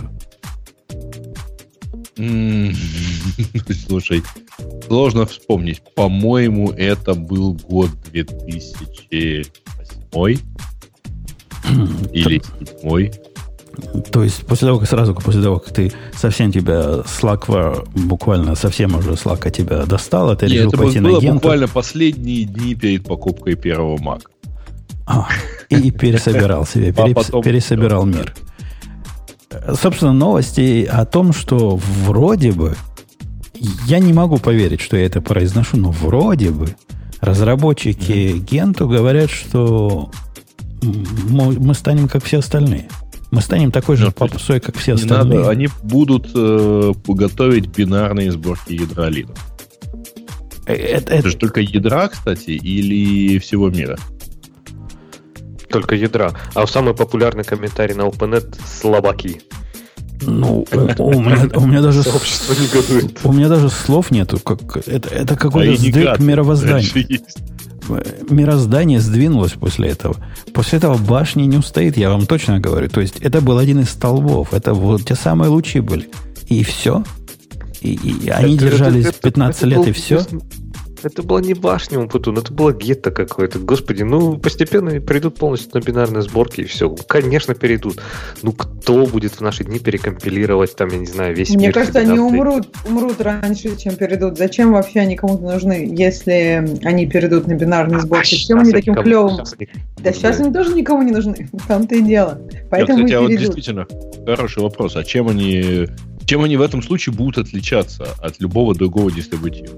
М, Слушай, сложно вспомнить. По-моему, это был год две тысячи восьмой или седьмой. То есть после того, как сразу после того, как ты совсем тебя Slack буквально совсем уже Slack тебя достал, ты Нет, решил это пойти на было Генту буквально последние дни перед покупкой первого Mac. а, и пересобирал себе, А пере- потом пересобирал всё, мир. Собственно, новости о том, что вроде бы, я не могу поверить, что я это произношу, но вроде бы Разработчики mm-hmm. Генту говорят, что мы, мы станем как все остальные. Мы станем такой же попсой, как все остальные. Надо, они будут э, готовить бинарные сборки ядра Linux. Это, это же только ядра, кстати, или всего мира? Только ядра. А самый популярный комментарий на OpenNet – слабаки. Ну, у меня, у меня даже сообщество негодует. У меня даже слов нету. Как, это, это какой-то а сдвиг мировоздания. Мироздание сдвинулось после этого. После этого башни не устоит, я вам точно говорю. То есть это был один из столбов. Это вот те самые лучи были. И все. И, и они это, держались это, пятнадцать это, лет, это и все. Это была не башня, Умпутун, это было гетто какое-то. Господи, ну постепенно перейдут полностью на бинарные сборки, и все. Конечно, перейдут. Ну, кто будет в наши дни перекомпилировать, там, я не знаю, весь Мне мир? Мне кажется, они умрут, умрут раньше, чем перейдут. Зачем вообще они кому-то нужны, если они перейдут на бинарные сборки? А чем они таким клевым? Сейчас они... Да сейчас они тоже никому не нужны. В том-то и дело. Поэтому Нет, кстати, и а вот перейдут. действительно хороший вопрос. А чем они, чем они в этом случае будут отличаться от любого другого дистрибутива?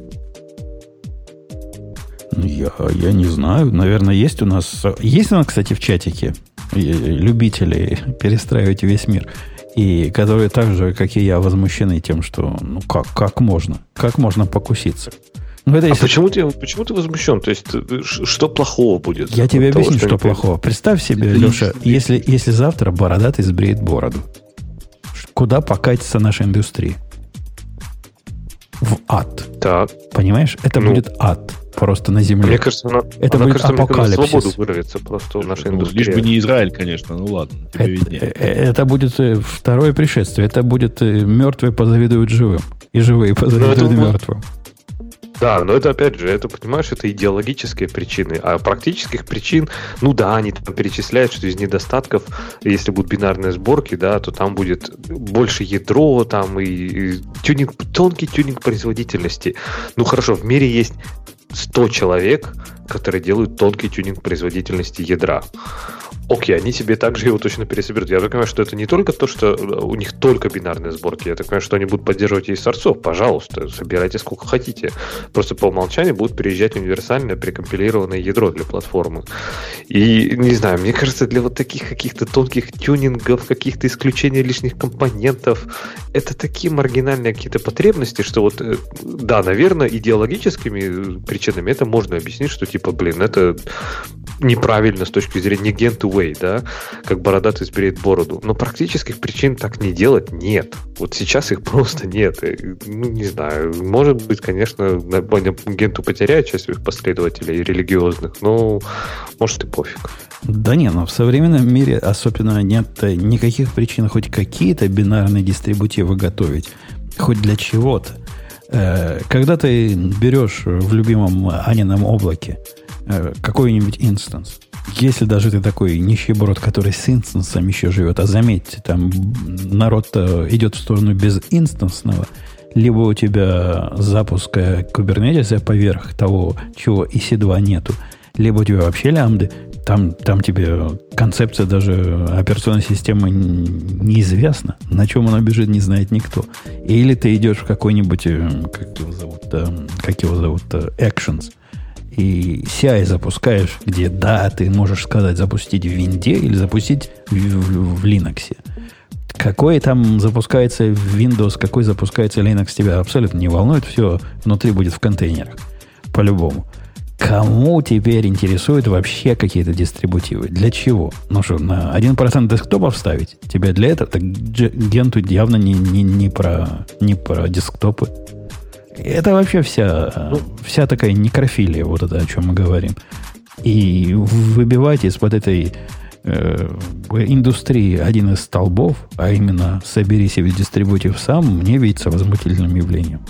Я, я не знаю. Наверное, есть у нас... Есть у нас, кстати, в чатике любители перестраивать весь мир. И которые так же, как и я, возмущены тем, что ну как, как можно? Как можно покуситься? Ну, это а если... почему, ты, почему ты возмущен? То есть, что плохого будет? Я тебе того, объясню, что, что ты... плохого. Представь себе, Леша, если, если завтра бородатый сбреет бороду, куда покатится наша индустрия? В ад. Так. Понимаешь? Это ну, будет ад. Просто на земле. Мне кажется, она, это она, будет кажется, апокалипсис. На свободу вырвется просто наша индустрия. Лишь бы не Израиль, конечно. Ну ладно, тебе это, виднее. Это будет второе пришествие. Это будет мертвые позавидуют живым. И живые позавидуют это... мертвым. Да, но это, опять же, это, понимаешь, это идеологические причины. А практических причин, ну да, они там перечисляют, что из недостатков, если будут бинарные сборки, да, то там будет больше ядро, там и, и тюнинг, тонкий тюнинг производительности. Ну хорошо, в мире есть сто человек, которые делают тонкий тюнинг производительности ядра. Окей, они себе также его точно пересоберут. Я так понимаю, что это не только то, что у них только бинарные сборки. Я так понимаю, что они будут поддерживать и сорцов. Пожалуйста, собирайте сколько хотите. Просто по умолчанию будет переезжать универсальное прекомпилированное ядро для платформы. И, не знаю, мне кажется, для вот таких каких-то тонких тюнингов, каких-то исключений лишних компонентов, это такие маргинальные какие-то потребности, что вот, да, наверное, идеологическими причинами это можно объяснить, что типа, блин, это неправильно с точки зрения Gent Way, да, как бородатый сбреет бороду. Но практических причин так не делать нет. Вот сейчас их просто нет. Ну, не знаю. Может быть, конечно, Генту потеряет часть своих последователей религиозных, но может и пофиг. Да не, но в современном мире особенно нет никаких причин хоть какие-то бинарные дистрибутивы готовить. Хоть для чего-то. Когда ты берешь в любимом Анином облаке какой-нибудь инстанс, если даже ты такой нищеброд, который с инстансом еще живет, а заметьте, там народ-то идет в сторону безинстансного, либо у тебя запуска Kubernetes поверх того, чего и си два нету, либо у тебя вообще лямбды, там, там тебе концепция даже операционной системы неизвестна, на чем она бежит, не знает никто. Или ты идешь в какой-нибудь, как его зовут, как его зовут, Actions, и си ай запускаешь, где, да, ты можешь сказать запустить в винде или запустить в, в, в Linux. Какой там запускается Windows, какой запускается Linux, тебя абсолютно не волнует. Все внутри будет в контейнерах. По-любому. Кому теперь интересуют вообще какие-то дистрибутивы? Для чего? Ну что, на один процент десктопов ставить? Тебе для этого? Так Генту явно не, не, не, про, не про десктопы. Это вообще вся, ну, вся такая некрофилия, вот это, о чем мы говорим. И выбивать из-под этой э, индустрии один из столбов, а именно собери себе дистрибутив сам, мне видится возмутительным явлением.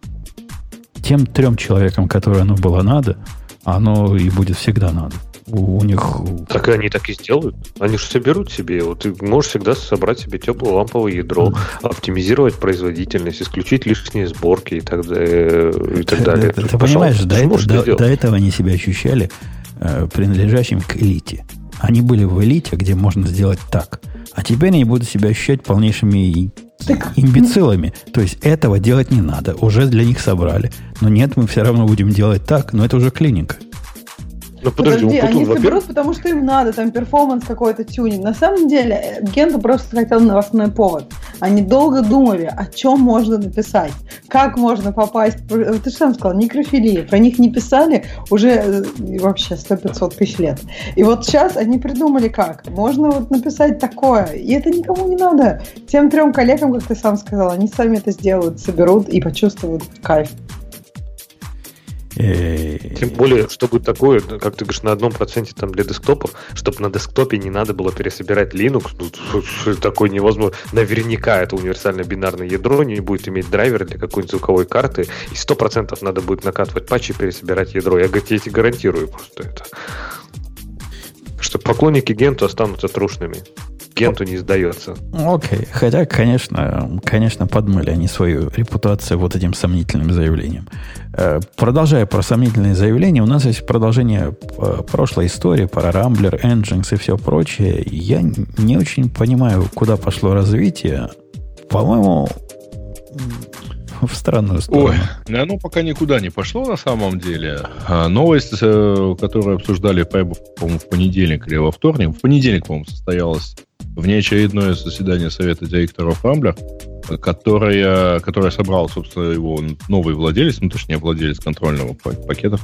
Тем трем человекам, которые оно было надо, оно и будет всегда надо. У, у них... Так и они так и сделают. Они же соберут себе. Вот ты можешь всегда собрать себе теплое ламповое ядро, mm. оптимизировать производительность, исключить лишние сборки и так далее. И так далее. Ты, ты понимаешь, до, это, до, до этого они себя ощущали э, принадлежащим к элите. Они были в элите, где можно сделать так. А теперь они будут себя ощущать полнейшими Так... имбецилами. То есть этого делать не надо. Уже для них собрали. Но нет, мы все равно будем делать так. Но это уже клиника. Ну, подожди, подожди Путун, они во-первых... соберут, потому что им надо, там перформанс какой-то тюнинг. На самом деле, Гента просто хотел новостной повод. Они долго думали, о чем можно написать, как можно попасть. Ты же сам сказал, некрофилия. Про них не писали уже вообще сто-пятьсот тысяч лет. И вот сейчас они придумали как. Можно вот написать такое. И это никому не надо. Тем трем коллегам, как ты сам сказал, они сами это сделают, соберут и почувствуют кайф. Тем более, что будет такое, как ты говоришь, на одном проценте там для десктопов, чтобы на десктопе не надо было пересобирать Linux, ну, такое невозможно. Наверняка это универсальное бинарное ядро не будет иметь драйвер для какой-нибудь звуковой карты, и сто процентов надо будет накатывать патчи и пересобирать ядро. Я, я тебе гарантирую просто это. Что поклонники Генту останутся трушными. Генту не сдается. Окей. Okay. Хотя, конечно, конечно, подмыли они свою репутацию вот этим сомнительным заявлением. Продолжая про сомнительные заявления, у нас есть продолжение прошлой истории про Rambler, Nginx и все прочее. Я не очень понимаю, куда пошло развитие. По-моему, в странную сторону. Ой, оно пока никуда не пошло на самом деле. Новость, которую обсуждали, по-моему, в понедельник или во вторник, в понедельник, по-моему, состоялась внеочередное заседание Совета директоров Rambler, которое, которое собрал, собственно, его новый владелец, ну, точнее, владелец контрольного пакета.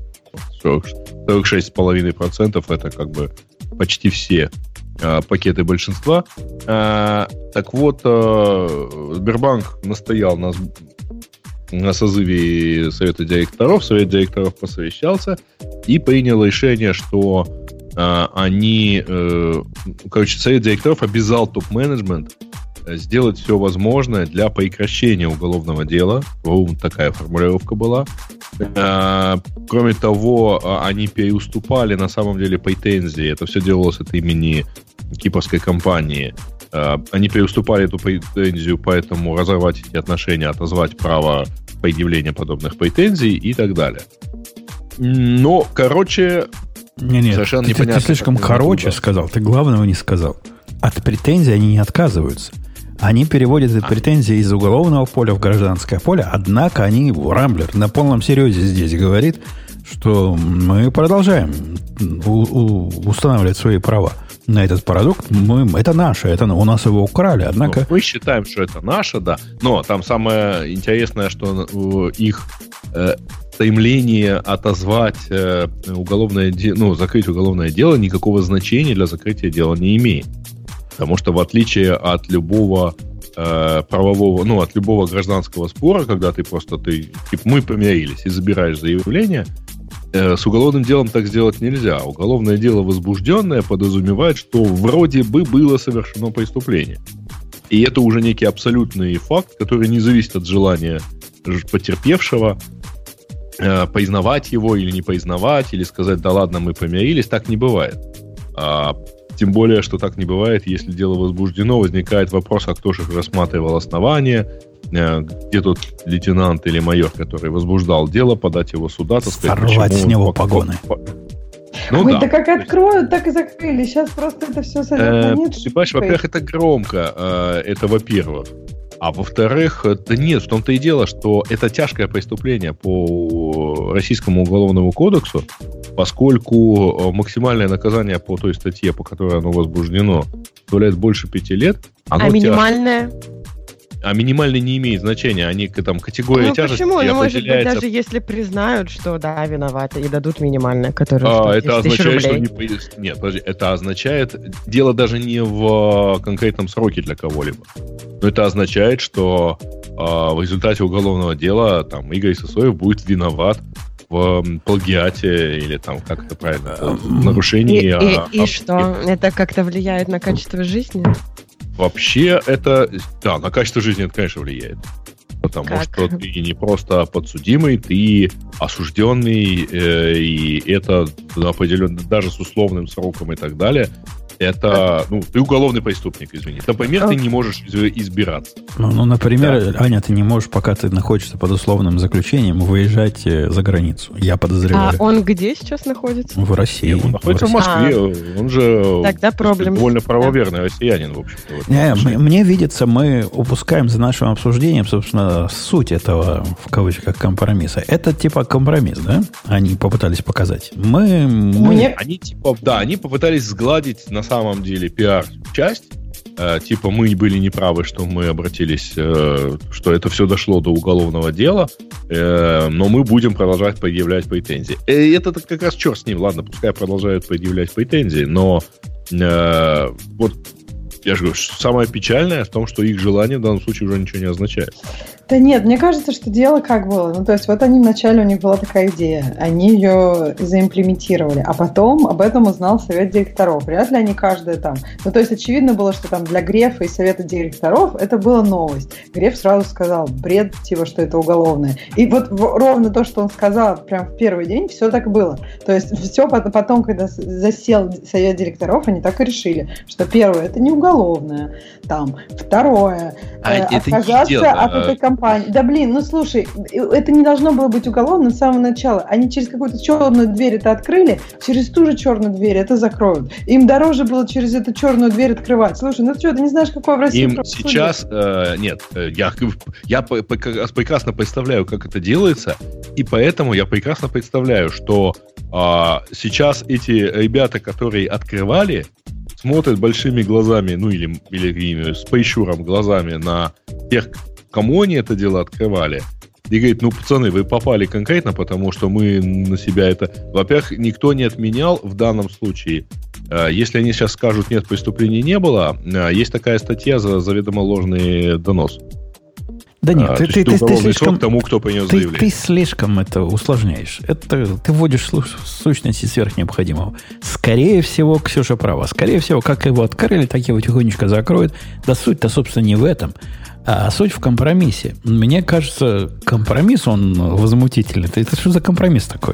сорок шесть целых пять десятых процента это как бы почти все а, пакеты большинства. А, так вот, а, Сбербанк настоял на, на созыве Совета директоров. Совет директоров посовещался и принял решение, что они, короче, Совет директоров обязал топ-менеджмент сделать все возможное для прекращения уголовного дела. Такая формулировка была. Кроме того, они переуступали на самом деле претензии. Это все делалось от имени кипрской компании. Они переуступали эту претензию, поэтому разорвать эти отношения, отозвать право предъявления подобных претензий и так далее. Но, короче... Не, нет, совершенно ты, непонятно. Ты слишком короче сказал, ты главного не сказал. От претензий они не отказываются. Они переводят эти а. претензии из уголовного поля в гражданское поле, однако они, Rambler, на полном серьезе здесь говорит, что мы продолжаем у, у, устанавливать свои права на этот продукт. Мы, это наше, это у нас его украли, однако... Ну, мы считаем, что это наше, да, но там самое интересное, что их... Э, стремление отозвать э, уголовное дело, ну, закрыть уголовное дело никакого значения для закрытия дела не имеет. Потому что в отличие от любого э, правового, ну, от любого гражданского спора, когда ты просто, ты, типа, мы помирились и забираешь заявление, э, с уголовным делом так сделать нельзя. Уголовное дело возбужденное подразумевает, что вроде бы было совершено преступление. И это уже некий абсолютный факт, который не зависит от желания потерпевшего признавать его или не признавать, или сказать, да ладно, мы помирились, так не бывает. А, тем более, что так не бывает, если дело возбуждено, возникает вопрос, а кто же рассматривал основания, где тот лейтенант или майор, который возбуждал дело, подать его сюда, так сказать, сорвать с него погоны. Ну, Ой, да. да как откроют, так и закрыли. Сейчас просто это все сойдет на нет. Ты понимаешь, во-первых, это громко, это во-первых. А во-вторых, да нет, в том-то и дело, что это тяжкое преступление по Российскому уголовному кодексу, поскольку максимальное наказание по той статье, по которой оно возбуждено, составляет больше пяти лет. Оно а минимальное? Тяжкое. А минимальный не имеет значения. Они там категория ну, тяжести почему? Ну, определяется... может быть, даже если признают, что да, виноваты, и дадут минимальное, которое а, стоит это тысяч означает, рублей. Что не... Нет, подожди, это означает... Дело даже не в конкретном сроке для кого-либо. Но это означает, что а, в результате уголовного дела там Игорь Сысоев будет виноват в плагиате или там, как это правильно, в нарушении... И, а, и, и а, что? И... Это как-то влияет на качество жизни? Вообще это... Да, на качество жизни это, конечно, влияет. Потому как? что ты не просто подсудимый, ты осужденный, э, и это определенно, даже с условным сроком и так далее, Это, ну, ты уголовный преступник, извини. Например, ты не можешь избираться. Ну, ну например, да. Аня, ты не можешь, пока ты находишься под условным заключением, выезжать за границу. Я подозреваю. А он где сейчас находится? В России. Он находится в, в Москве. А, он же тогда проблем. довольно правоверный да. россиянин, в общем-то. Не, мне, мне видится, мы упускаем за нашим обсуждением, собственно, суть этого, в кавычках, компромисса. Это типа компромисс, да? Они попытались показать. Мы... мы... Мне... Они, типа, да, они попытались сгладить на самом деле пиар-часть, э, типа мы были неправы, что мы обратились, э, что это все дошло до уголовного дела, э, но мы будем продолжать предъявлять претензии. И это как раз черт с ним, ладно, пускай продолжают предъявлять претензии, но э, вот я же говорю, самое печальное в том, что их желание в данном случае уже ничего не означает. Да нет, мне кажется, что дело как было. Ну, то есть, вот они вначале, у них была такая идея, они ее заимплементировали, а потом об этом узнал совет директоров. Вряд ли они каждое там... Ну, то есть, очевидно было, что там для Грефа и совета директоров это была новость. Греф сразу сказал, бред, типа, что это уголовное. И вот ровно то, что он сказал прям в первый день, все так было. То есть, все потом, когда засел совет директоров, они так и решили, что первое, это не уголовное, там, второе, а э, это отказаться не дело, от этой компании. Да блин, ну слушай, это не должно было быть уголовным с самого начала. Они через какую-то черную дверь это открыли, через ту же черную дверь это закроют. Им дороже было через эту черную дверь открывать. Слушай, ну что, ты не знаешь, какое в России им сейчас, э, нет, я, я прекрасно представляю, как это делается, и поэтому я прекрасно представляю, что э, сейчас эти ребята, которые открывали, смотрят большими глазами, ну или, или с прищуром глазами на тех, кому они это дело открывали, и говорит, ну, пацаны, вы попали конкретно, потому что мы на себя это... Во-первых, никто не отменял в данном случае. Если они сейчас скажут, нет, преступления не было, есть такая статья за заведомо ложный донос. Да нет, а, ты, ты, ты, ты слишком... тому, кто принес ты, заявление. Ты слишком это усложняешь. Это, ты вводишь сущности сверх необходимого. Скорее всего, Ксюша права. Скорее всего, как его открыли, так его тихонечко закроют. Да суть-то, собственно, не в этом. А суть в компромиссе. Мне кажется, компромисс, он возмутительный. Это что за компромисс такой?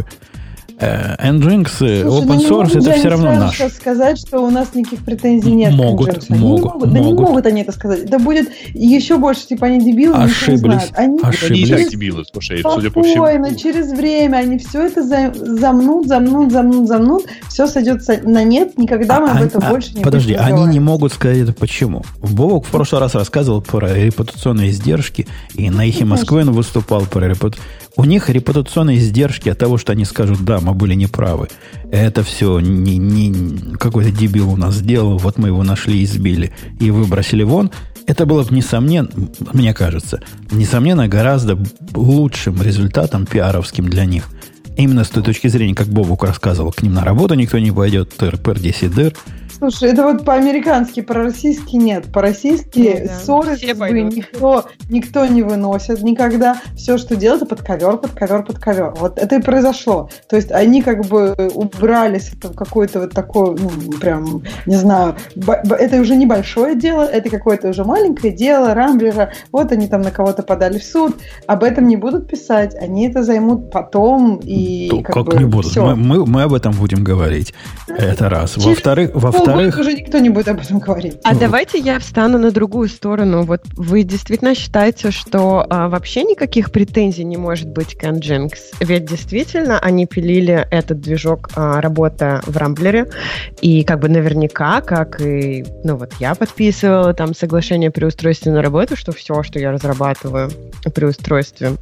Nginx, open source, это все равно наш. Сказать, что у нас никаких претензий нет. Могут, могут, не могут. Да могут. не могут они это сказать. Это будет еще больше, типа они дебилы, ошиблись. Они, Ошиблись. Через... дебилы, слушай, спокойно, судя по всему. через время они все это замнут, замнут, замнут, замнут, все сойдет на нет, никогда мы а, об этом а, больше не подожди, будем они не могут сказать это почему? Бобок в прошлый раз рассказывал про репутационные издержки, и на Эхе Москвы он выступал про репутацию. У них репутационные издержки от того, что они скажут, да, мы были неправы. Это все не, не какой-то дебил у нас сделал, вот мы его нашли, избили и выбросили вон. Это было бы, несомненно, мне кажется, несомненно, гораздо лучшим результатом пиаровским для них. Именно с той точки зрения, как Бобук рассказывал, к ним на работу никто не пойдет, тыр-пыр, десять дыр. Слушай, это вот по-американски, по-российски нет. По-российски ну, да. ссоры никто, никто не выносит никогда. Все, что делается, под ковер, под ковер, под ковер. Вот это и произошло. То есть они как бы убрались в какое-то вот такое, ну, прям, не знаю, это уже небольшое дело, это какое-то уже маленькое дело Рамблера. Вот они там на кого-то подали в суд. Об этом не будут писать. Они это займут потом и То, как, как бы не будут. Мы, мы, мы об этом будем говорить. Это раз. Во-вторых, во-вторых, уже никто не будет об этом говорить. А давайте я встану на другую сторону. Вот вы действительно считаете, что а, вообще никаких претензий не может быть к Nginx? Ведь действительно они пилили этот движок, а, работая в Рамблере, и как бы наверняка, как и, ну вот я подписывала там соглашение при устройстве на работу, что все, что я разрабатываю при устройстве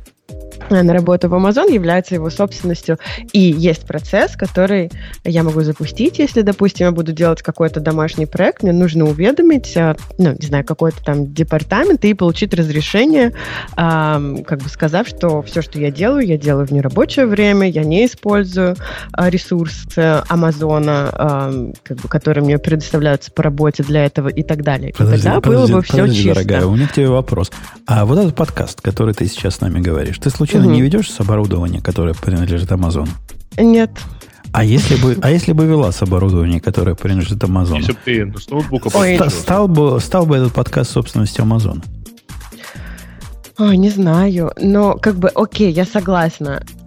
на работу в Amazon, является его собственностью. И есть процесс, который я могу запустить, если, допустим, я буду делать какой-то домашний проект, мне нужно уведомить, ну, не знаю, какой-то там департамент и получить разрешение, эм, как бы сказав, что все, что я делаю, я делаю в нерабочее время, я не использую э, ресурсы Амазона, э, как бы, которые мне предоставляются по работе для этого и так далее. Подожди, и тогда подожди, было бы подожди, все чисто. Дорогая, у меня к тебе вопрос. А вот этот подкаст, который ты сейчас с нами говоришь, ты случайно угу. не ведешь с оборудования, которое принадлежит Амазону? Нет. А если бы, а если бы вела с оборудования, которое принадлежит Амазону? Если бы ты с ноутбука Ста- стал, бы, стал бы этот подкаст собственностью Амазона? Ой, не знаю. Но как бы, окей, я согласна.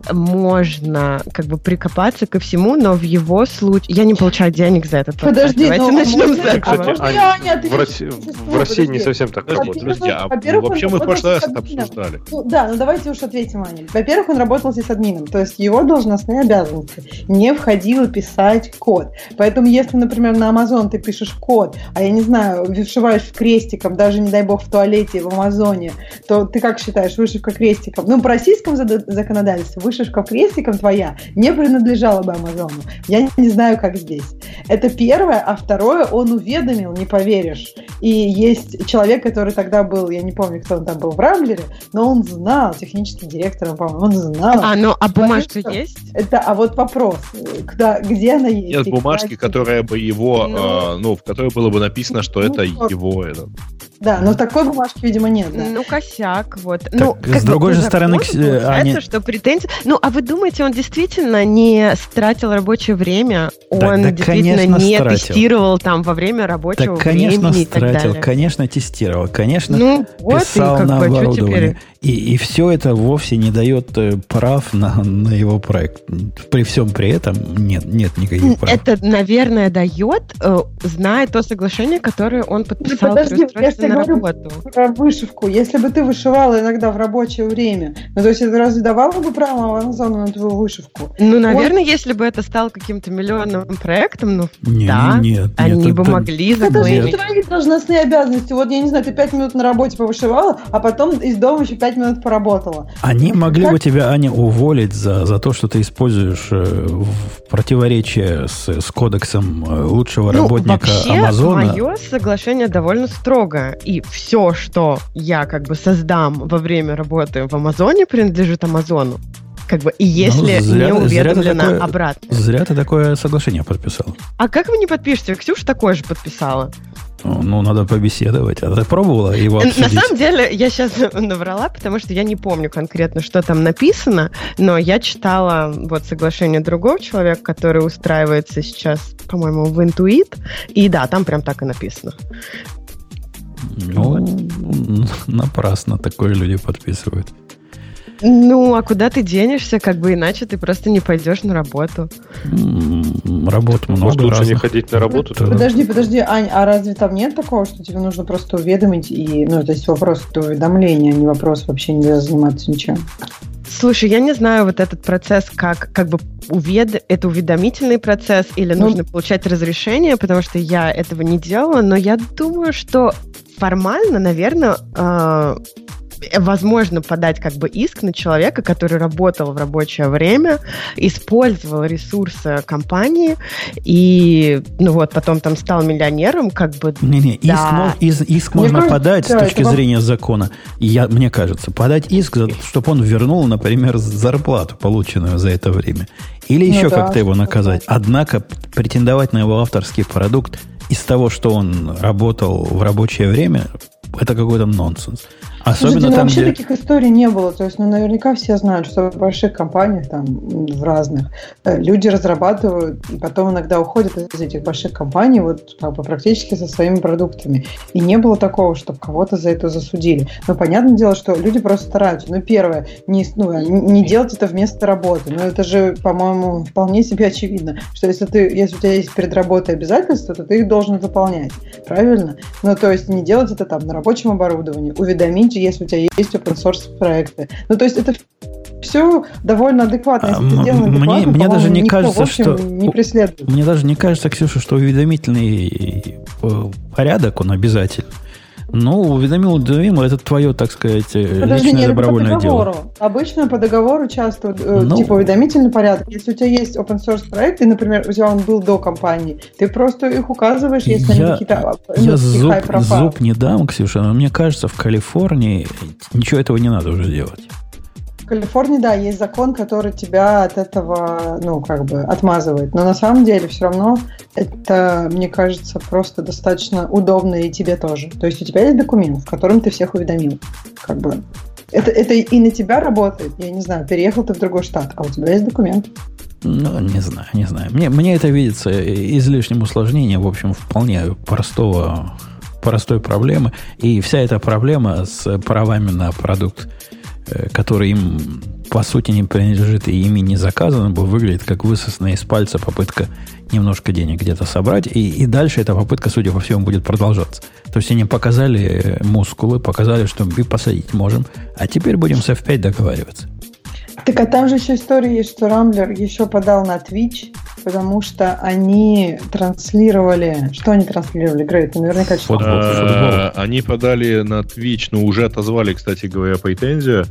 можно как бы прикопаться ко всему, но в его случае... Я не получаю денег за этот подкаст. Подожди, давайте но начнем можно... с этого. Кстати, А, Аня, Аня, ты в, России, в России не совсем так Подожди, работает. подожди, а Во-первых, вообще он мы в прошлый раз это работал с админом. обсуждали. Ну, да, ну давайте уж ответим, Аня. Во-первых, он работал с админом, то есть его должностные обязанности не входило писать код. Поэтому если, например, на Amazon ты пишешь код, а я не знаю, вышиваешь в крестиком, даже, не дай бог, в туалете в Амазоне, то ты как считаешь, вышивка крестиком? Ну, по российскому законодательству вышивка крестиком твоя не принадлежала бы Амазону. Я не знаю, как здесь. Это первое. А второе, он уведомил, не поверишь. И есть человек, который тогда был, я не помню, кто он там был в Рамблере, но он знал, техническим директором, по-моему, он знал. А, ну, а бумажка что есть? Это, а вот вопрос, куда, где она есть? Нет бумажки, которая бы его, Ну, э, ну, в которой было бы написано, что ну, это вот. его. Это. Да, но такой бумажки, видимо, нет. Да. Ну, косяк, вот. Ну, с другой же стороны, закону э, получается, Аня- что претензии... Ну, а вы думаете, он действительно не стратил рабочее время? Да- Он да, действительно конечно, не стратил. тестировал там во время рабочего Так, конечно, времени и так стратил, далее? конечно, тестировал, конечно, Ну, вот, и писал как на бы, что оборудование. теперь? И, и все это вовсе не дает э, прав на, на его проект. При всем при этом нет, нет никаких прав. Это, наверное, дает, э, зная то соглашение, которое он подписал подожди, при я устройстве тебе на говорю работу. про вышивку. Если бы ты вышивала иногда в рабочее время, ну, то есть это разве давало бы право Амазону на твою вышивку? Ну, наверное, если бы это стало каким-то миллионным проектом, ну, Не, да, не, нет, они нет, бы это- могли Это же заклеймить. не твои должностные обязанности. Вот, я не знаю, ты пять минут на работе повышивала, а потом из дома еще пять минут поработала. Они могли Как? бы тебя, Аня, уволить за, за то, что ты используешь э, в противоречие с, с кодексом э, лучшего Ну, работника вообще, Амазона. мое соглашение довольно строго. И все, что я как бы создам во время работы в Амазоне, принадлежит Амазону. Как бы, и если Ну, зря- не зря ты уведомлено такое- обратно. Зря ты такое соглашение подписал. А как вы не подпишете? Ксюша такое же подписала. Ну, ну, надо побеседовать. А ты пробовала его На обсудить? самом деле, я сейчас наврала, потому что я не помню конкретно, что там написано, но я читала вот соглашение другого человека, который устраивается сейчас, по-моему, в Intuit, и да, там прям так и написано. Ну, напрасно такое люди подписывают. Ну, а куда ты денешься, как бы иначе ты просто не пойдешь на работу. М, Работ много Может, лучше не разных. ходить на работу? Да. тогда? Подожди, подожди, Ань, а разве там нет такого, что тебе нужно просто уведомить и, ну, то есть вопрос до уведомления, а не вопрос вообще нельзя заниматься ничем? Слушай, я не знаю вот этот процесс, как, как бы увед... это уведомительный процесс или Ну, нужно получать разрешение, потому что я этого не делала, но я думаю, что формально, наверное, э, возможно подать как бы иск на человека, который работал в рабочее время, использовал ресурсы компании и, ну вот, потом там стал миллионером, как бы... Не-не, иск, Да. мо- из- иск Мне можно кажется, подать да, с точки это вам- зрения закона. И я, мне кажется, подать иск, чтобы он вернул, например, зарплату, полученную за это время. Или Ну еще да, как-то его что наказать. такое. Однако претендовать на его авторский продукт из того, что он работал в рабочее время, это какой-то нонсенс. Особенно Слушайте, ну там, вообще где... таких историй не было. То есть, ну, наверняка все знают, что в больших компаниях, там, в разных, э, люди разрабатывают и потом иногда уходят из этих больших компаний вот как бы практически со своими продуктами. И не было такого, чтобы кого-то за это засудили. Но понятное дело, что люди просто стараются. Ну, первое, не, ну, не делать это вместо работы. Но это же, по-моему, вполне себе очевидно, что если, ты, если у тебя есть перед работой обязательства, то ты их должен выполнять. Правильно? Ну, то есть не делать это там на рабочем оборудовании, уведомить, если у тебя есть open source проекты. Ну, то есть это все довольно адекватно. Если А, это сделано мне- адекватно, мне даже по-моему, не никто, кажется, в общем, что- не преследует. Мне даже не кажется, Ксюша, что уведомительный э, порядок, он обязательный. Ну, уведомил, уведомил, это твое, так сказать, э, Подожди, личное нет, это по добровольное дело. договору. Обычно по договору часто, э, Ну. типа, уведомительный порядок. Если у тебя есть open source проект, и, например, у тебя он был до компании, ты просто их указываешь, если они Я- какие-то ну, Я такие зуб, high profile. зуб не дам, Ксюша, но мне кажется, в Калифорнии ничего этого не надо уже делать. В Калифорнии, да, есть закон, который тебя от этого, ну, как бы отмазывает. Но на самом деле все равно это, мне кажется, просто достаточно удобно и тебе тоже. То есть у тебя есть документ, в котором ты всех уведомил. Как бы. Это, это и на тебя работает. Я не знаю, переехал ты в другой штат, а у тебя есть документ. Ну, не знаю, не знаю. Мне, мне это видится излишним усложнением, в общем, вполне простого, простой проблемы. И вся эта проблема с правами на продукт, который им по сути не принадлежит и ими не заказано, было, выглядит как высосанная из пальца попытка немножко денег где-то собрать, и, и дальше эта попытка, судя по всему, будет продолжаться. То есть они показали мускулы, показали, что мы посадить можем, а теперь будем с эф пять договариваться. Так, а там же еще история есть, что Рамблер еще подал на Twitch, потому что они транслировали... Что они транслировали, Грей? Ты наверняка читал. Футбол, футбол. Они подали на Twitch, но уже отозвали, кстати говоря, претензию,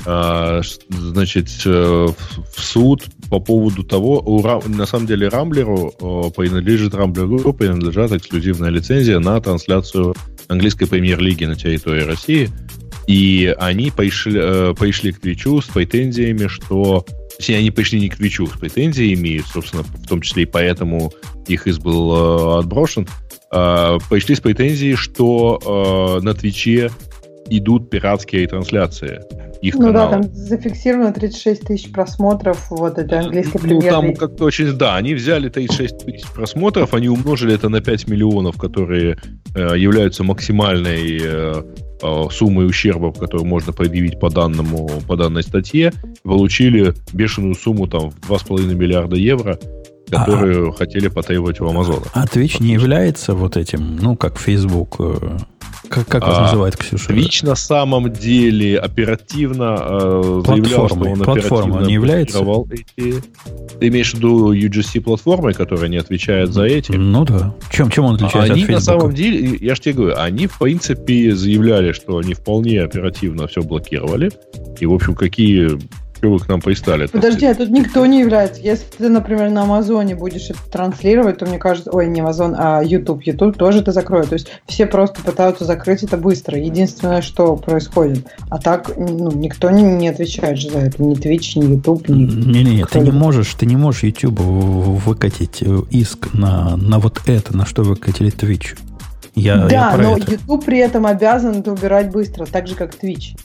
значит, в суд по поводу того... На самом деле Рамблеру принадлежит, Рамблеру принадлежат эксклюзивная лицензия на трансляцию английской премьер-лиги на территории России. И они пришли, э, пришли к Твичу с претензиями, что... Точнее, они пришли не к Твичу с претензиями, собственно, в том числе и поэтому их иск был э, отброшен. Э, пришли с претензией, что э, на Твиче идут пиратские трансляции их ну каналов. Да, там зафиксировано тридцать шесть тысяч просмотров вот этой английской премьер-лиги. Ну, там как-то очень... Да, они взяли тридцать шесть тысяч просмотров, они умножили это на пять миллионов, которые э, являются максимальной... Э, суммой ущерба, которую можно предъявить по данному, по данной статье, получили бешеную сумму там в два с половиной миллиарда евро, которую а, хотели потребовать у Амазона. А Twitch не является вот этим, ну, как Facebook, как, как вас а, называет, Ксюша? Twitch на самом деле оперативно э, заявлял, что он платформа оперативно не является? Эти... Ты имеешь в виду ю джи си-платформой, которая не отвечает за эти? Ну да. Чем, чем он отличается они от Facebook? На самом деле, я же тебе говорю, они в принципе заявляли, что они вполне оперативно все блокировали. И, в общем, какие... вы к нам пристали. Подожди, а тут никто не является. Если ты, например, на Амазоне будешь это транслировать, то мне кажется, ой, не Амазон, а YouTube. YouTube тоже это закроет. То есть все просто пытаются закрыть это быстро. Единственное, что происходит. А так, ну, никто не, не отвечает же за это. Ни Twitch, ни YouTube, ни... Не-не, ты не можешь, ты не можешь YouTube выкатить иск на, на вот это, на что выкатили Twitch. Я, да, я но это. YouTube при этом обязан это убирать быстро, так же, как Twitch.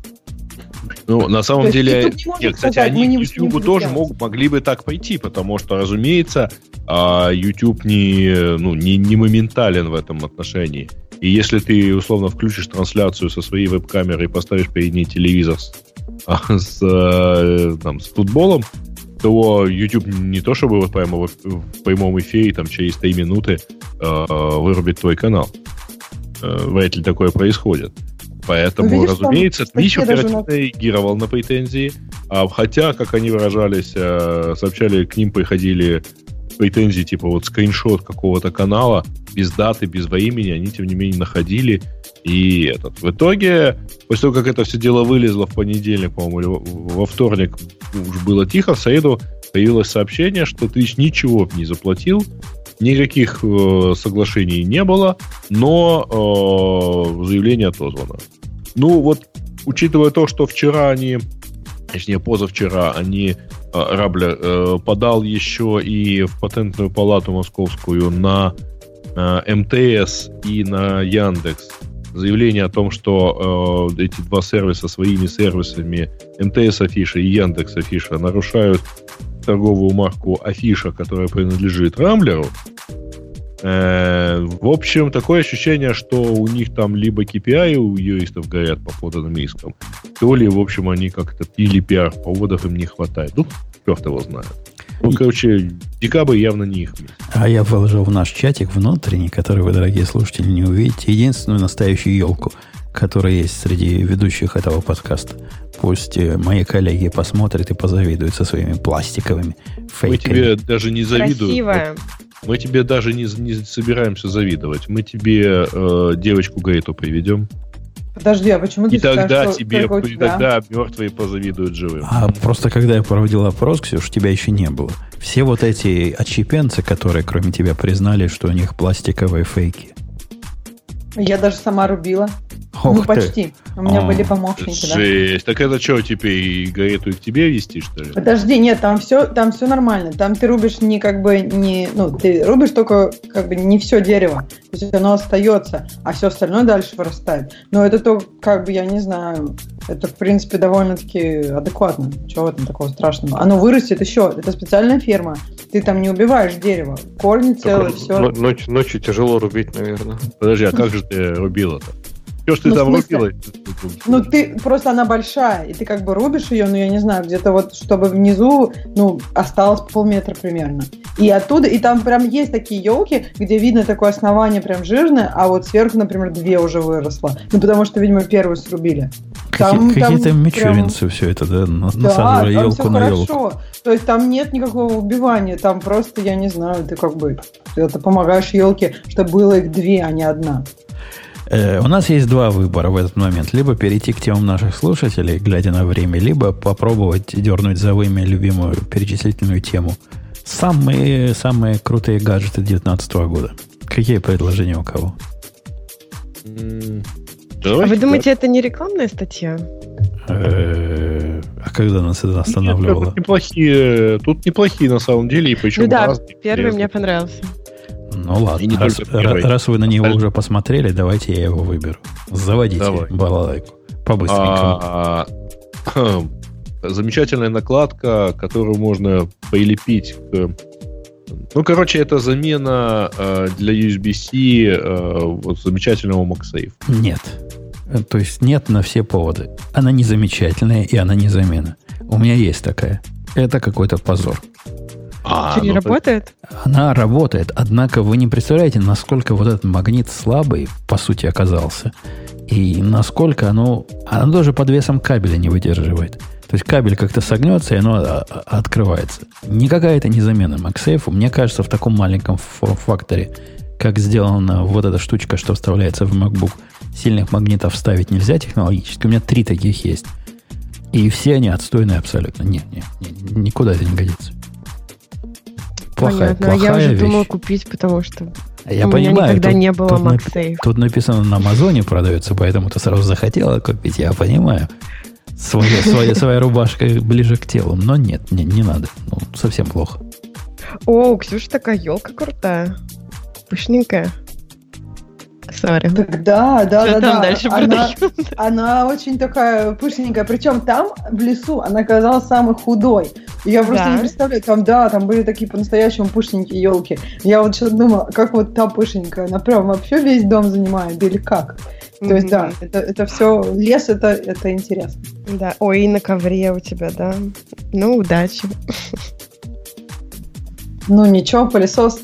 Ну, на самом деле, не нет, кстати, сказать, они не, YouTube не тоже мог, могли бы так пойти, потому что, разумеется, YouTube не, ну, не, не моментален в этом отношении. И если ты, условно, включишь трансляцию со своей веб-камерой и поставишь перед ней телевизор с, с, там, с футболом, то YouTube не то чтобы вот прямо в прямом эфире там, через три минуты вырубит твой канал. Вряд ли такое происходит. Поэтому, ну, видишь, разумеется, Twitch оперативно реагировал на претензии, а, хотя, как они выражались, сообщали, к ним приходили претензии, типа вот скриншот какого-то канала, без даты, без времени, они, тем не менее, находили. И этот. В итоге, после того, как это все дело вылезло в понедельник, по-моему, или во вторник уж было тихо, в среду появилось сообщение, что Twitch ничего не заплатил, никаких э, соглашений не было, но э, заявление отозвано. Ну, вот, учитывая то, что вчера они, точнее, позавчера они, э, Рамблер, э, подал еще и в патентную палату московскую на э, эм тэ эс и на Яндекс заявление о том, что э, эти два сервиса своими сервисами, эм тэ эс Афиша и Яндекс Афиша, нарушают торговую марку Афиша, которая принадлежит Рамблеру. Э, в общем, такое ощущение, что у них там либо кей пи ай у юристов горят по поданным искам, то ли, в общем, они как-то пили пиар-поводов, им не хватает. Ну, черт его знает. Ну, короче, декабрь явно не их место. А я выложил в наш чатик внутренний, который вы, дорогие слушатели, не увидите, единственную настоящую елку, которая есть среди ведущих этого подкаста. Пусть мои коллеги посмотрят и позавидуют со своими пластиковыми фейками. Мы тебе даже не завидуем. Красивая. Мы тебе даже не, не собираемся завидовать. Мы тебе э, девочку Грейту приведем. Подожди, а почему ты и считаешь, тогда что тебе, только у тебя? тогда мертвые позавидуют живым. А просто когда я проводил опрос, Ксюш, тебя еще не было. Все вот эти отщепенцы, которые кроме тебя признали, что у них пластиковые фейки. Я даже сама рубила. Ох ну, ты. почти. У меня А, были помощники, да. Жесть. Так это что, теперь Грейту и к тебе вести, что ли? Подожди, нет, там все, там все нормально. Там ты рубишь не как бы не, ну, ты рубишь только как бы не все дерево. То есть оно остается, а все остальное дальше вырастает. Но это то, как бы, я не знаю, это, в принципе, довольно-таки адекватно. Чего в этом такого страшного? Оно вырастет еще. Это специальная ферма. Ты там не убиваешь дерево. Корни целые, все. Ночью, ночью тяжело рубить, наверное. Подожди, а как же ты рубила-то? Что ж ты Ну, там в смысле? рубила? Ну, ты просто она большая, и ты как бы рубишь ее, ну, я не знаю, где-то вот, чтобы внизу, ну, осталось полметра примерно. И оттуда, и там прям есть такие елки, где видно такое основание прям жирное, а вот сверху, например, две уже выросло. Ну, потому что, видимо, первую срубили. Там- Какие- Какие-то там мичуринцы все это, да? на- Да, Насаживали там елку все на елку. хорошо. То есть там нет никакого убивания, там просто, я не знаю, ты как бы это помогаешь елке, чтобы было их две, а не одна. Э, У нас есть два выбора в этот момент. Либо перейти к темам наших слушателей, глядя на время, либо попробовать дернуть за вымя любимую перечислительную тему. Самые, самые крутые гаджеты две тысячи девятнадцатого года. Какие предложения у кого? М, А давайте, вы думаете, это не рекламная статья? Э, А когда нас это да. Нет, останавливало? тут неплохие, тут неплохие на самом деле, и причем Ну да, разные, первый мне интересные. понравился. Ну ладно, И не раз, только первый. ра- раз вы на него Осталь- уже посмотрели, давайте я его выберу. Заводите Давай. балалайку. По-быстренькому. А, замечательная накладка, которую можно прилепить к... Ну, короче, это замена э, для ю эс би-C э, вот замечательного MagSafe. Нет. Э, То есть нет на все поводы. Она не замечательная, и она не замена. У меня есть такая. Это какой-то позор. А, Что, не ну, работает? Она работает, однако вы не представляете, насколько вот этот магнит слабый, по сути, оказался. И насколько оно... Оно даже под весом кабеля не выдерживает. То есть кабель как-то согнется, и оно а, а, открывается. Никакая это не замена MagSafe. Мне кажется, в таком маленьком форм-факторе, как сделана вот эта штучка, что вставляется в MacBook, сильных магнитов вставить нельзя технологически. У меня три таких есть. И все они отстойные абсолютно. Нет, нет, нет, никуда это не годится. Плохая, Понятно. А плохая я уже вещь. думала купить, потому что Я у понимаю, меня никогда тут- не было тут нап- MagSafe. Тут написано на Амазоне продается, поэтому ты сразу захотела купить. Я понимаю. Своя, своя, своя рубашка ближе к телу. Но нет, не, не надо. Ну, совсем плохо. О, у Ксюши такая елка крутая. Пышненькая. Сори. Так да, да, Что да, там да. дальше Она, продают? она очень такая пышненькая. Причем там, в лесу, она оказалась самой худой. И я просто Да? не представляю, там, да, там были такие по-настоящему пышненькие елки. Я вот сейчас думала, как вот та пышненькая, она прям вообще весь дом занимает, или как? То есть, да, это, это все, лес, это, это интересно. Да. Ой, и на ковре у тебя, да. Ну, удачи. Ну, ничего, пылесос.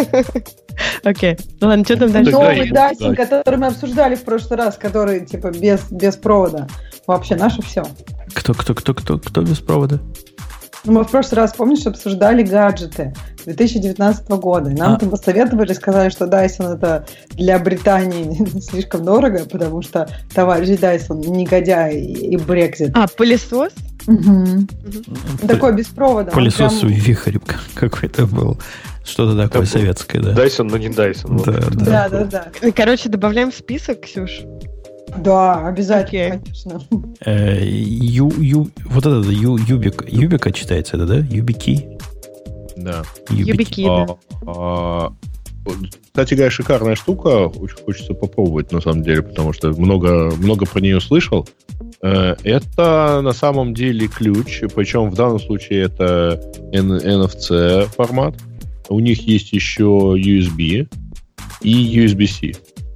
Окей. Ладно, что там Ну, дальше? тогда Новый и- Dyson, да. который мы обсуждали в прошлый раз, который, типа, без, без провода. Вообще, наше все. Кто, кто, кто, кто, кто без провода? Ну, мы в прошлый раз, помнишь, обсуждали гаджеты две тысячи девятнадцатого года. И нам А. там посоветовали, сказали, что Dyson это для Британии слишком дорого, потому что товарищ Dyson негодяй и Брексит. А, пылесос? Мгм. Такой без провода. он Пылесос прям- вихрь какой-то был. Что-то такое Да, советское, да. Дайсон, но не Дайсон. Да, Да, да, да. Короче, добавляем в список, Ксюш. Да, обязательно, Окей. конечно. Э, ю, ю, вот это ю, юбик, юбика читается, это, да? Юбики? Да. Юбики, А, да. а, вот, кстати говоря, шикарная штука. Очень хочется попробовать, на самом деле, потому что много, много про нее слышал. Э, Это на самом деле ключ, причем в данном случае это эн эф си формат. У них есть еще ю эс би и ю эс би-C.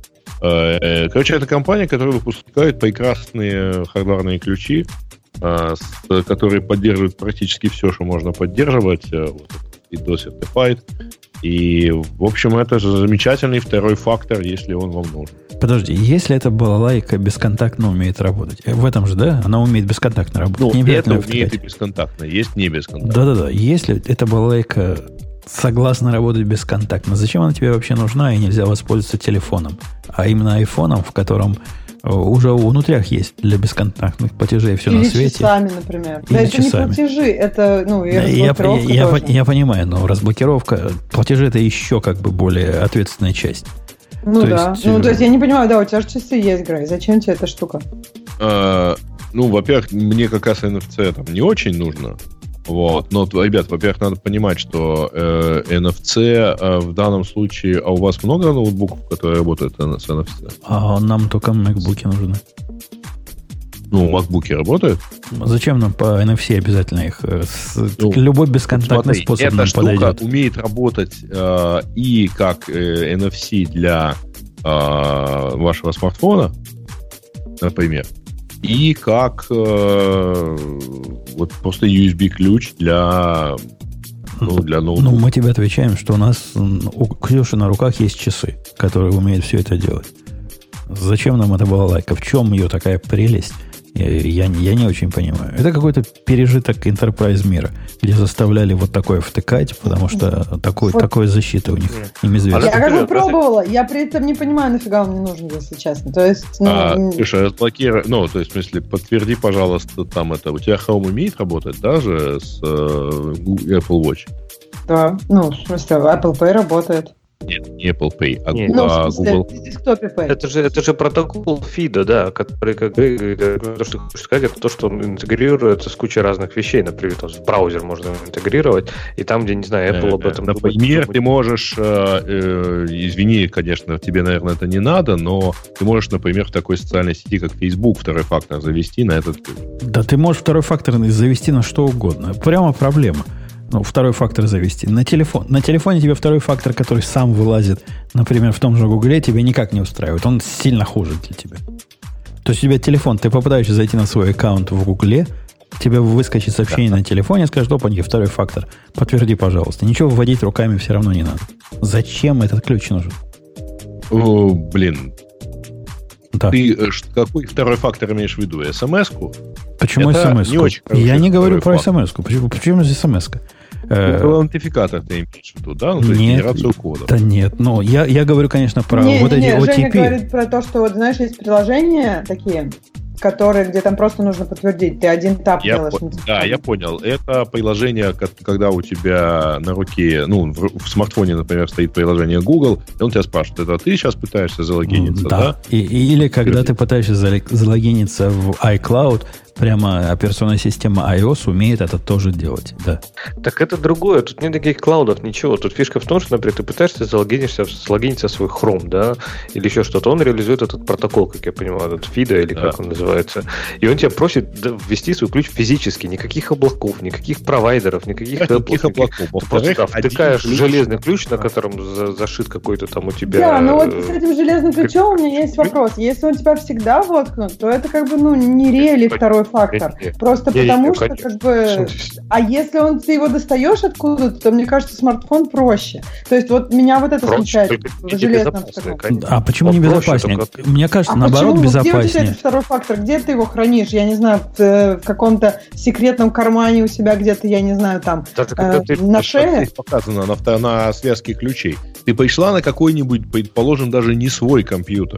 Э, Короче, это компания, которая выпускает прекрасные хардварные ключи, э, с- которые поддерживают практически все, что можно поддерживать. э, вот И до Certified. И, в общем, это же замечательный второй фактор, если он вам нужен. Подожди, если это балалайка бесконтактно умеет работать, э, в этом же, да? Она умеет бесконтактно работать. Ну, Не это обязательно умеет и втыкать. бесконтактно, есть не бесконтактно. Да-да-да. Если эта балалайка согласна работать бесконтактно, зачем она тебе вообще нужна и нельзя воспользоваться телефоном? А именно айфоном, в котором э, уже внутрях есть для бесконтактных платежей все Или на свете. часами, например. Или да, это часами. не платежи, это, ну, и Я, я, разблокировка я, тоже. я понимаю, но разблокировка, платежи это еще как бы более ответственная часть. Ну то да. есть, Ну, э, то есть я не понимаю, да, у тебя же часы есть, Грей. Зачем тебе эта штука? Э, Ну, во-первых, мне как раз эн эф си там не очень нужно. Вот. Но, ребят, во-первых, надо понимать, что э, эн эф си э, в данном случае... А у вас много ноутбуков, которые работают с эн эф си? А нам только MacBook'и нужны. Ну, MacBook'и работают? Зачем нам по эн эф си обязательно их? э, с- Ну, любой бесконтактный Смотри, способ эта нам штука подойдет. умеет работать э, и как э, эн эф си для э, вашего смартфона, например. И как э, вот просто ю эс би-ключ для, ну, для ноутбука. Ну, мы тебе отвечаем, что у нас у Ксюши на руках есть часы, которые умеют все это делать. Зачем нам эта балалайка? В чем ее такая прелесть? Я, я, я не очень понимаю. Это какой-то пережиток Enterprise мира, где заставляли вот такое втыкать, потому что такой, вот. Такой защиты у них им известно. Я как бы пробовала, я при этом не понимаю, нафига он мне нужен, если честно. То есть, ну... А, слушай, разблокируй, ну, то есть, в смысле, подтверди, пожалуйста, там это, у тебя Chrome умеет работать даже с э, Apple Watch? Да, ну, в смысле, Apple Pay работает. Нет, не Apple Pay, а, Нет, ну, а смысле, Google. Pay. Это же, это же протокол фида, да, который, как бы, то, что ты хочешь сказать, это то, что он интегрируется с кучей разных вещей. Например, там, в браузер можно интегрировать, и там, где, не знаю, Apple об этом... Например, думает, ты можешь, э, э, извини, конечно, тебе, наверное, это не надо, но ты можешь, например, в такой социальной сети, как Facebook, второй фактор завести на этот ключ. Да ты можешь второй фактор завести на что угодно. Прямо проблема. Ну, второй фактор завести. На телефон. На телефоне тебе второй фактор, который сам вылазит, например, в том же Гугле, тебя никак не устраивает. Он сильно хуже для тебя. То есть у тебя телефон, ты попытаешься зайти на свой аккаунт в Гугле, тебе выскочит сообщение на телефоне, скажет, опаньки, второй фактор. Подтверди, пожалуйста. Ничего вводить руками все равно не надо. Зачем этот ключ нужен? О, блин. Да. Ты какой второй фактор имеешь в виду? эс эм эс-ку? Почему это смс-ку? не очень Я не говорю про фактор. смс-ку. Почему, почему здесь смс-ка? Аутентификатор ты имеешь в виду, да? Ну, то есть нет, генерацию кода. Да нет, но я, я говорю, конечно, про не, вот не, эти не, о ти пи. Женя говорит про то, что, вот, знаешь, есть приложения такие, которые, где там просто нужно подтвердить. Ты один тап я делаешь. по- да, я понял. Это приложение, когда у тебя на руке, ну, в, в смартфоне, например, стоит приложение Google, и он тебя спрашивает, это ты сейчас пытаешься залогиниться, да? Да. И, или когда ты пытаешься залогиниться в iCloud, прямо операционная система iOS умеет это тоже делать, да. Так это другое, тут нет никаких клаудов, ничего. Тут фишка в том, что, например, ты пытаешься залогиниться, залогиниться в свой Chrome, да, или еще что-то. Он реализует этот протокол, как я понимаю, этот фида, или да. как он называется. И он тебя просит ввести свой ключ физически. Никаких облаков, никаких провайдеров, никаких Apple, никаких облаков. Ты просто да, втыкаешь ключ, железный ключ, на котором за, зашит какой-то там у тебя... Да, но вот с этим железным ключом у меня есть вопрос. Если он у тебя всегда воткнут, то это как бы, ну, не рели второй фактор. Просто не, потому не, что конечно. как бы... А если он, ты его достаешь откуда-то, то, мне кажется, смартфон проще. То есть вот меня вот это смущает в железном таком. А почему он не безопаснее? Только... Мне кажется, а наоборот, почему? Безопаснее. Где у тебя этот второй фактор? Где ты его хранишь? Я не знаю, в, в каком-то секретном кармане у себя где-то, я не знаю, там, да, э, на шее? Показано на, на связке ключей. Ты пришла на какой-нибудь, предположим, даже не свой компьютер.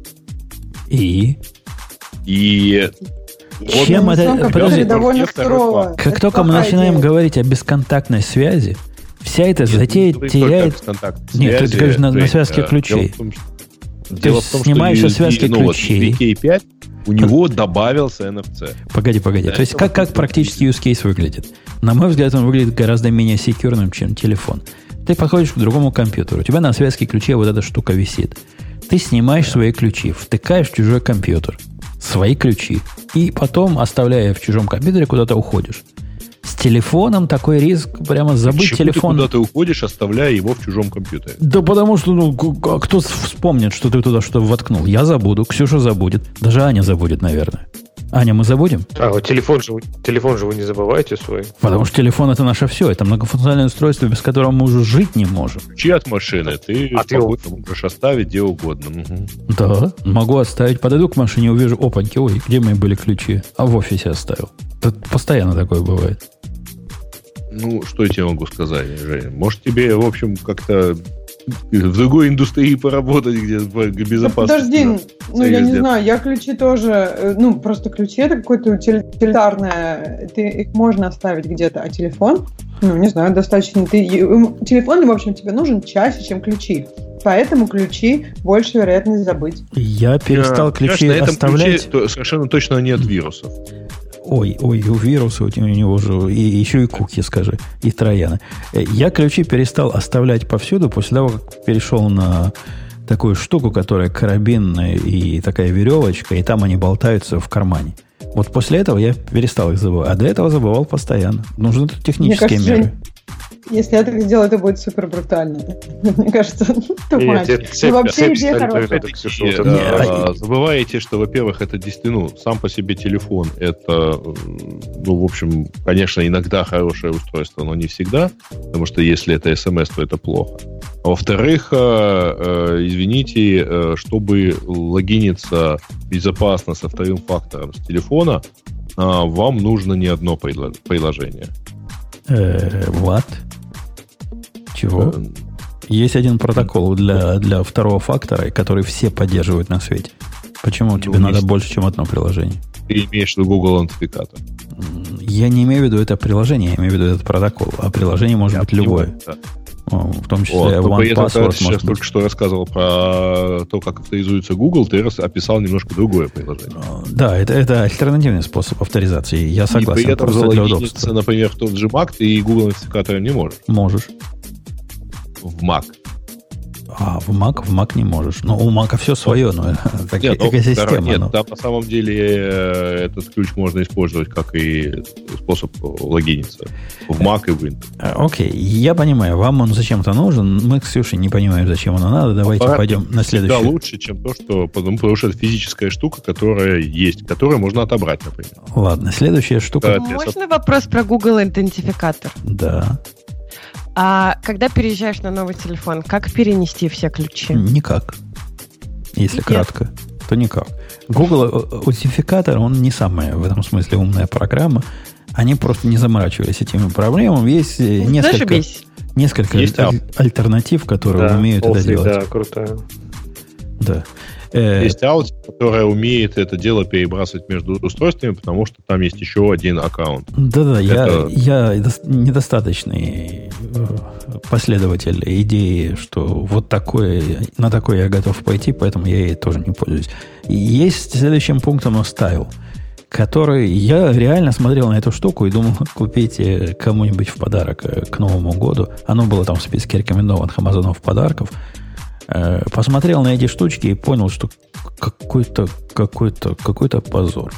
И? И... Чем вот это... Подожди, довольно сурово. Как это только мы начинаем идея. говорить о бесконтактной связи, вся эта Нет, затея теряет... Нет, связи, ты говоришь на, Жень, на связке да, ключей. Дело в том, что, То есть снимаешь со связки ну, ключей. Вот, ви кей пять у него добавился эн эф си. Погоди, погоди. Да, То есть как, как практически use case выглядит? На мой взгляд, он выглядит гораздо менее секьюрным, чем телефон. Ты подходишь к другому компьютеру, у тебя на связке ключей вот эта штука висит. Ты снимаешь свои ключи, втыкаешь в чужой компьютер свои ключи, и потом, оставляя в чужом компьютере, куда-то уходишь. С телефоном такой риск, прямо забыть Почему телефон. Ты куда ты уходишь, оставляя его в чужом компьютере? Да потому что, ну, кто вспомнит, что ты туда что-то воткнул? Я забуду, Ксюша забудет, даже Аня забудет, наверное. Аня, мы забудем? А, вот телефон же, телефон же вы не забываете свой. Потому что телефон это наше все. Это многофункциональное устройство, без которого мы уже жить не можем. Ключи от машины ты а ты можешь оставить где угодно. Угу. Да, могу оставить. Подойду к машине, увижу, опаньки, ой, где мои были ключи? А в офисе оставил. Тут постоянно такое бывает. Ну, что я тебе могу сказать, Женя? Может, тебе, в общем, как-то в другой индустрии поработать, где безопасно. Да подожди, ну я не знаю, я ключи тоже, ну просто ключи это какое-то утилитарное, ты их можно оставить где-то, а телефон, ну не знаю, достаточно, ты, телефон, в общем, тебе нужен чаще, чем ключи. Поэтому ключи больше вероятность забыть. Я перестал ключи Конечно, оставлять. Ключе совершенно точно нет вирусов. Ой, ой, у вируса у него же и еще и куки, скажи, и трояны. Я ключи перестал оставлять повсюду после того, как перешел на такую штуку, которая карабинная и такая веревочка, и там они болтаются в кармане. Вот после этого я перестал их забывать. А до этого забывал постоянно. Нужны тут технические Мне кажется, меры. Жень, Если я так сделаю, это будет супер брутально. Мне кажется, вообще идея хорошая. Забываете, что, во-первых, это действительно, ну, сам по себе телефон, это, ну, в общем, конечно, иногда хорошее устройство, но не всегда, потому что если это СМС, то это плохо. А во-вторых, извините, чтобы логиниться безопасно со вторым фактором с телефона, вам нужно не одно приложение. What? Чего? Есть один протокол для, для второго фактора, который все поддерживают на свете. Почему ну, тебе надо больше, чем одно приложение? Ты имеешь в виду Google Аутентификатор? Я не имею в виду это приложение, я имею в виду этот протокол. А приложение может я быть любое. Да. В том числе вот, One Password. Ты сейчас только что рассказывал про то, как авторизуется Google, ты описал немножко другое приложение. Да, это, это альтернативный способ авторизации. Я согласен. И при этом залогиниться, например, в тот же Mac ты и Google Аутентификатора не можешь. Можешь. В Mac. А, в Mac, в Mac не можешь. Но у Mac все свое, но это нет, экосистема. Нет, но... там на самом деле этот ключ можно использовать как и способ логиниться в Mac и в Windows. Окей, я понимаю, вам он зачем-то нужен. Мы с Ксюшей не понимаем, зачем он надо. Давайте а пойдем на следующий. Да, лучше, чем то, что... Потому что это физическая штука, которая есть, которую можно отобрать, например. Ладно, следующая штука. Да, можно вопрос про Google Аутентификатор? Да. А когда переезжаешь на новый телефон, как перенести все ключи? Никак. Если Нет. кратко, то никак. Google Аутентификатор, он не самая в этом смысле умная программа. Они просто не заморачивались этими проблемами. Есть несколько, несколько Есть аль- альтернатив, которые да, умеют это делать. Да, крутая. Да. Есть аут, которая умеет это дело перебрасывать между устройствами, потому что там есть еще один аккаунт. Да-да, это... я, я недостаточный последователь идеи, что вот такое, на такое я готов пойти, поэтому я ей тоже не пользуюсь. И есть следующим пунктом стайл, который я реально смотрел на эту штуку и думал купить кому-нибудь в подарок к Новому году. Оно было там в списке рекомендованных Амазонов подарков. Посмотрел на эти штучки и понял, что какой-то, какой-то, какой-то позор.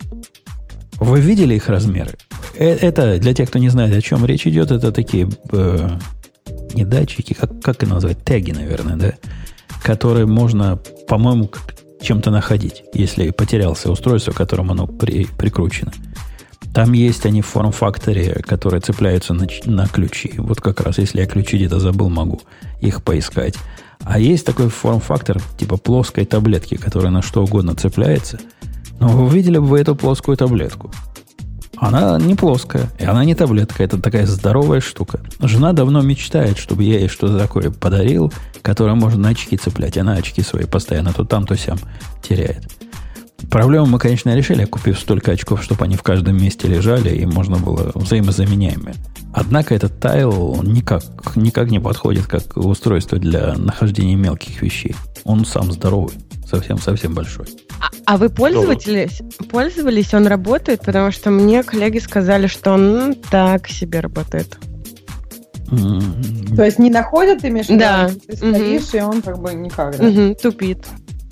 Вы видели их размеры? Это, для тех, кто не знает, о чем речь идет, это такие э, не датчики, как, как их назвать? Теги, наверное, да? Которые можно, по-моему, чем-то находить, если потерялся устройство, к которому оно при, прикручено. Там есть они в форм-факторе, которые цепляются на, на ключи. Вот как раз, если я ключи где-то забыл, могу их поискать. А есть такой форм-фактор типа плоской таблетки, которая на что угодно цепляется. Но вы увидели бы вы эту плоскую таблетку. Она не плоская, и она не таблетка. Это такая здоровая штука. Жена давно мечтает, чтобы я ей что-то такое подарил, которое можно на очки цеплять. Она очки свои постоянно то там, то сям теряет. Проблему мы, конечно, решили, купив столько очков, чтобы они в каждом месте лежали, и можно было взаимозаменяемые. Однако этот тайл он никак, никак не подходит как устройство для нахождения мелких вещей. Он сам здоровый, совсем-совсем большой. А, а вы пользовались? Пользовались? Он работает? Потому что мне коллеги сказали, что он ну, так себе работает. Mm-hmm. То есть не находят, имеешь в виду? Да. Ты стоишь, mm-hmm. и он как бы никак, да? Mm-hmm. Тупит.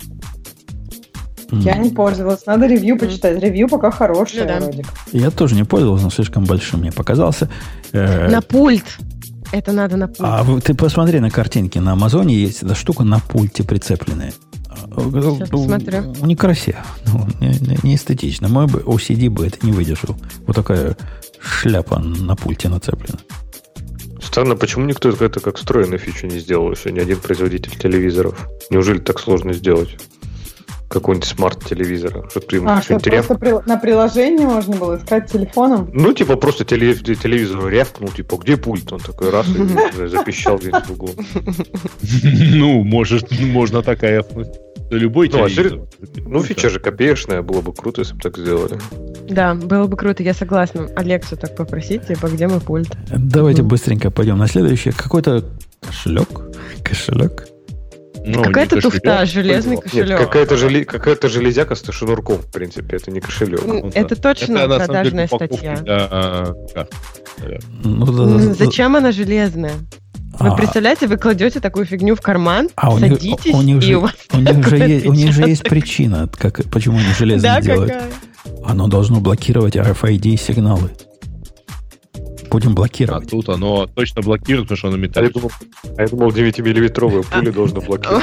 Я не пользовалась. Надо ревью почитать. Ревью пока хорошее. Ну, да. Вроде. Я тоже не пользовался, но слишком большим мне показался. На пульт. Это надо на пульт. А ты посмотри на картинки. На Амазоне есть эта штука на пульте прицепленная. Сейчас посмотрю. Некрасиво. Не, не, не эстетично. Мой бы о си ди бы это не выдержал. Вот такая шляпа на пульте нацеплена. Странно, почему никто это как встроенную фичу не сделал еще, ни один производитель телевизоров? Неужели так сложно сделать? Какой-нибудь смарт-телевизора. Что ты а, что просто при, на приложении можно было искать телефоном? Ну, типа, просто теле, телевизору рявкнул, типа, где пульт? Он такой раз и запищал где-то в углу. Ну, может, можно так и рявкнуть. Любой телевизор. Ну, фича же копеечная, было бы круто, если бы так сделали. Да, было бы круто, я согласна. Алексу так попросить, типа, где мой пульт? Давайте быстренько пойдем на следующее. Какой-то кошелек? Кошелек? Ну, какая-то туфта, железный кошелек. Нет, какая-то, жели, какая-то железяка с шнурком, в принципе, это не кошелек. Ну, это да. точно это, продажная статья. Для, а, как? Ну, да, зачем она железная? Вы а, представляете, вы кладете такую фигню в карман, а садитесь, у них, у них и же, у вас... У них, же есть, у них же есть причина, как, почему они железные да, делают. Какая? Оно должно блокировать ар эф ай ди-сигналы. Будем А блокировать. тут оно точно блокирует, потому что оно А я металлическое. думал, а я думал девятимиллиметровые пули должны блокировать.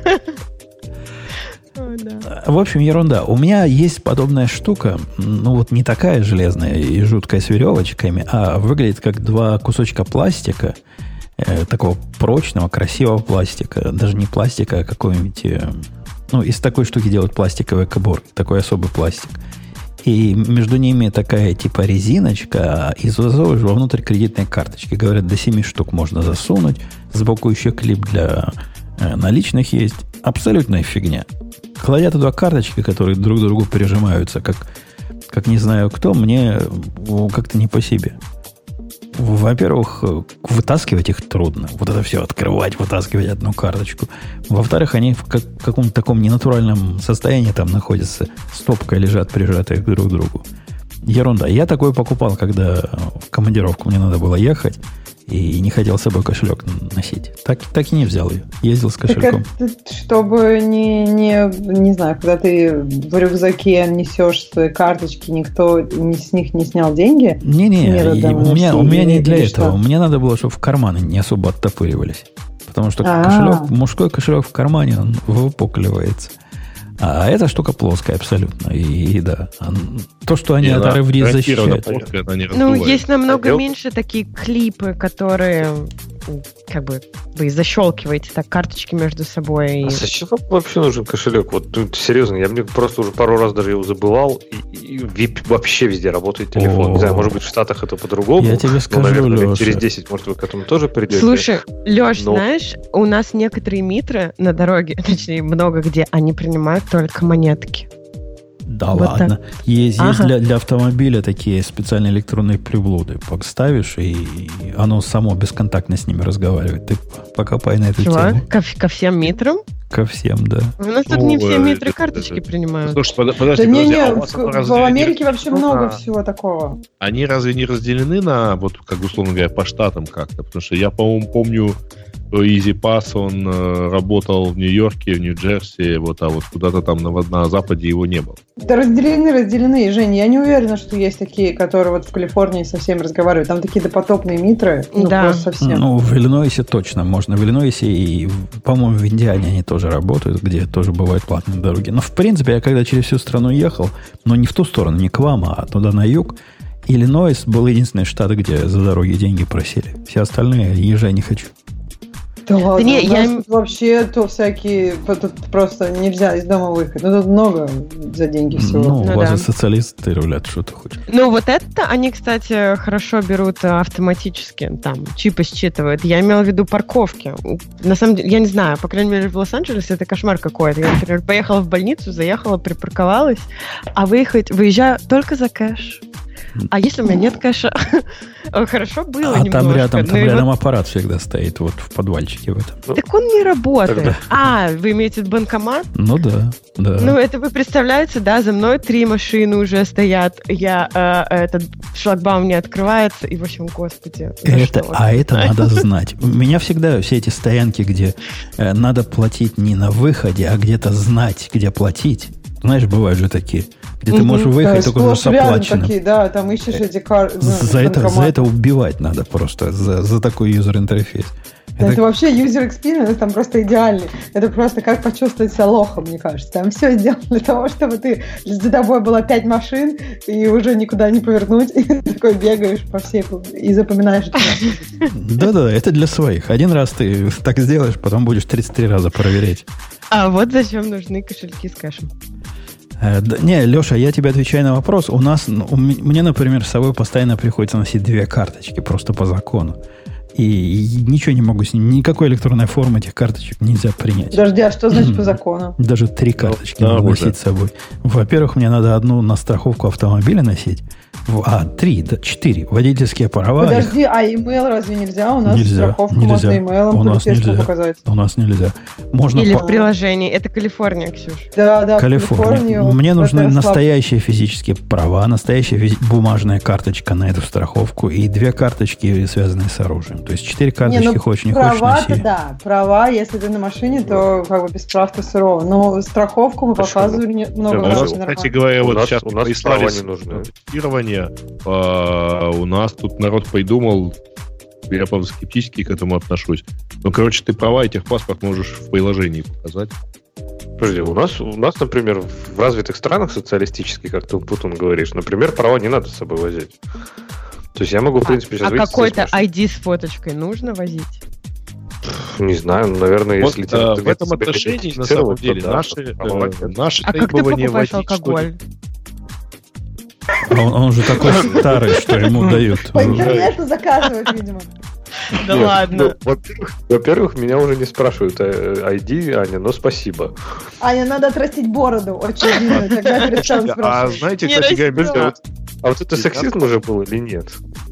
В общем, ерунда. У меня есть подобная штука, ну вот не такая железная и жуткая с веревочками, а выглядит как два кусочка пластика, э, такого прочного, красивого пластика. Даже не пластика, а какой-нибудь... Э, ну, из такой штуки делают пластиковые кобуры. Такой особый пластик. И между ними такая типа резиночка, и засовываешь вовнутрь кредитной карточки. Говорят, до семи штук можно засунуть. Сбоку еще клип для э, наличных есть. Абсолютная фигня. Кладя туда карточки, которые друг к другу прижимаются, как, как не знаю кто, мне как-то не по себе. Во-первых, вытаскивать их трудно. Вот это все открывать, вытаскивать одну карточку. Во-вторых, они в как, каком-то таком ненатуральном состоянии там находятся. Стопкой лежат, прижатые друг к другу. Ерунда. Я такое покупал, когда в командировку мне надо было ехать. И не хотел с собой кошелек носить. Так, так и не взял ее. Ездил с кошельком. Так это, чтобы не, не, не знаю, когда ты в рюкзаке несешь свои карточки, никто не, с них не снял деньги? Не-не, у меня, у меня не для этого. Что? Мне надо было, чтобы в карманы не особо оттопыривались. Потому что А-а-а. кошелек, мужской кошелек в кармане, он выпукливается. А эта штука плоская абсолютно. И, и да. То, что они от эр эф ди защищают. Плоская, она не Ну, есть намного Отдел? меньше такие клипы, которые как бы вы защелкиваете так карточки между собой. А И... зачем вам вообще нужен кошелек? Вот ну, серьезно, я мне просто уже пару раз даже его забывал, и, и вип- вообще везде работает телефон. О. Не знаю, может быть, в Штатах это по-другому. Я тебе скажу, но, наверное, лет Леша. через десять, может, вы к этому тоже придете. Слушай, Леш, Но- знаешь, у нас некоторые митры на дороге, точнее, много где, они принимают только монетки. Да Вот ладно. Есть, Ага. есть для, для автомобиля такие специальные электронные приблуды. Поставишь, и оно само бесконтактно с ними разговаривает. Ты покопай на эту Чего? тему. Ко, ко всем митрам? Ко всем, да. У нас тут Ну, не все э, митры это- карточки это- принимают. Слушай, под- Да подожди, не, подожди, не, а у в, вас это в разве Америке не- вообще Ну, много да. всего такого. Они разве не разделены на, вот, как условно говоря, по штатам как-то? Потому что я, по-моему, помню, что EasyPass, он э, работал в Нью-Йорке, в Нью-Джерси, вот, а вот куда-то там на, на Западе его не было. Да разделены, разделены, Женя. Я не уверена, что есть такие, которые вот в Калифорнии совсем разговаривают. Там такие допотопные митры, ну Да. просто совсем. Ну, в Иллинойсе точно можно. В Иллинойсе и, по-моему, в Индиане они тоже работают, где тоже бывают платные дороги. Но, в принципе, я когда через всю страну ехал, но не в ту сторону, не к вам, а туда на юг, Иллинойс был единственный штат, где за дороги деньги просили. Все остальные езжай не хочу. Да ладно, не, у нас я- тут вообще то всякие, тут просто нельзя из дома выехать. Ну тут много за деньги всего. Ну, Ну у вас да. же социалисты рулят, что ты хочешь. Ну, вот это они, кстати, хорошо берут э, автоматически, там, чипы считывают. Я имела в виду парковки. На самом деле, я не знаю, по крайней мере, в Лос-Анджелесе это кошмар какой-то. Я, например, поехала в больницу, заехала, припарковалась, а выехать, выезжаю только за кэш. А если у меня нет кэша? Хорошо было А немножко. там рядом, там но и рядом вот- аппарат всегда стоит, вот в подвальчике в этом. Так он не работает. Тогда- А, вы имеете в виду банкомат? Ну да, да. Ну, это вы представляете, да, за мной три машины уже стоят, я, э, этот шлагбаум не открывается, и, в общем, господи. за Это, что? а это надо знать. У меня всегда все эти стоянки, где э, надо платить не на выходе, а где-то знать, где платить. Знаешь, бывают же такие, где ты Мгм. можешь выехать только уже с сплошь рядом оплаченным. такие, да, там ищешь эти карты. За это, за это убивать надо просто, за, за такой юзер-интерфейс. Это... Это- вообще user experience там просто идеальный. Это просто как почувствовать себя лохом, мне кажется. Там все сделано для того, чтобы ты за тобой было пять машин, и уже никуда не повернуть, и ты такой бегаешь по всей и запоминаешь. Да-да, это для своих. Один раз ты так сделаешь, потом будешь тридцать три раза проверять. А вот зачем нужны кошельки с кэшем. Э, да, не, Леша, я тебе отвечаю на вопрос. У нас, ну, у м- мне, например, с собой постоянно приходится носить две карточки, просто по закону. И, и ничего не могу с ним, никакой электронной формы этих карточек нельзя принять. Подожди, а что значит по закону? Даже три карточки да, надо уже. носить с собой. Во-первых, мне надо одну на страховку автомобиля носить. В- А, три, да, четыре. Водительские права. их- Подожди, а email разве нельзя? У нас Нельзя, страховку нельзя. можно имейлом У нас полицейскому нельзя. показать. У нас нельзя. Можно Или по- в приложении. Это Калифорния, Ксюш. Да, да, в Калифорния. Калифорнии вот Мне в нужны это слабо. настоящие физические права, настоящая физи- бумажная карточка на эту страховку и две карточки, связанные с оружием. То есть четыре Не, карточки ну, хочешь, не хочешь, права-то носи. да, права, если ты на машине, то как бы без прав-то сырого. Но страховку мы Почему? показывали не- много Да, У раз. нас, нормально. кстати говоря, У вот нас- сейчас у нас прислали права с- не нужны. тестирование не, а, у нас тут народ придумал, я, правда, скептически к этому отношусь. Ну, короче, ты права и техпаспорт можешь в приложении показать. Подожди, у нас, у нас, например, в развитых странах социалистических, как ты, Путун, говоришь, например, права не надо с собой возить. То есть я могу, в принципе, сейчас а выйти... А какой-то ай ди с фоточкой нужно возить? Не знаю, наверное, вот, если... А, ты, в этом отношении, на самом деле, да, наши, э, наши а как ты покупаешь возить, алкоголь? Он, он уже такой старый, что ему дают. По интернету заказывают, видимо. Да Нет, ладно. Ну, во-первых, во-первых, меня уже не спрашивают ай ди, Аня, но спасибо. Аня, надо отрастить бороду. Очень длинную, тогда перестанут А спрашивать. знаете, Не кстати, говоря, растёт. А вот, а вот это сексизм уже был или нет?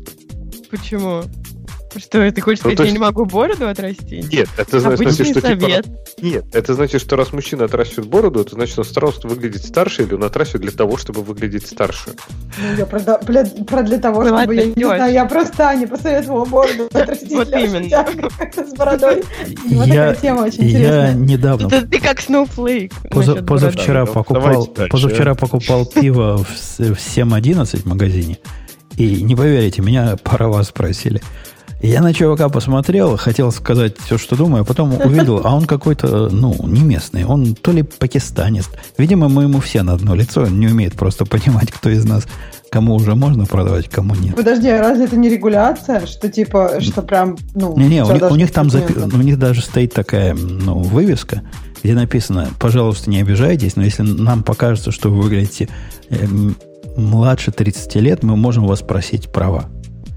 Почему? Что, ты хочешь Ну, сказать, то я есть- не могу бороду отрастить? Нет, это значит, Обычный что типа... совет. Нет, это значит, что раз мужчина отращивает бороду, это значит, он старался выглядеть старше, или он отращивает для того, чтобы выглядеть старше. Ну, я про, да- бля- про для того, Ну, чтобы, ладно, я не Лёш. знаю, я просто Ане посоветовала бороду отрастить. Вот Лёша, именно. у тебя как-то с бородой. Вот Я, такая тема очень я интересная. недавно, Это ты как Snowflake. поза- насчет позавчера бороды. покупал, Давайте дальше. позавчера покупал пиво в, с- в семь одиннадцать в магазине. И не поверите, меня права спросили. Я на чувака посмотрел, хотел сказать все, что думаю, а потом увидел, а он какой-то, ну, не местный. Он то ли пакистанец. Видимо, мы ему все на одно лицо. Он не умеет просто понимать, кто из нас, кому уже можно продавать, кому нет. Подожди, а разве это не регуляция? Что типа, что прям, ну... Не-не, у всё них, у должно них быть там запи- документом? у них даже стоит такая, ну, вывеска, где написано: пожалуйста, не обижайтесь, но если нам покажется, что вы выглядите э, м- младше тридцати лет, мы можем вас просить права.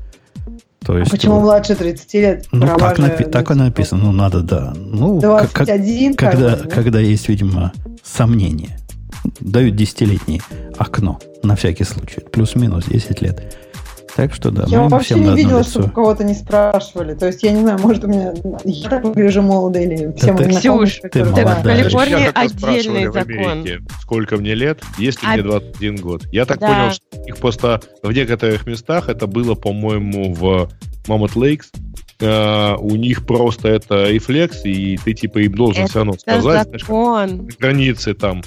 То А есть, почему вот, младше тридцати лет? ну, Права так, же, напи- ну, так и типа, написано, ну, надо, да. Ну, как- двадцать как- один, как когда, бы, да? когда есть, видимо, сомнения, дают десятилетнее окно, на всякий случай, плюс-минус десять лет. Так что, да, Я мы вообще всем на не одно видела, лицо. чтобы кого-то не спрашивали. То есть, я не знаю, может, у меня... Я так выгляжу молодо или все ты- мои знакомые, Ксюш, которые- ты Так в молодая. Калифорнии Меня как-то отдельный спрашивали в закон. Америке, сколько мне лет, если А- мне двадцать один год. Я так Да. понял, что их просто в некоторых местах, это было, по-моему, в Mammoth Lakes, э, у них просто это рефлекс, и ты типа им должен Это все равно Это сказать, знаешь, как закон. на границе там,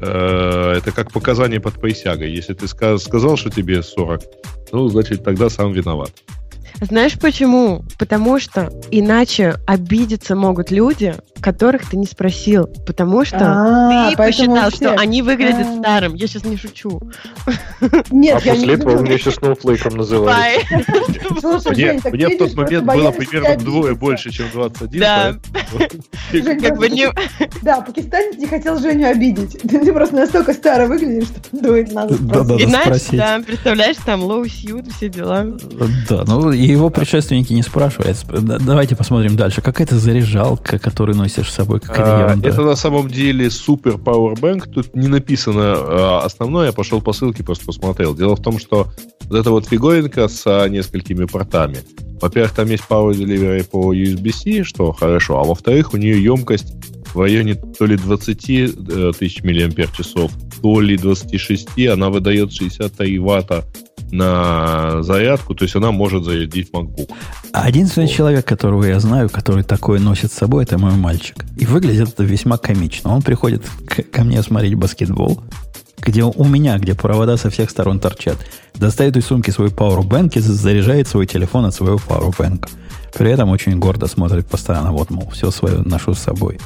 э, это как показание под присягой. Если ты ска- сказал, что тебе сорок, ну, значит, тогда сам виноват. Знаешь почему? Потому что иначе обидеться могут люди, которых ты не спросил. Потому что А, ты поэтому посчитал, все. что они выглядят А. старым. Я сейчас не шучу. Нет, А я не после этого вы люблю. меня еще сноуфлейком называли. Бай. Слушай, Мне, Жень, так мне в видишь, тот просто момент было боялись примерно тебя вдвое обидеться. больше, чем двадцать один. Да. поэтому- Жень, Как бы не... Да, пакистанец не хотел Женю обидеть. Ты, ты просто настолько старый выглядишь, что дует надо Да, да, спросить. да. Иначе, спросить. да, представляешь, там low suit, все дела. Да, ну и его предшественники не спрашивают. Сп- да- Давайте посмотрим дальше. Какая-то заряжалка, которую носишь с собой, какая-то А, ерунда. это на самом деле супер Powerbank. Тут не написано а, основное, я пошел по ссылке, просто посмотрел. Дело в том, что вот эта вот фиговинка с а, несколькими портами. Во-первых, там есть Power Delivery по ю эс би-C, что хорошо, а во-вторых, у нее емкость в районе то ли двадцать э, тысяч миллиампер-часов, то ли двадцать шесть, она выдает шестьдесят три ватта на зарядку, то есть она может зарядить MacBook. А единственный человек, которого я знаю, который такое носит с собой, это мой мальчик. И выглядит это весьма комично. Он приходит к- ко мне смотреть баскетбол, где у меня, где провода со всех сторон торчат, достает из сумки свой пауэрбэнк и заряжает свой телефон от своего пауэрбэнка. При этом очень гордо смотрит постоянно, вот, мол, все свое ношу с собой.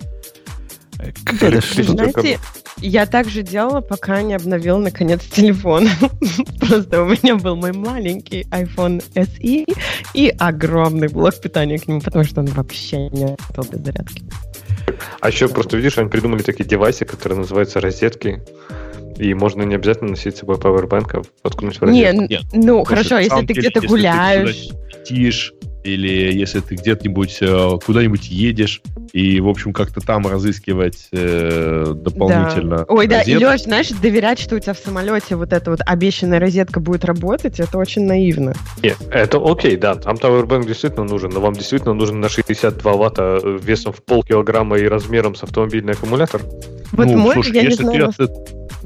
Какая-то Блин, штука. Знаете, я так же делала, пока не обновил, наконец, телефон. Просто у меня был мой маленький iPhone эс и и огромный блок питания к нему, потому что он вообще не работал без зарядки. А еще просто, видишь, они придумали такие девайсы, которые называются розетки. И можно не обязательно носить с собой пауэрбэнк, а воткнуть в Не, розетку. н- Нет. ну Потому хорошо, что, на если самом ты деле, где-то если гуляешь. Ты куда-нибудь летишь, или если ты где-нибудь э, куда-нибудь едешь, и, в общем, как-то там разыскивать э, дополнительно. Да. Ой, да, и, розетку. Леш, знаешь, доверять, что у тебя в самолете вот эта вот обещанная розетка будет работать, это очень наивно. Нет, это окей, да, там Powerbank действительно нужен, но вам действительно нужен на шестьдесят два ватта весом в полкилограмма и размером с автомобильный аккумулятор. Вот Ну, мой, слушай, я не если знаю, ты,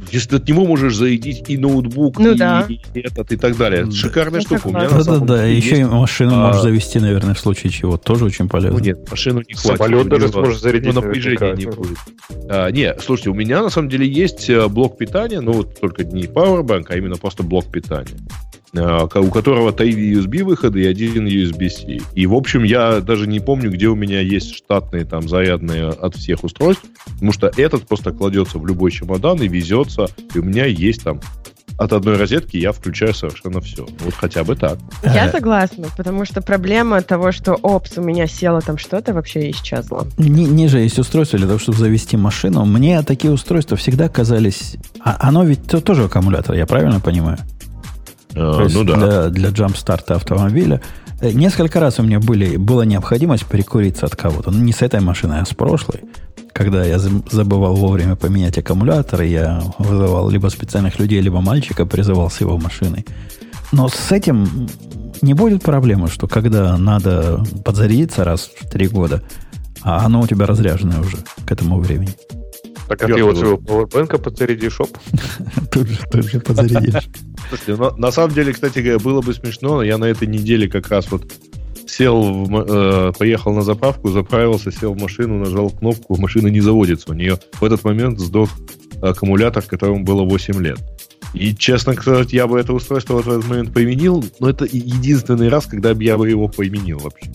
если ты от него можешь зарядить и ноутбук, ну, и, да. и этот, и так далее. Это шикарная Я штука. У меня Да-да-да, еще и машину а... можешь завести, наверное, в случае чего. Тоже очень полезно. Ну, нет, машину не хватит. Самолет даже сможешь зарядить. Но напряжения не будет. А, не, слушайте, у меня на самом деле есть блок питания, но вот только не Powerbank, а именно просто блок питания, у которого три ю эс би выхода и один ю эс би-C. И, в общем, я даже не помню, где у меня есть штатные там зарядные от всех устройств, потому что этот просто кладется в любой чемодан и везется, и у меня есть там от одной розетки я включаю совершенно все. Вот хотя бы так. Я согласна, потому что проблема того, что опс, у меня село там что-то, вообще исчезла. Ни, ниже есть устройство для того, чтобы завести машину. Мне такие устройства всегда казались... А, оно ведь то, тоже аккумулятор, я правильно понимаю? А, То есть ну да. Для, для джамп-старта автомобиля. Несколько раз у меня были, была необходимость перекуриться от кого-то. Ну, не с этой машиной, а с прошлой. Когда я забывал вовремя поменять аккумулятор, я вызывал либо специальных людей, либо мальчика, призывал с его машиной. Но с этим не будет проблемы, что когда надо подзарядиться раз в три года, а оно у тебя разряженное уже к этому времени. Так а ты вот своего пауэрбэнка подзарядишь, оп? Тут же, тут же подзарядишь. Слушайте, на, на самом деле, кстати говоря, было бы смешно, я на этой неделе как раз вот сел, в, э, поехал на заправку, заправился, сел в машину, нажал кнопку, машина не заводится. У нее в этот момент сдох аккумулятор, которому было восемь лет. И, честно сказать, я бы это устройство в этот момент применил, но это единственный раз, когда я бы его применил вообще.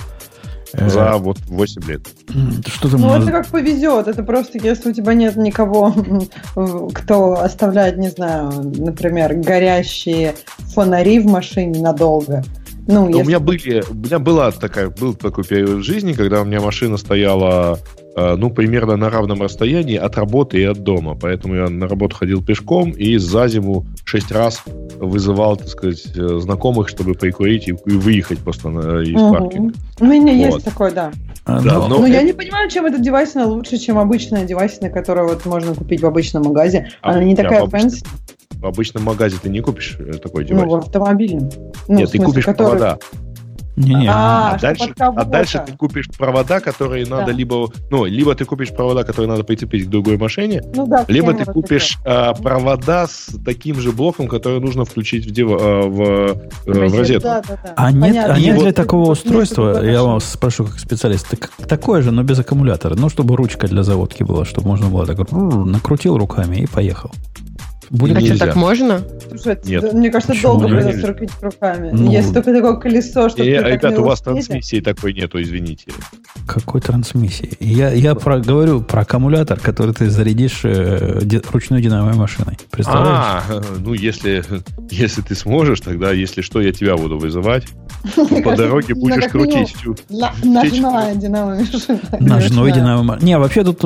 За вот восемь лет. Что-то ну, может... это как повезет. Это просто, если у тебя нет никого, кто оставляет, не знаю, например, горящие фонари в машине надолго. Ну, если... У меня были, у меня была такая, был такой период в жизни, когда у меня машина стояла, ну, примерно на равном расстоянии от работы и от дома. Поэтому я на работу ходил пешком и за зиму шесть раз вызывал, так сказать, знакомых, чтобы прикурить и выехать просто на, из угу. паркинга. У меня вот. есть такой, да. А, да но... но но это... я не понимаю, чем эта девайсина лучше, чем обычная девайсина, которую вот можно купить в обычном магазе. А, Она не такая фэнси. В обычном магазе ты не купишь такой девайс? Ну, в автомобильном. Ну, Нет, в смысле, ты купишь который... провода. Не-не. А, а, дальше, а дальше ты купишь провода, которые да. надо либо... Ну, либо ты купишь провода, которые надо прицепить к другой машине, ну, да, либо ты купишь а, провода с таким же блоком, который нужно включить в, дев... в, в, в розетку. Да, да, да. А нет, а нет вот для такого устройства, я вас спрошу как специалист, так, такое же, но без аккумулятора. Ну, чтобы ручка для заводки была, чтобы можно было так накрутил руками и поехал. Будет а что, так можно? Слушай, Нет. Мне кажется, Почему долго нет? придется крутить руками. Ну, Есть только такое колесо, что э, ты ребят, так у вас успеете. трансмиссии такой нету, извините. Какой трансмиссии? Я, я про, говорю про аккумулятор, который ты зарядишь э, ди, ручной динамовой машиной. Представляешь? А, ну если, если ты сможешь, тогда, если что, я тебя буду вызывать. По дороге будешь крутить всю... Ножная динамовая машина. Ножной динамовой. Не, вообще тут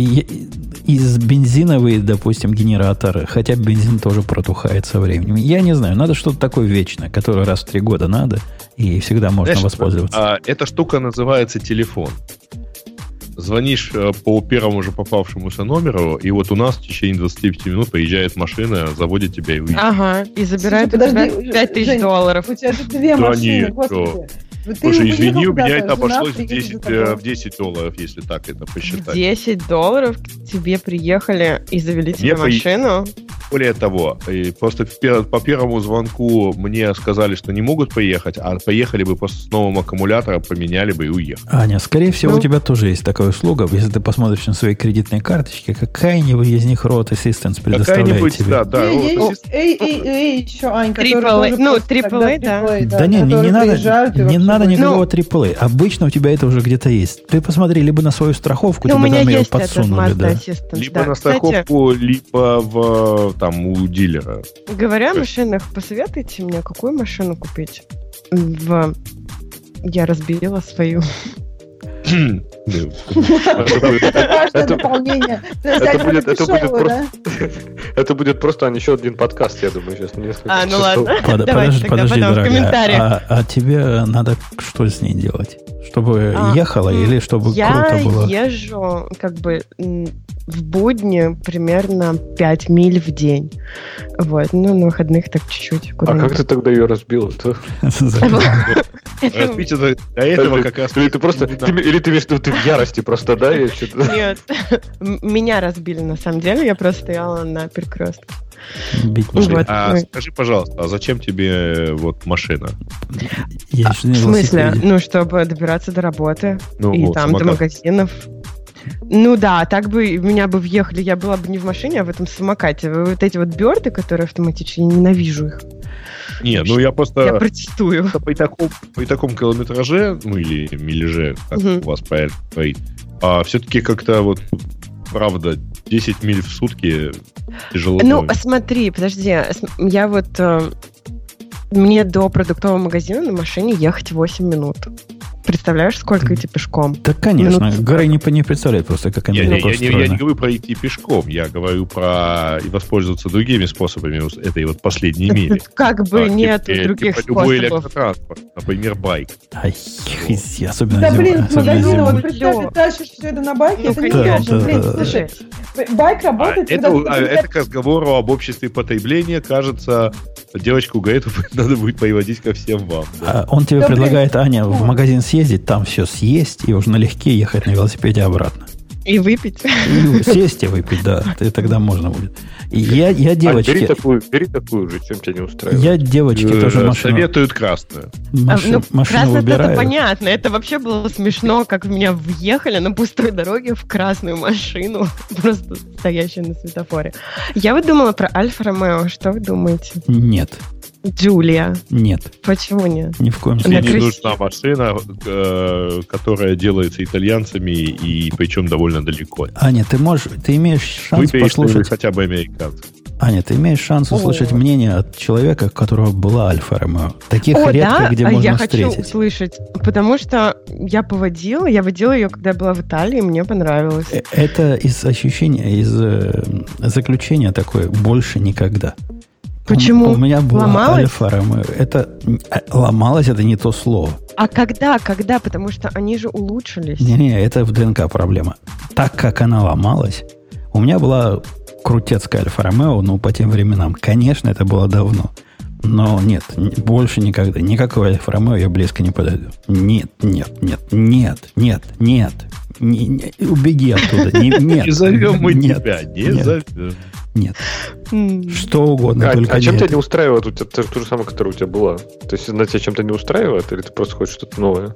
из бензиновый, допустим, генератор, хотя бензин тоже протухает со временем. Я не знаю, надо что-то такое вечное, которое раз в три года надо, и всегда можно Знаешь, воспользоваться. А, эта штука называется телефон. Звонишь по первому же попавшемуся номеру, и вот у нас в течение двадцати пяти минут приезжает машина, заводит тебя и уедет. Ага, и забирает Слушай, у тебя пять тысяч долларов. У тебя тут две да машины, нет, господи. Слушай, извини, у меня это обошлось в десять, в десять долларов, если так это посчитать. десять долларов к тебе приехали и завели тебе мне машину? При... Более того, просто по первому звонку мне сказали, что не могут поехать, а поехали бы просто с новым аккумулятором, поменяли бы и уехали. Аня, скорее всего, ну? у тебя тоже есть такая услуга. Если ты посмотришь на свои кредитные карточки, какая-нибудь из них Road Assistance предоставляет тебе. Да, да, эй, эй, эй, эй, еще, Ань, Triple, ну, Triple, да. Да не, не надо, не надо никакого Triple A. Обычно у тебя это уже где-то есть. Ты посмотри, либо на свою страховку, ну, тебе там ее подсунули. Да. Либо да. на страховку, Кстати, либо в, там, у дилера. Говоря о машинах, посоветуйте мне, какую машину купить? В... Я разбила свою. Это будет просто еще один подкаст, я думаю, сейчас. А, ну ладно. Подожди, подожди, дорогая. А тебе надо что с ней делать? Чтобы А, ехала м, или чтобы Я круто было? езжу как бы м, в будни примерно пять миль в день. Вот. Ну, на выходных так чуть-чуть. А куда-нибудь. как ты тогда ее разбил-то? Это- Разбить это до этого Или как раз... Или ты просто, ты- или ты имеешь в виду, ты в ярости просто, да? и что-то- Нет, М- меня разбили на самом деле, я просто стояла на перекрестке. Бить не Вот. будет. А Ой. скажи, пожалуйста, а зачем тебе э, вот машина? Я А, ещё на в смысле? велосипеде. Ну, чтобы добираться до работы Ну, и вот, там до самокат. магазинов. Ну да, так бы меня бы въехали, я была бы не в машине, а в этом самокате. Вот эти вот бёрды, которые автоматические, я ненавижу их. Не, ну я просто... Я протестую. При таком, при таком километраже, ну или миляже, как Мгм. у вас правильно говорить, а все-таки как-то вот, правда, десять миль в сутки тяжело. Ну, будет. смотри, подожди, с- я вот... э, Мне до продуктового магазина на машине ехать восемь минут. Представляешь, сколько идти пешком? Да, конечно. Минут Горы не, не представляет просто, как Я, Америка не, я, не, я устроена. не говорю про идти пешком, я говорю про и воспользоваться другими способами вот этой вот последней мили. Как бы А, нет типа- других типа любой способов. электротранспорт, например, байк. Ай, хизи, особенно Да, зимой, блин, с особенно магазина, зимой. вот представь, ты тащишь все это на байке, Ну, это не конечно, очень. Блин, да, да. слушай, байк А работает, это, когда а ты- это к разговору об обществе потребления, кажется, девочку Гаэту надо будет приводить ко всем вам. Да. А он тебе Да, блин. предлагает, Аня, в О. магазин съездить, там все съесть, и уже налегке ехать на велосипеде обратно. И выпить. И съесть и выпить, да, и тогда можно будет. И я, я Ань, бери девочке, такую, бери такую же, чем тебя не устраивает. я девочке тоже Э, машину, Советуют красную. А, машину, ну, машину красное это выбираю. понятно. Это вообще было смешно, как в меня въехали на пустой дороге в красную машину, просто стоящую на светофоре. Я вот думала про Альфа Ромео. Что вы думаете? Нет, Джулия. нет, Почему нет? ни в коем Она Мне случае. не красивая. нужна машина, э, которая делается итальянцами, и причем довольно далеко. Аня, ты можешь, ты имеешь шанс Выбери послушать. хотя бы американцев. Аня, ты имеешь шанс услышать О. мнение от человека, у которого была Альфа Ромео. Таких О, редко да? где А можно я хочу встретить. услышать, потому что я поводила, я водила ее, когда я была в Италии, и мне понравилось. Э, Это из ощущения, из э, заключения такое больше никогда. Почему? У, у меня была Ломалась? Альфа Ромео. Это э, ломалось, это не то слово. А когда, когда? Потому что они же улучшились. Не-не, это в ДНК проблема. Так как она ломалась, у меня была крутецкая Альфа Ромео, ну, по тем временам. Конечно, это было давно. Но нет, н- больше никогда. Никакого Альфа Ромео я близко не подойду. Нет, нет, нет, нет, нет, нет. Не- не- убеги оттуда. Не, нет. Не зовем мы нет, тебя, не нет, зовем. Нет. М. Что угодно, А, только а чем не тебя это. не устраивает? У тебя то, то же самое, которое у тебя было. То есть она тебя чем-то не устраивает, или ты просто хочешь что-то новое?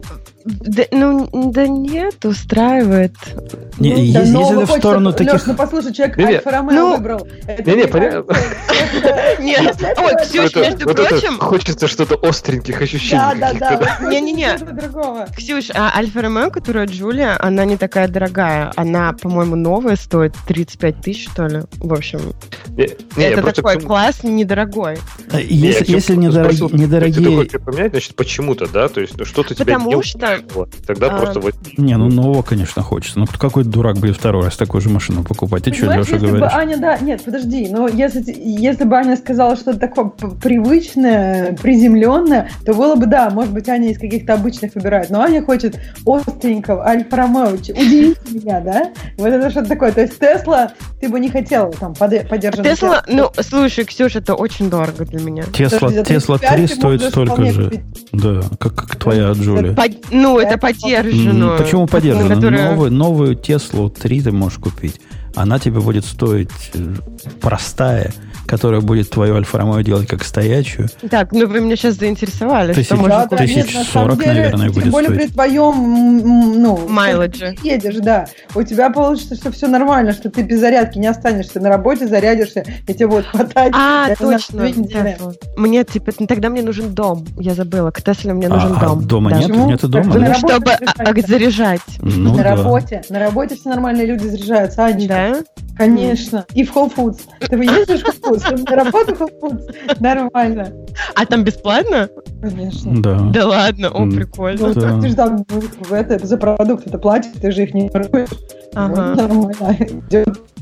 Да, ну, да нет, устраивает. Не, Ну, е- Да, если нового ты в хочется- сторону Леш, таких... ну послушай, человек Не-не. Альфа Ромео Ну, выбрал. Это не-не, мне понятно. кажется, Нет, это- ой, это- Ксюш, это- между Вот это прочим... хочется что-то остреньких ощущений Да, да, каких-то. да. вот Не-не-не. что-то другого. Ксюш, а Альфа Ромео, которая Джулия, она не такая дорогая. Она, по-моему, новая, стоит тридцать пять тысяч, что ли. В общем, Не, не, я это просто такой к чему- класс недорогой. Э, Не, я Если, к чему если просто недороги- спросил, Если ты недорогие... хочешь поменять, значит, почему-то, да? То есть, ну, что-то тебя Потому не что, устраивало. Тогда а, просто вот... Не, ну нового, конечно, хочется. Ну, какой дурак будет второй раз такую же машину покупать? Ты что, Понимаешь, Леша, если бы говоришь? Аня, да, нет, подожди, но если, т- если бы Аня сказала что-то такое п- привычное, приземленное, то было бы, да, может быть, Аня из каких-то обычных выбирает, но Аня хочет остренького, Альфа Ромео, Ч- удивите меня, да? Вот это что-то такое, то есть Тесла ты бы не хотела там под- подержанный Тесла, ну, слушай, Ксюш, это очень дорого для меня. Тесла, Подожди, за Тесла тридцать пять три ты стоит можешь столько вполне же. купить. Да, как, как твоя Джулия. Под- ну, это Это поддержанную. М, Почему подержанную? которая- Новую, новую Теслу три ты можешь купить. Она тебе будет стоить э, простая, которая будет твою Альфа-Ромео делать как стоячую. Так, ну вы меня сейчас заинтересовали, Тысяч- что можно Да, да, купить. нет, тысяч на самом сорок, деле, наверное, тем будет более стоить. при твоем, м, ну, Майледже. ты едешь, да, у тебя получится, что все нормально, что ты без зарядки не останешься, на работе зарядишься, и тебе будет хватать. А, Это на точно. две недели. Тесла. Мне, типа, тогда мне нужен дом. Я забыла. К Тесле мне нужен А, а дом. дома Да. нет? Почему? Нету Так дома? вы да? на Ну, работе чтобы а, а, заряжать. Ну на да. работе, на работе все нормальные люди заряжаются, Анечка. Да? Конечно. И в Whole Foods. Ты ездишь в Whole Foods, ты на работу в Whole Foods. Нормально. А там бесплатно? Конечно. Да. Да ладно, о, М. прикольно. Ну, Да. ты же там в это, за продукты это платишь, ты же их не воруешь. Ага. Вот, нормально. Идет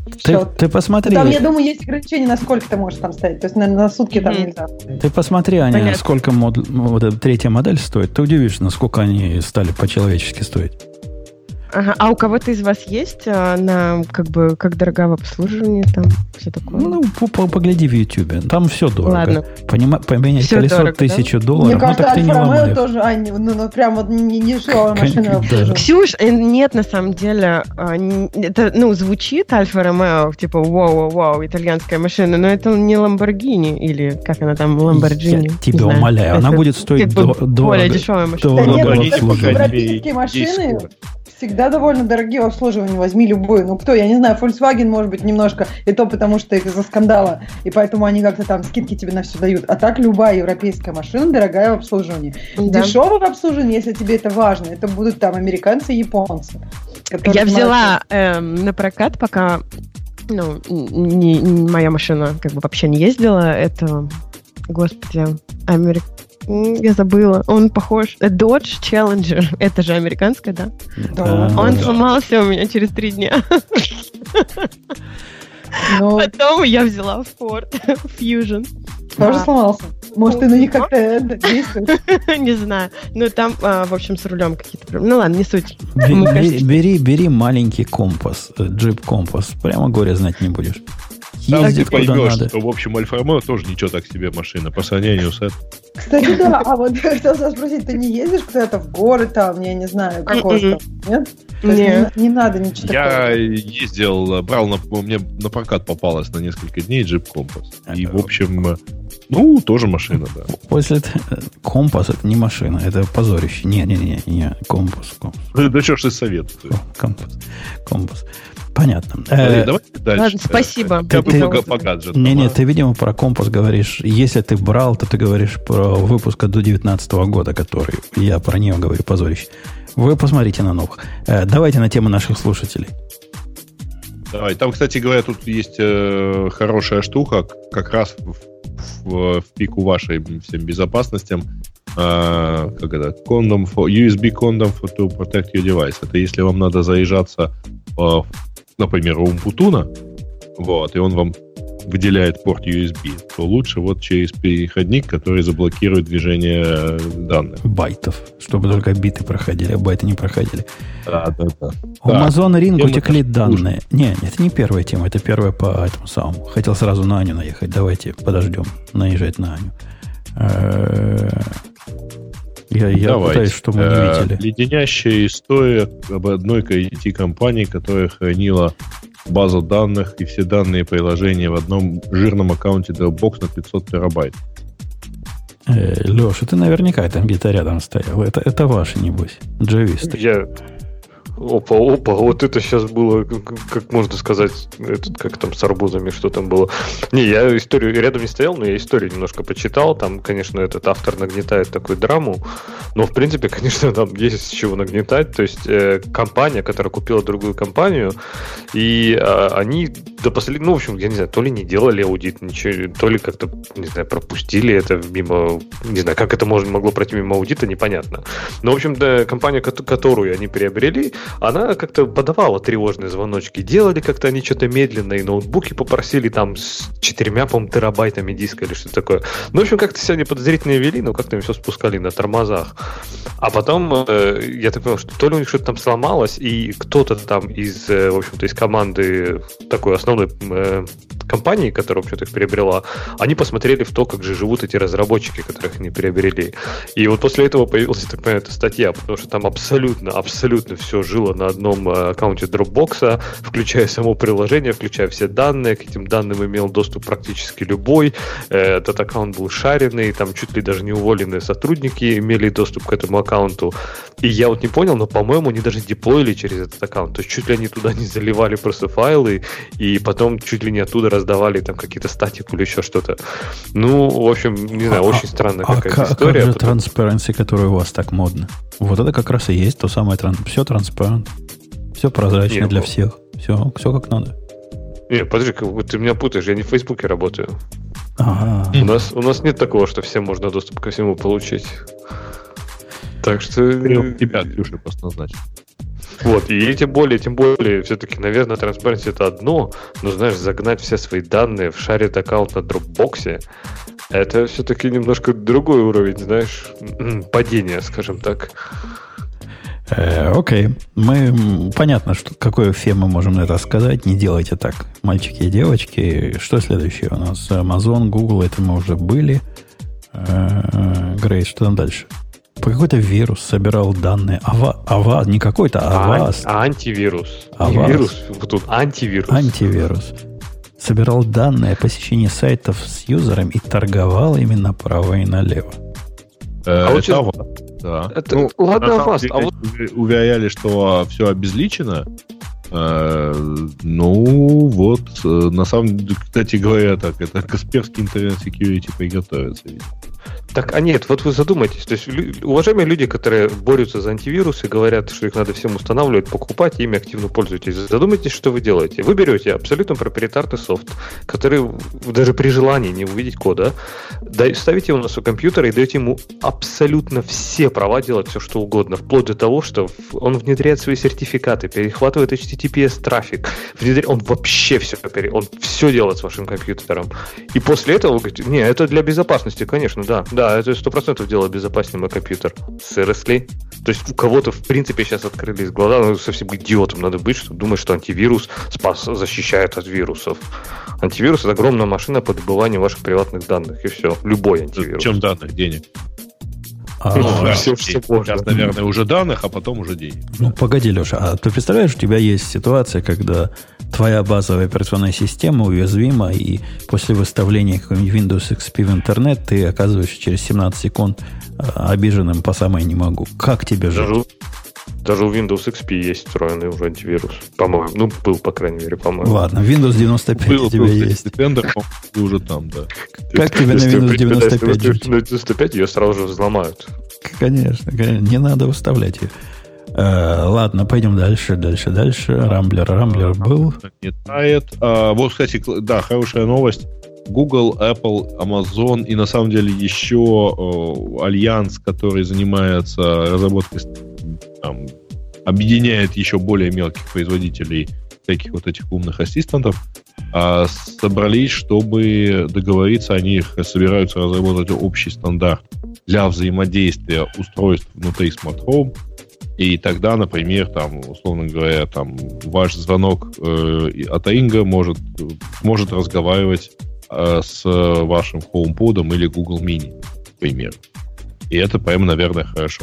Ты, ты посмотри. Там, я думаю, есть ограничения, насколько ты можешь там ставить. То есть, наверное, на сутки там mm. нельзя. Ты посмотри, Аня, Понятно. сколько мод... вот эта третья модель стоит. Ты удивишься, насколько они стали по-человечески стоить. Ага. А у кого-то из вас есть а, на как бы как дорога в обслуживании там все такое? Ну, погляди в Ютубе. Там все дорого. Ладно. Понима... Поменять Всё колесо дорого, тысячу да? долларов. Мне Ну, кажется, так ты не Альфа Ромео ломай. тоже, а, не, ну, ну, прям вот не, не дешевая машина в Да. обслуживании. Ксюш, э, нет, на самом деле, а, н- это, ну, звучит Альфа Ромео, типа, вау-вау-вау, итальянская машина, но это не Ламборгини, или как она там, Ламборджини. Я тебя умоляю, она будет стоить как бы до- более дорого. дешевая машина. Да Дорого нет, в ну, обслуживании. европейские машины всегда довольно дорогие в обслуживании. Возьми любую. Ну, кто, я не знаю, Volkswagen, может быть, немножко, и то потому, что их из-за скандала, и поэтому они как-то там скидки тебе на все дают. А так любая европейская машина дорогая в обслуживании. Да. Дешевая в обслуживании, если тебе это важно, это будут там американцы и японцы. которые Я взяла молодцы. эм, на прокат, пока ну, не, не- моя машина как бы вообще не ездила. Это, господи, Америк... м, я забыла. Он похож... э, Dodge Challenger. Это же американская, да? Да. Он да. сломался у меня через три дня. Ну, Потом я взяла Ford Fusion. тоже А. сломался. Может, ты на них как-то это, действуешь? Не знаю. Ну, там, а, в общем, с рулем какие-то проблемы. Ну, ладно, не суть. Бе- Мы, бе- кажется, Бери, бери маленький компас, э, джип компас. Прямо горе знать не будешь. Там Езди ты куда поймешь, надо. что, в общем, Альфа Ромео тоже ничего так себе машина по сравнению с этой. Кстати, да. А вот я хотела тебя спросить, ты не ездишь куда-то в горы там, я не знаю, какой Мгм. там, нет? То есть Нет. не, не надо ничего Я такого. ездил, брал, на, мне на прокат попалось на несколько дней джип компас. И, Это- в общем, ну, тоже машина, да. После т- компас это не машина, это позорище. Не-не-не, не компас, компас, Да что ж ты советуешь? компас, компас. Понятно. Смотри, Э, давайте дальше. ладно, спасибо. Я бы Ты- много по гаджетам. Не-не, а? ты, видимо, про компас говоришь. Если ты брал, то ты говоришь про выпуск до девятнадцатого года, который я про него говорю, позорище. Вы посмотрите на новых. Э, давайте на тему наших слушателей. Давай. Там, кстати говоря, тут есть э, хорошая штука, как раз в, в- в пику вашей всем безопасностям. Э, как это? Condom for, ю эс би condom for to protect your device. Это если вам надо заезжаться, э, например, у Умпутуна, вот, и он вам выделяет порт ю эс би, то лучше вот через переходник, который заблокирует движение э, данных. Байтов. Чтобы только биты проходили, а байты не проходили. Да, да, да. У Так, Amazon Ring тема утекли так данные. Не, это не первая тема, это первая по этому самому. Хотел сразу на Аню наехать. Давайте подождем наезжать на Аню. Э, Я, я Давайте. пытаюсь, чтобы мы не Э, видели. Леденящая история об одной ай ти-компании, которая хранила базу данных и все данные приложения в одном жирном аккаунте Dropbox на пятьсот терабайт. Э, Леша, ты наверняка там где-то рядом стоял. Это, это ваши, небось, джависты. Я... Опа, опа, вот это сейчас было, как, как можно сказать, этот, как там с арбузами, что там было. Не, я историю рядом не стоял, но я историю немножко почитал. Там, конечно, этот автор нагнетает такую драму, но, в принципе, конечно, там есть с чего нагнетать. То есть, э, компания, которая купила другую компанию, и э, они до последнего, ну, в общем, я не знаю, то ли не делали аудит, ничего, то ли как-то, не знаю, пропустили это мимо, не знаю, как это можно, могло пройти мимо аудита, непонятно. Но, в общем, да, компания, ко- которую они приобрели, она как-то подавала тревожные звоночки. Делали как-то они что-то медленно, и ноутбуки попросили там с четырьмя, по-моему, терабайтами диска или что-то такое. Ну, в общем, как-то себя неподозрительно вели, но как-то им все спускали на тормозах. А потом, э, я так понял, что то ли у них что-то там сломалось, и кто-то там из, э, в общем-то, из команды такой основной э, компании, которая, в общем-то, их приобрела, они посмотрели в то, как же живут эти разработчики, которых они приобрели. И вот после этого появилась, я так понимаю, эта статья, потому что там абсолютно, абсолютно все жило на одном э, аккаунте Dropbox, включая само приложение, включая все данные. К этим данным имел доступ практически любой. Э, этот аккаунт был шаренный, там чуть ли даже не уволенные сотрудники имели доступ к этому аккаунту. И я вот не понял, но, по-моему, они даже деплоили через этот аккаунт. То есть чуть ли они туда не заливали просто файлы, и потом чуть ли не оттуда раздавали там какие-то статику или еще что-то. Ну, в общем, не знаю, очень странная а какая-то как, история. как же Потом- transparency, которая у вас так модно? Вот это как раз и есть то самое транс... Все транспарент. Все прозрачно Не, для ну- всех. Все, все как надо. Не, подожди, как бы ты меня путаешь, я не в Фейсбуке работаю. Ага. У нас, у нас нет такого, что всем можно доступ ко всему получить. Так что... Тебя, Ксюша, просто назначил. Вот, и тем более, тем более, все-таки, наверное, Transparency это одно, но, знаешь, загнать все свои данные в shared аккаунт на Dropbox, это все-таки немножко другой уровень, знаешь, падения, скажем так. Э, окей. Мы, понятно, что какой эффект мы можем на это сказать. Не делайте так, мальчики и девочки. Что следующее у нас? Amazon, Google, это мы уже были. Э, Грейс, что там дальше? Какой-то вирус собирал данные. Ава, ава не какой-то, а Avast. А, антивирус. Avast. Не вирус, вот тут антивирус. Антивирус. Собирал данные о посещении сайтов с юзером и торговал ими направо и налево. Э, А вот это сейчас- Avast, да. Это- Ну, ладно, на самом Avast, деле, а вот- уверяли, что все обезличено. Э, ну, вот, э, на самом деле, кстати говоря, так, это Касперский интернет security приготовится. видимо. Так, а нет, вот вы задумайтесь. То есть, лю- уважаемые люди, которые борются за антивирусы, говорят, что их надо всем устанавливать, покупать, ими активно пользуйтесь. Задумайтесь, что вы делаете. Вы берете абсолютно проприетарный софт, который вы даже при желании не увидеть кода, да- ставите его на свой компьютер и даете ему абсолютно все права делать все, что угодно, вплоть до того, что в- он внедряет свои сертификаты, перехватывает эйч ти ти пи эс трафик, внедря- он вообще все, пере- он все делает с вашим компьютером. И после этого вы говорите, не, это для безопасности, конечно, да. Да, это сто процентов делает безопаснее мой компьютер. Seriously? То есть у кого-то, в принципе, сейчас открылись глаза, ну, совсем идиотом надо быть, чтобы думать, что антивирус спас, защищает от вирусов. Антивирус — это огромная машина по добыванию ваших приватных данных, и все. Любой антивирус. Причем данных, денег. А, Ну, Да, всё, окей. что можно. Сейчас, наверное, уже данных, а потом уже денег. Ну, погоди, Леша, а ты представляешь, у тебя есть ситуация, когда твоя базовая операционная система уязвима, и после выставления какой-нибудь Windows икс пи в интернет ты оказываешься через семнадцать секунд а, обиженным по самой не могу. Как тебе жить? Даже, даже у Windows икс пи есть встроенный уже антивирус. По-моему. Ну, был, по крайней мере, по-моему. Ладно, Windows девяносто пять Был, у тебя был, есть. кстати, тендер, по-моему, ты уже там, да. Как тебе на Если вы Windows девяносто передаете пять жить? на девяносто пять, ее сразу же взломают. Конечно, конечно, не надо выставлять ее. Э, ладно, пойдем дальше, дальше, дальше. Рамблер, Рамблер был. Не тает. А, вот, кстати, кл- да, хорошая новость. Google, Apple, Amazon и на самом деле еще э, альянс, который занимается разработкой, там, объединяет еще более мелких производителей всяких вот этих умных ассистентов, а, собрались, чтобы договориться, они их собираются разработать общий стандарт для взаимодействия устройств внутри Smart Home. И тогда, например, там, условно говоря, там, ваш звонок э, от Инга может, может разговаривать э, с вашим HomePod или Google Mini, например. И это прям, наверное, хорошо.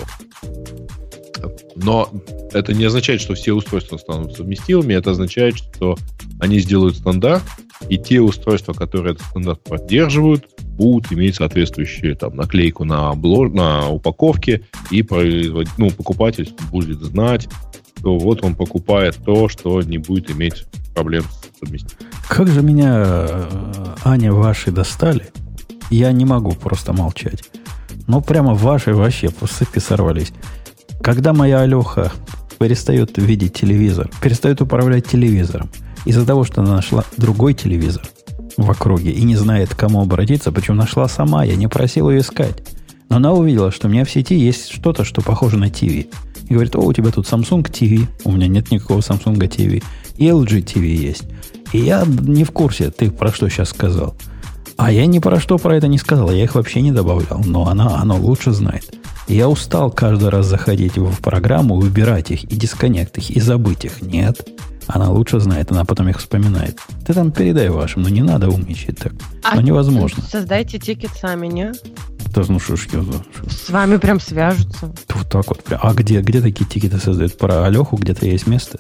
Но это не означает, что все устройства станут совместимыми. Это означает, что они сделают стандарт, и те устройства, которые этот стандарт поддерживают, будут иметь соответствующую там, наклейку на, облож... на упаковке, и производ... ну, покупатель будет знать, что вот он покупает то, что не будет иметь проблем с совместимостью. Как же меня, э, Аня, ваши достали? Я не могу просто молчать. Ну, прямо ваши вообще по цепи сорвались. Когда моя Алеха перестает видеть телевизор, перестает управлять телевизором, из-за того, что она нашла другой телевизор в округе и не знает, к кому обратиться, причем нашла сама, я не просил ее искать. Но она увидела, что у меня в сети есть что-то, что похоже на ти ви. И говорит, о, у тебя тут Samsung ти ви. У меня нет никакого Samsung ти ви. И эл джи ти ви есть. И я не в курсе, ты про что сейчас сказал. А я ни про что про это не сказал. Я их вообще не добавлял. Но она, она лучше знает. И я устал каждый раз заходить в программу, выбирать их и дисконнект их, и забыть их. Нет. Она лучше знает, она потом их вспоминает. Ты там передай вашим, но не надо умничать так. А Ну, невозможно. Создайте тикет сами, не? Да, ну что ж, я за- шо- С вами прям свяжутся. вот так вот. прям. А где, где такие тикеты создают? Про Алеху где-то есть место?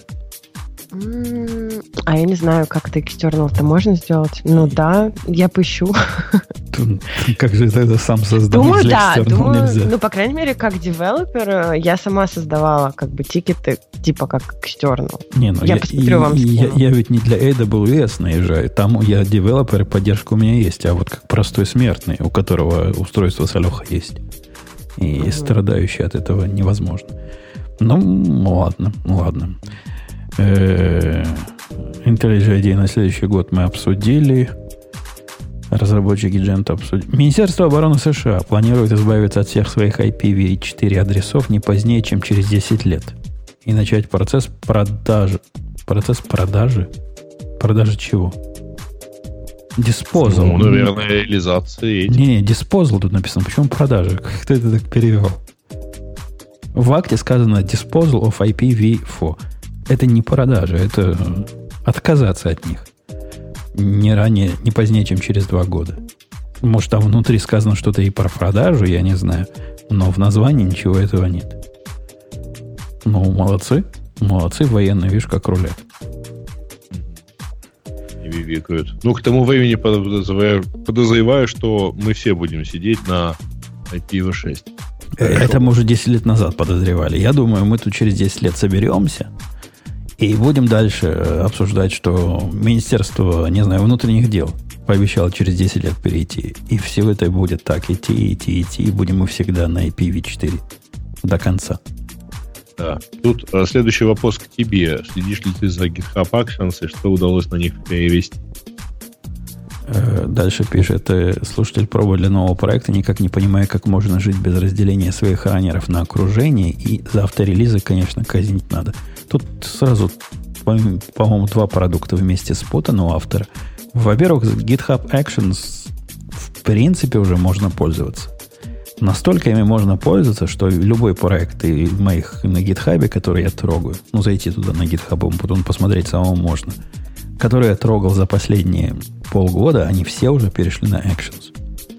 М, А я не знаю, как это экстернал-то можно сделать. Ну да, я поищу. Тут- Как же тогда сам создал? Думаю, Для да. external Думаю, нельзя. ну, по крайней мере, как девелопер, э, я сама создавала как бы тикеты, типа как экстернал. Не, ну, Я посмотрю, вам я, скину. я ведь не для эй дабл ю эс наезжаю. Там я девелопер, и поддержка у меня есть. А вот как простой смертный, у которого устройство с Алехой есть. И Мгм. страдающий от этого невозможно. Ну, ладно, ладно. Э, IntelliJ IDEA на следующий год мы обсудили. Разработчики Джента обсудили. Министерство обороны США планирует избавиться от всех своих ай пи ви четыре адресов не позднее, чем через десять лет. и начать процесс продажи. Процесс продажи? Продажи чего? Disposal. Ну, наверное, реализации. Не-не, disposal тут написано. Почему продажи? Кто это так перевел? В акте сказано disposal of ай пи ви фор. Это не продажа, это отказаться от них. Не ранее, не позднее, чем через два года. Может, там внутри сказано что-то и про продажу, я не знаю. Но в названии ничего этого нет. Ну, молодцы. Молодцы, военные, видишь, как рулят. И вивикают. Ну, к тому времени подозреваю, подозреваю, что мы все будем сидеть на ай пи ви шесть. Это мы уже десять лет назад подозревали. Я думаю, мы тут через десять лет соберемся и будем дальше обсуждать, что Министерство, не знаю, внутренних дел пообещало через десять лет перейти. И все это будет так идти, идти, идти. И будем мы всегда на ай пи ви четыре до конца. Да. Тут а, следующий вопрос к тебе. Следишь ли ты за GitHub Actions и что удалось на них перевести? Дальше пишет слушатель, пробуя для нового проекта, никак не понимая, как можно жить без разделения своих раннеров на окружение, и за авторелизы, конечно, казнить надо. Тут сразу, по-моему, два продукта вместе спутаны у автора. Во-первых, GitHub Actions в принципе уже можно пользоваться. Настолько ими можно пользоваться, что любой проект и моих на GitHub, который я трогаю, ну, зайти туда на GitHub, потом посмотреть самому можно, которые я трогал за последние полгода, они все уже перешли на Actions.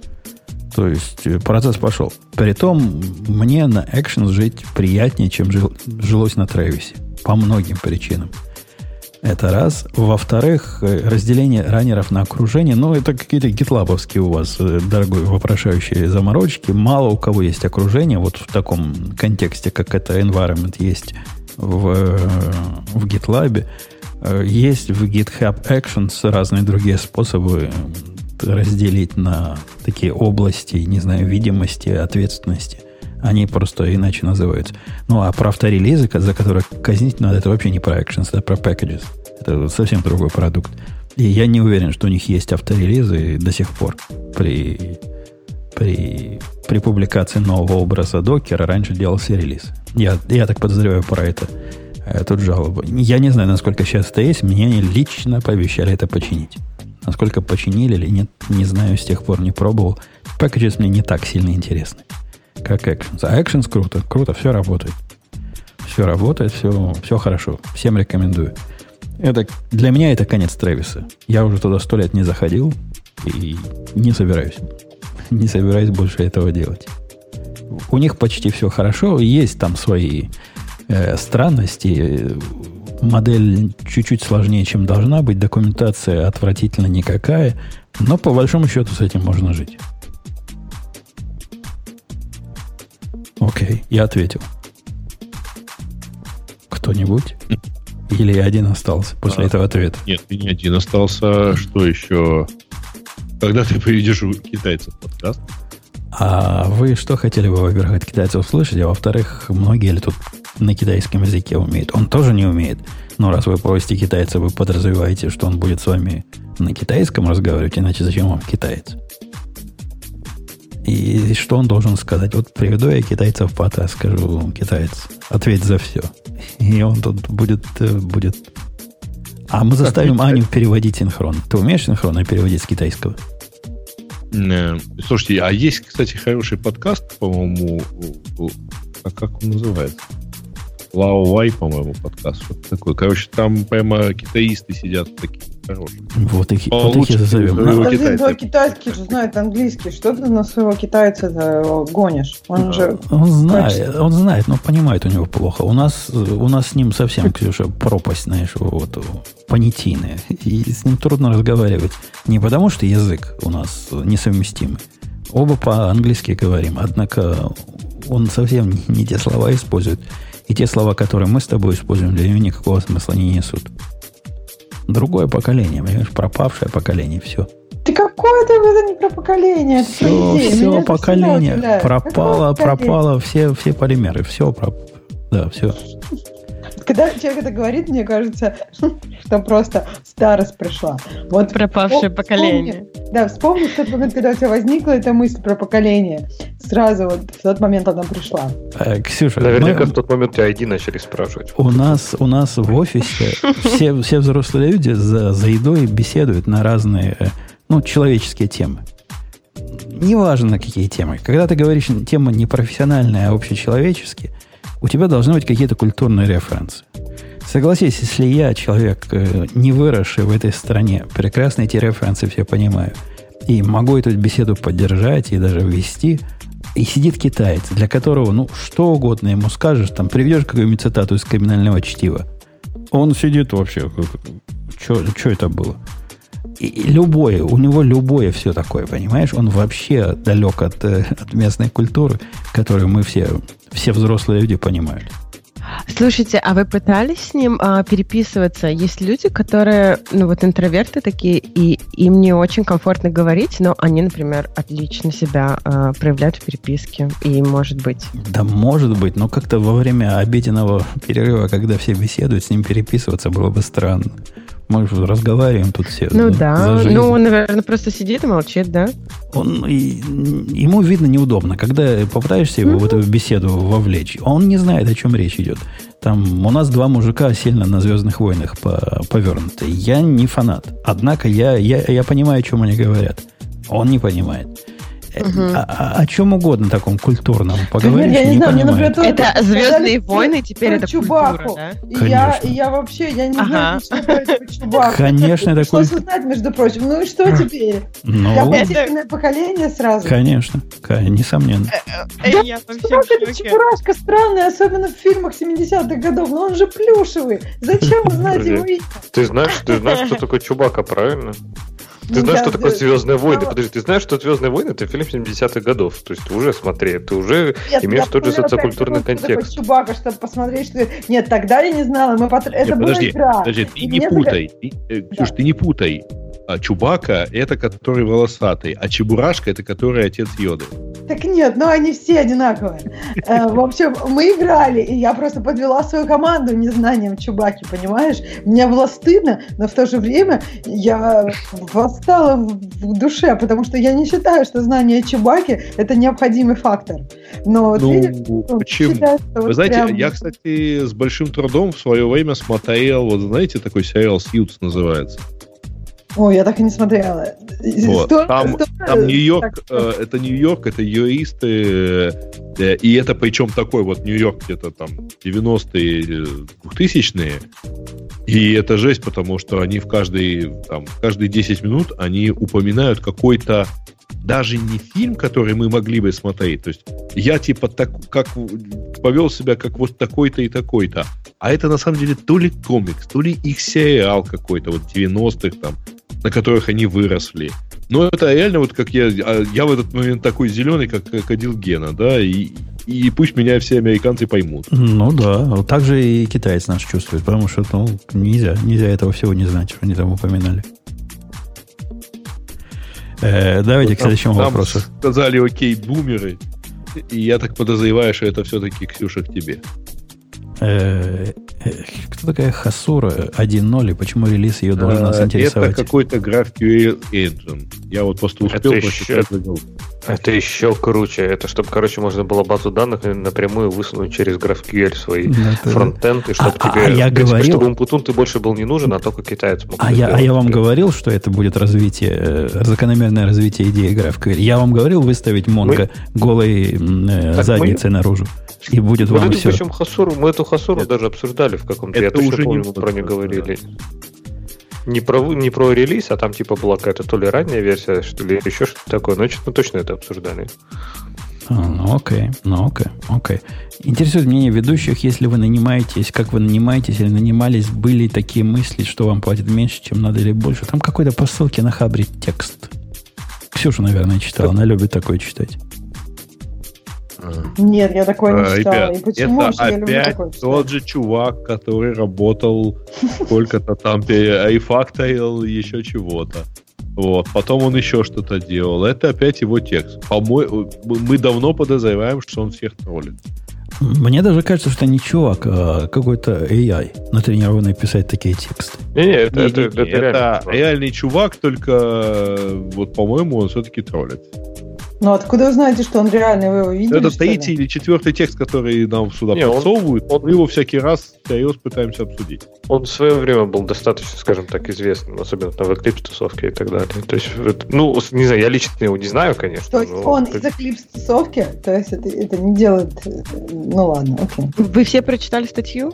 То есть процесс пошел. Притом мне на Actions жить приятнее, чем жил, жилось на Travis. По многим причинам. Это раз. Во-вторых, разделение раннеров на окружение, ну, это какие-то гитлабовские у вас, дорогой, вопрошающие заморочки. Мало у кого есть окружение, вот в таком контексте, как это environment есть в, в GitLab. Есть в GitHub Actions разные другие способы разделить на такие области, не знаю, видимости, ответственности. Они просто иначе называются. Ну, а про авторелизы, за которые казнить надо, это вообще не про Actions, это про Packages. Это совсем другой продукт. И я не уверен, что у них есть авторелизы до сих пор. При, при, при публикации нового образа докера раньше делался релиз. Я, я так подозреваю про это. Тут жалоба. Я не знаю, насколько сейчас это есть. Мне они лично пообещали это починить. Насколько починили или нет, не знаю, с тех пор не пробовал. Packages мне не так сильно интересны, как Actions. А Actions круто, круто, все работает. Все работает, все, все хорошо. Всем рекомендую. Это, для меня это конец Трэвиса. Я уже туда сто лет не заходил и не собираюсь. Не собираюсь больше этого делать. У них почти все хорошо. Есть там свои э, странности. Модель чуть-чуть сложнее, чем должна быть. Документация отвратительно никакая. Но по большому счету с этим можно жить. Окей, я ответил. Кто-нибудь? Или я один остался после а, этого ответа? Нет, ты не один остался. Что еще? Когда ты приведешь у китайцев подкаст? А вы что хотели бы, во-первых, от китайцев услышать? А во-вторых, многие ли тут на китайском языке умеют? Он тоже не умеет. Но раз вы просите китайца, вы подразумеваете, что он будет с вами на китайском разговаривать, иначе зачем вам китаец? И что он должен сказать? Вот приведу я китайца в подкаст, скажу: китаец, ответь за все. И он тут будет... будет... А мы заставим Аню переводить синхрон. Ты умеешь синхронно переводить с китайского? Слушайте, а есть, кстати, хороший подкаст, по-моему, а как он называется? Лао Вай, по-моему, подкаст. Что-то такое. Короче, там прямо китаисты сидят такие хорошие. Вот их, вот их и зазовем. Подожди, твой китайский же знает английский. Что ты на своего китайца гонишь? Он же... Он знает, он знает, но понимает у него плохо. У нас, у нас с ним совсем, Ксюша, пропасть, знаешь, вот, понятийная. И с ним трудно разговаривать. Не потому, что язык у нас несовместимый. Оба по-английски говорим. Однако он совсем не те слова использует. И те слова, которые мы с тобой используем, для него никакого смысла не несут. Другое поколение, понимаешь, пропавшее поколение, все. Ты какое-то, это не про поколение, это все, про идеи. Все поколение пропало, пропало, все, все полимеры, все пропало. Да, все. когда человек это говорит, мне кажется, что просто старость пришла. Вот пропавшее вспом- поколение. Вспомни, да, вспомни в тот момент, когда у тебя возникла эта мысль про поколение. Сразу вот в тот момент она пришла. А, Ксюша, Наверняка мы... в тот момент тебя ай ди начали спрашивать. У нас, у нас в офисе все, все взрослые люди за, за едой беседуют на разные, ну, человеческие темы. Неважно, какие темы. Когда ты говоришь тема не профессиональная, а общечеловеческие, у тебя должны быть какие-то культурные референсы. Согласись, если я, человек, не выросший в этой стране, прекрасно эти референсы все понимаю, и могу эту беседу поддержать и даже вести, и сидит китаец, для которого, ну, что угодно ему скажешь, там, приведешь какую-нибудь цитату из криминального чтива, он сидит вообще, что это было? И любое, у него любое все такое, понимаешь? Он вообще далек от, от местной культуры, которую мы все, все взрослые люди понимают. Слушайте, а вы пытались с ним а, переписываться? Есть люди, которые, ну вот интроверты такие, и им не очень комфортно говорить, но они, например, отлично себя а, проявляют в переписке, и может быть. Да, может быть, но как-то во время обеденного перерыва, когда все беседуют, с ним переписываться было бы странно. Мы же разговариваем тут все. Ну за, да, за жизнь. ну он, наверное, просто сидит и молчит, да? Он, и, ему, видно, неудобно. Когда попытаешься его mm-hmm. в эту беседу вовлечь, он не знает, о чем речь идет. Там у нас два мужика сильно на «Звездных войнах» по, повернуты. Я не фанат. Однако я, я, я понимаю, о чем они говорят. Он не понимает. Uh-huh. О, о, о чем угодно таком культурном поговоришь, я не, не знаю, понимает. Мне, например, это «Звездные войны», теперь это Чубаку. Культура, да? И я, и я вообще, я не ага. знаю, что такое Чубаку. Конечно, это Пришлось культура. узнать, между прочим. Ну и что теперь? Ну, я потерянное поколение сразу. Конечно, несомненно. Да, я это чебурашка странная, особенно в фильмах семидесятых годов. Но он же плюшевый. Зачем узнать его имя? Ты знаешь, ты знаешь, что такое Чубака, правильно? Ты знаешь, что такое «Звездные войны»? Подожди, ты знаешь, что «Звездные войны» — это фильм семидесятых годов. То есть ты уже смотри, ты уже Нет, имеешь тот же поняла, социокультурный как, контекст. Что такое Чубака, чтобы посмотреть, что... Нет, тогда я не знала. Мы потр... Это Нет, была подожди, игра. подожди, ты И не мне путай. заг... Ты, э, Ксюш, да. ты не путай. А Чубака — это который волосатый, а Чебурашка — это который отец Йоды. Так нет, ну они все одинаковые. В общем, мы играли, и я просто подвела свою команду незнанием Чубаки, понимаешь? Мне было стыдно, но в то же время я восстала в душе, потому что я не считаю, что знание Чубаки – это необходимый фактор. Но вот ну, видишь, почему? считаю, что Вы вот знаете, прям... я, кстати, с большим трудом в свое время смотрел, вот знаете, такой сериал «Сьюз» называется. Ой, я так и не смотрела. Вот. Сто, там, сто, там Нью-Йорк, так, э, это Нью-Йорк, это юристы, э, и это причем такой вот Нью-Йорк где-то там девяностые, двухтысячные, и это жесть, потому что они в каждые, там, каждые десять минут они упоминают какой-то даже не фильм, который мы могли бы смотреть, то есть я типа так, как повел себя как вот такой-то и такой-то, а это на самом деле то ли комикс, то ли их сериал какой-то вот девяностых там, на которых они выросли. Но это реально вот как я, я в этот момент такой зеленый, как крокодил Гена, да, и, и пусть меня все американцы поймут. Ну да, так же и китаец нас чувствует, потому что ну, нельзя, нельзя этого всего не знать, что они там упоминали. Э, давайте вот к следующему нам, вопросу. Нам сказали окей, бумеры, и я так подозреваю, что это все-таки, Ксюша, к тебе. Э, кто такая Хасура один ноль, и почему релиз ее должен нас интересовать? Это какой-то GraphQL engine. Я вот просто успел прочитать. Это еще круче. Это чтобы, короче, можно было базу данных напрямую высунуть через GraphQL свои это... фронтенды, чтобы а, тебе, а я принципе, говорил... чтобы Умпутун ты больше был не нужен, а только китаец мог. А я, а я вам говорил, что это будет развитие, закономерное развитие идеи GraphQL. Я вам говорил выставить Mongo мы... голой э, задницей мы... наружу. И будет мы вам люди, все. Причем Хасуру, мы эту Хасуру это, даже обсуждали в каком-то. Я точно уже помню, не мы про нее говорили. Не про, не про релиз, а там типа была какая-то то ли ранняя версия, что ли, еще что-то такое. Но мы точно это обсуждали. А, ну окей, ну окей, окей. Интересует мнение ведущих, если вы нанимаетесь, как вы нанимаетесь или нанимались, были такие мысли, что вам платят меньше, чем надо или больше? Там какой-то по ссылке на Хабре текст. Ксюша, наверное, читала, она любит такое читать. Нет, я такое не а, читала. ребят, и почему это я люблю опять такое тот же чувак, который работал сколько-то там, рефакторил еще чего-то. Вот. Потом он еще что-то делал. Это опять его текст. По-моему, мы давно подозреваем, что он всех троллит. Мне даже кажется, что не чувак, а какой-то эй ай, натренированный писать такие тексты. Не-не, это, Не, это, не, это, не, это реально чувак. реальный чувак, только вот, по-моему, он все-таки троллит. Ну, откуда вы знаете, что он реальный? Вы его видели, Это что ли? третий или четвертый текст, который нам сюда Не, он- подсовывают. он- Мы его всякий раз всерьез пытаемся обсудить. Он в свое время был достаточно, скажем так, известным, особенно там в Eclipse тусовке и так далее. То есть, это- ну, не знаю, я лично его не знаю, конечно. То есть но- он из Eclipse-тусовки? То есть это, это не делает... э, Ну ладно, окей. Вы все прочитали статью?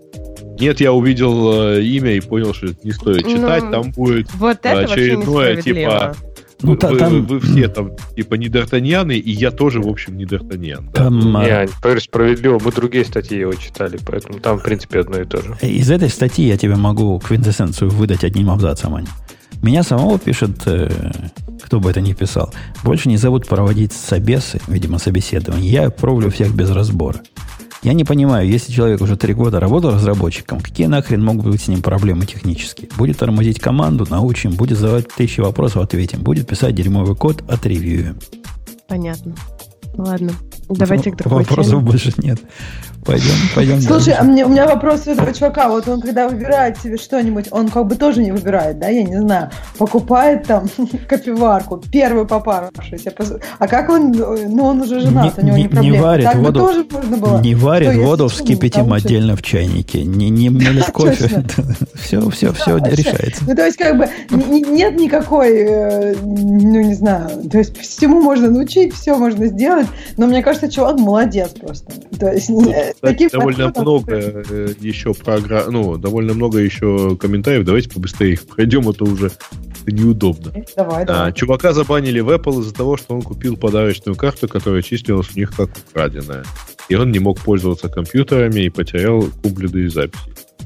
Нет, я увидел э, имя и понял, что это не стоит читать. Ну, Там будет Вот это вообще очередное, несправедливо. типа, Ну, вы, та- вы- там- вы все там, типа, не д'Артаньяны, и я тоже, в общем, не Д'Артаньян. да. Там, а, Не, Ань, поверь, справедливо, мы другие статьи его читали, поэтому там, в принципе, одно и то же. из этой статьи я тебе могу квинтэссенцию выдать одним абзацем, Ань. Меня самого пишет, э, кто бы это ни писал, больше не зовут проводить собесы, видимо, собеседования. Я провлю всех без разбора. Я не понимаю, если человек уже три года работал разработчиком, какие нахрен могут быть с ним проблемы технические? Будет тормозить команду, научим, будет задавать тысячи вопросов, ответим. Будет писать дерьмовый код, отревьюем. Понятно. Ладно. Давайте к другой Вопросов теме. больше нет. Пойдем, пойдем Слушай, дальше. а мне, у меня вопрос у этого чувака. Вот он, когда выбирает себе что-нибудь, он как бы тоже не выбирает, да, я не знаю. Покупает там кофеварку, первую попавшуюся. А как он, ну он уже женат, Не- у него не, не- не проблема. варит Так бы воду- тоже можно было. Не варит Что, если воду, что, вскипятим научит? отдельно в чайнике. Не, не мелит кофе. Точно. Все, все, все Да, решается. Ну, то есть, как бы, н- н- нет никакой, э, ну, не знаю, то есть, всему можно научить, все можно сделать, но мне кажется, чувак молодец просто. То есть, Тут, э, кстати, таким довольно подходом- много э, еще програ... ну, довольно много еще комментариев. Давайте побыстрее их пройдем, а то уже неудобно. Давай, А, давай. чувака забанили в Apple из-за того, что он купил подарочную карту, которая числилась у них как украденная. И он не мог пользоваться компьютерами и потерял купленные записи.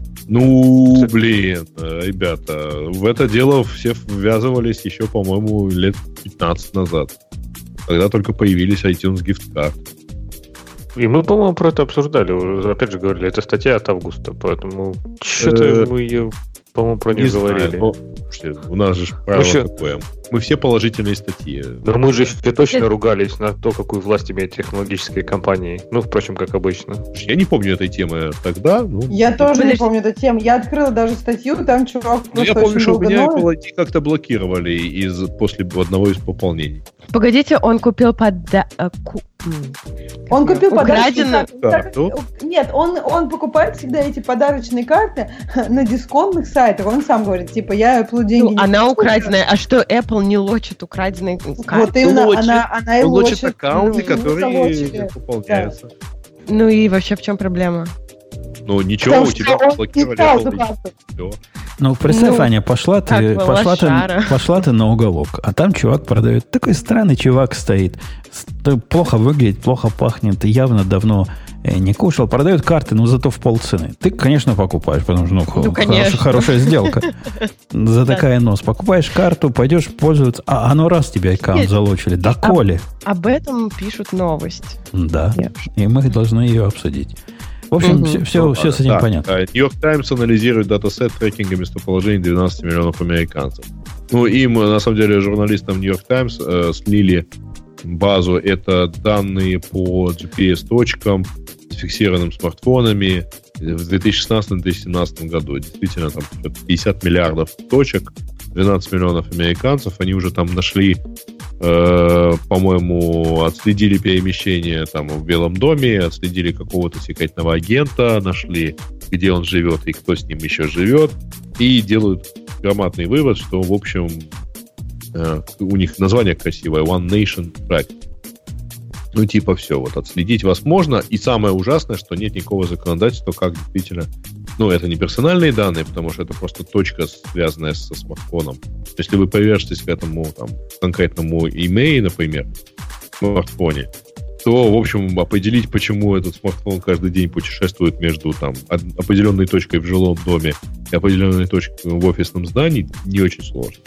Ну, блин, э, ребята, в это дело все ввязывались еще, по-моему, лет пятнадцать назад. Когда только появились iTunes Gift Card. И мы, по-моему, про это обсуждали. уже, Опять же говорили, это статья от августа, поэтому что-то Э, мы ее, по-моему, про Не нее знаю, говорили. но, слушайте, у нас же правило еще- такое. Мы все положительные статьи. Но мы же все точно ругались на то, какую власть имеют технологические компании. Ну, впрочем, как обычно. Слушай, я не помню этой темы тогда. Ну, Я тоже не Подожди. помню эту тему. Я открыла даже статью, там чувак ну, просто я помню, очень что у долго меня ноет. Apple ай ди как-то блокировали из, после одного из пополнений. Погодите, он купил пода... э, ку- м, Он купил Украденную подарочные карты. карту. Нет, он, он покупает всегда эти подарочные карты на дисконтных сайтах. Он сам говорит, типа, я Apple деньги Ну, не она плачу. украденная. А что, Apple не лочит украденные карты? Вот именно, Лочит. она, она и Он лочит лочит, аккаунты, ну, которые залочили. пополняются. Ну и вообще в чем проблема? Ну, ничего, Потому у что тебя он не блокировали стал Apple за ай ди. карту. Всё. Ну, представь, Ну, Аня, пошла ты, как бы пошла, ты, лошара. пошла ты на уголок, а там чувак продает. Такой странный чувак стоит. С- т- Плохо выглядит, плохо пахнет, явно давно э, не кушал. Продает карты, но зато в полцены. Ты, конечно, покупаешь, потому что ну, х- конечно. хорош- хорошая сделка. За такая нос. Покупаешь карту, пойдешь пользоваться, а оно раз тебе аккаунт Нет. залочили. Да А- коли. Об этом пишут новость. Да. Я- И мы должны ее обсудить. В общем, Мгм. все, все, Ну, все с этим так, понятно. а, Нью-Йорк Таймс анализирует датасет трекинга местоположений двенадцати миллионов американцев. Ну, им, э, на самом деле, журналистам Нью-Йорк Таймс э, слили базу. Это данные по джи пи эс-точкам с фиксированными смартфонами в две тысячи шестнадцатом - две тысячи семнадцатом году. Действительно, там пятьдесят миллиардов точек, двенадцать миллионов американцев. Они уже там нашли, э, по-моему, отследили перемещение там в Белом доме, отследили какого-то секретного агента, нашли, где он живет и кто с ним еще живет, и делают грамотный вывод, что, в общем, э, у них название красивое — One Nation Track. Ну, типа, все, вот, отследить вас можно, и самое ужасное, что нет никакого законодательства, как действительно, ну, это не персональные данные, потому что это просто точка, связанная со смартфоном. Если вы привяжетесь к этому, там, конкретному имейлу, например, в смартфоне, то, в общем, определить, почему этот смартфон каждый день путешествует между, там, од- определенной точкой в жилом доме и определенной точкой в офисном здании, не очень сложно.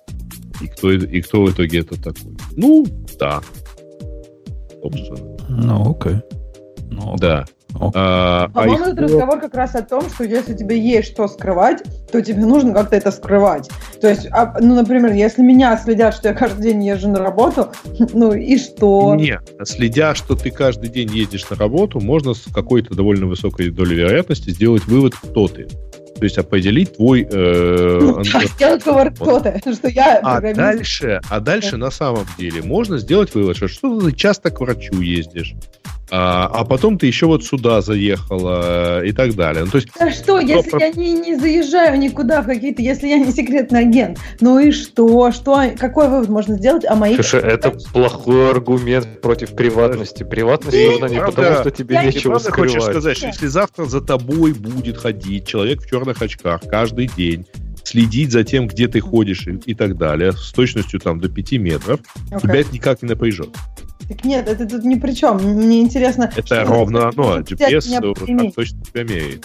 И кто, и кто в итоге это такой? Ну, да. Собственно. Ну, окей. Ну, окей. Да. А, По-моему, а этот разговор как раз о том, что если тебе есть что скрывать, то тебе нужно как-то это скрывать. То есть, а, ну, например, если меня следят, что я каждый день езжу на работу, ну и что? Нет, следя, что ты каждый день ездишь на работу, можно с какой-то довольно высокой долей вероятности сделать вывод, кто ты. То есть определить твой... Э, ну, да, сделать вывод, кто ты, что я а дальше, а дальше на самом деле можно сделать вывод, что, что ты часто к врачу ездишь, а, а потом ты еще вот сюда заехала и так далее. Ну, то есть, да что, если про... я не, не заезжаю никуда в какие-то, если я не секретный агент, ну и что? что? Какой вывод можно сделать о моих... Слушай, это плохой аргумент против приватности. Приватность ты, нужна не правда, потому, что тебе я нечего скрывать. Ты хочешь сказать, что если завтра за тобой будет ходить человек в черных очках каждый день, следить за тем, где ты ходишь и, и так далее, с точностью там до пяти метров, okay. тебя это никак не напряжет. Так нет, это тут ни при чем. Мне интересно... Это ровно оно. джи пи эс так точно тебя меряет.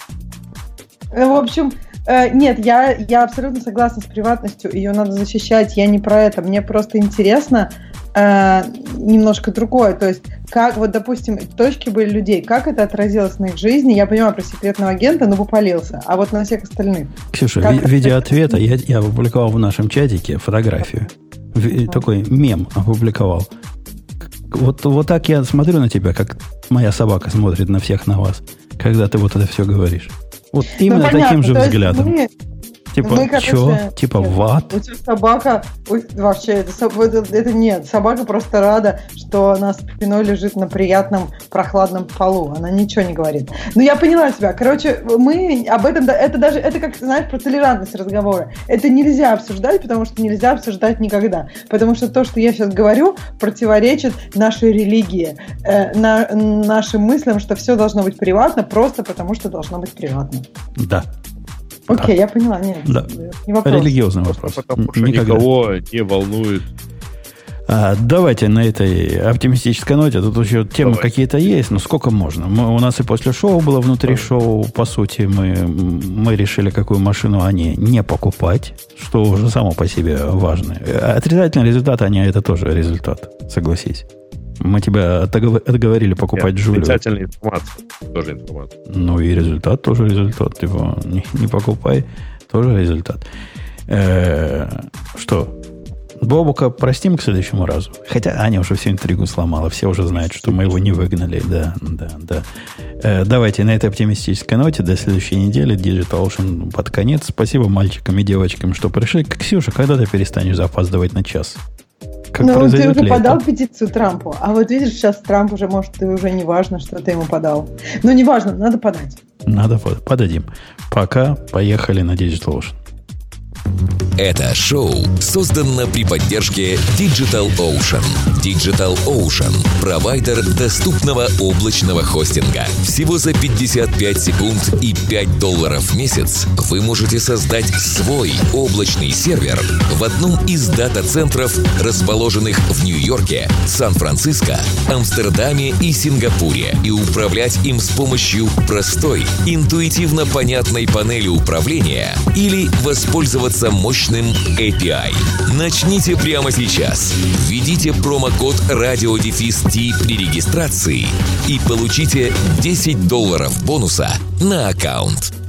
В общем, э, нет, я, я абсолютно согласна с приватностью. Ее надо защищать. Я не про это. Мне просто интересно э, немножко другое. То есть, как, вот, допустим, точки были людей. Как это отразилось на их жизни? Я понимаю про секретного агента, но попалился. А вот на всех остальных. Ксюша, в виде ответа я, я опубликовал в нашем чатике фотографию. В, такой мем опубликовал. Вот, вот так я смотрю на тебя, как моя собака смотрит на всех на вас, когда ты вот это все это Вот именно ну, таким же взглядом. Мы, типа, мы, что? Типа, ват? У тебя собака... Вообще, это, это, это нет. Собака просто рада, что она спиной лежит на приятном прохладном полу. Она ничего не говорит. Ну, я поняла тебя. Короче, мы об этом... Это даже... Это как, знаешь, про толерантность разговора. Это нельзя обсуждать, потому что нельзя обсуждать никогда. Потому что то, что я сейчас говорю, противоречит нашей религии, э, на, нашим мыслям, что все должно быть приватно, просто потому что должно быть приватно. Да. Окей, okay, я поняла, нет. Да. Не вопрос. Религиозный вопрос. Потому что Никогда. Никого не волнует. А, давайте на этой оптимистической ноте. Тут еще темы Давай. какие-то есть, но сколько можно? Мы, у нас и после шоу было внутри Давай. шоу. По сути, мы, мы решили, какую машину они не покупать, что уже само по себе важно. Отрицательный результат, они это тоже результат, согласись. Мы тебя отговорили покупать Нет, Джулию. Отрицательная информация. Тоже информация. Ну и результат тоже результат. Типа, не, не покупай, тоже результат. Э-э- что? Бобука простим к следующему разу. Хотя Аня уже всю интригу сломала. Все уже знают, что мы его не выгнали. Да, да, да. Э, давайте на этой оптимистической ноте до следующей недели. DigitalOcean под конец. Спасибо мальчикам и девочкам, что пришли. Ксюша, когда ты перестанешь запаздывать на час? Как ну, ты уже подал это? петицию Трампу. А вот видишь, сейчас Трамп уже, может, и уже не важно, что ты ему подал. Но не важно, надо подать. Надо подадим. Пока. Поехали на DigitalOcean. Это шоу создано при поддержке DigitalOcean. DigitalOcean – провайдер доступного облачного хостинга. Всего за пятьдесят пять секунд и пять долларов в месяц вы можете создать свой облачный сервер в одном из дата-центров, расположенных в Нью-Йорке, Сан-Франциско, Амстердаме и Сингапуре, и управлять им с помощью простой, интуитивно понятной панели управления или воспользоваться мощным эй пи ай. Начните прямо сейчас. Введите промокод радиодефис-ти при регистрации и получите десять долларов бонуса на аккаунт.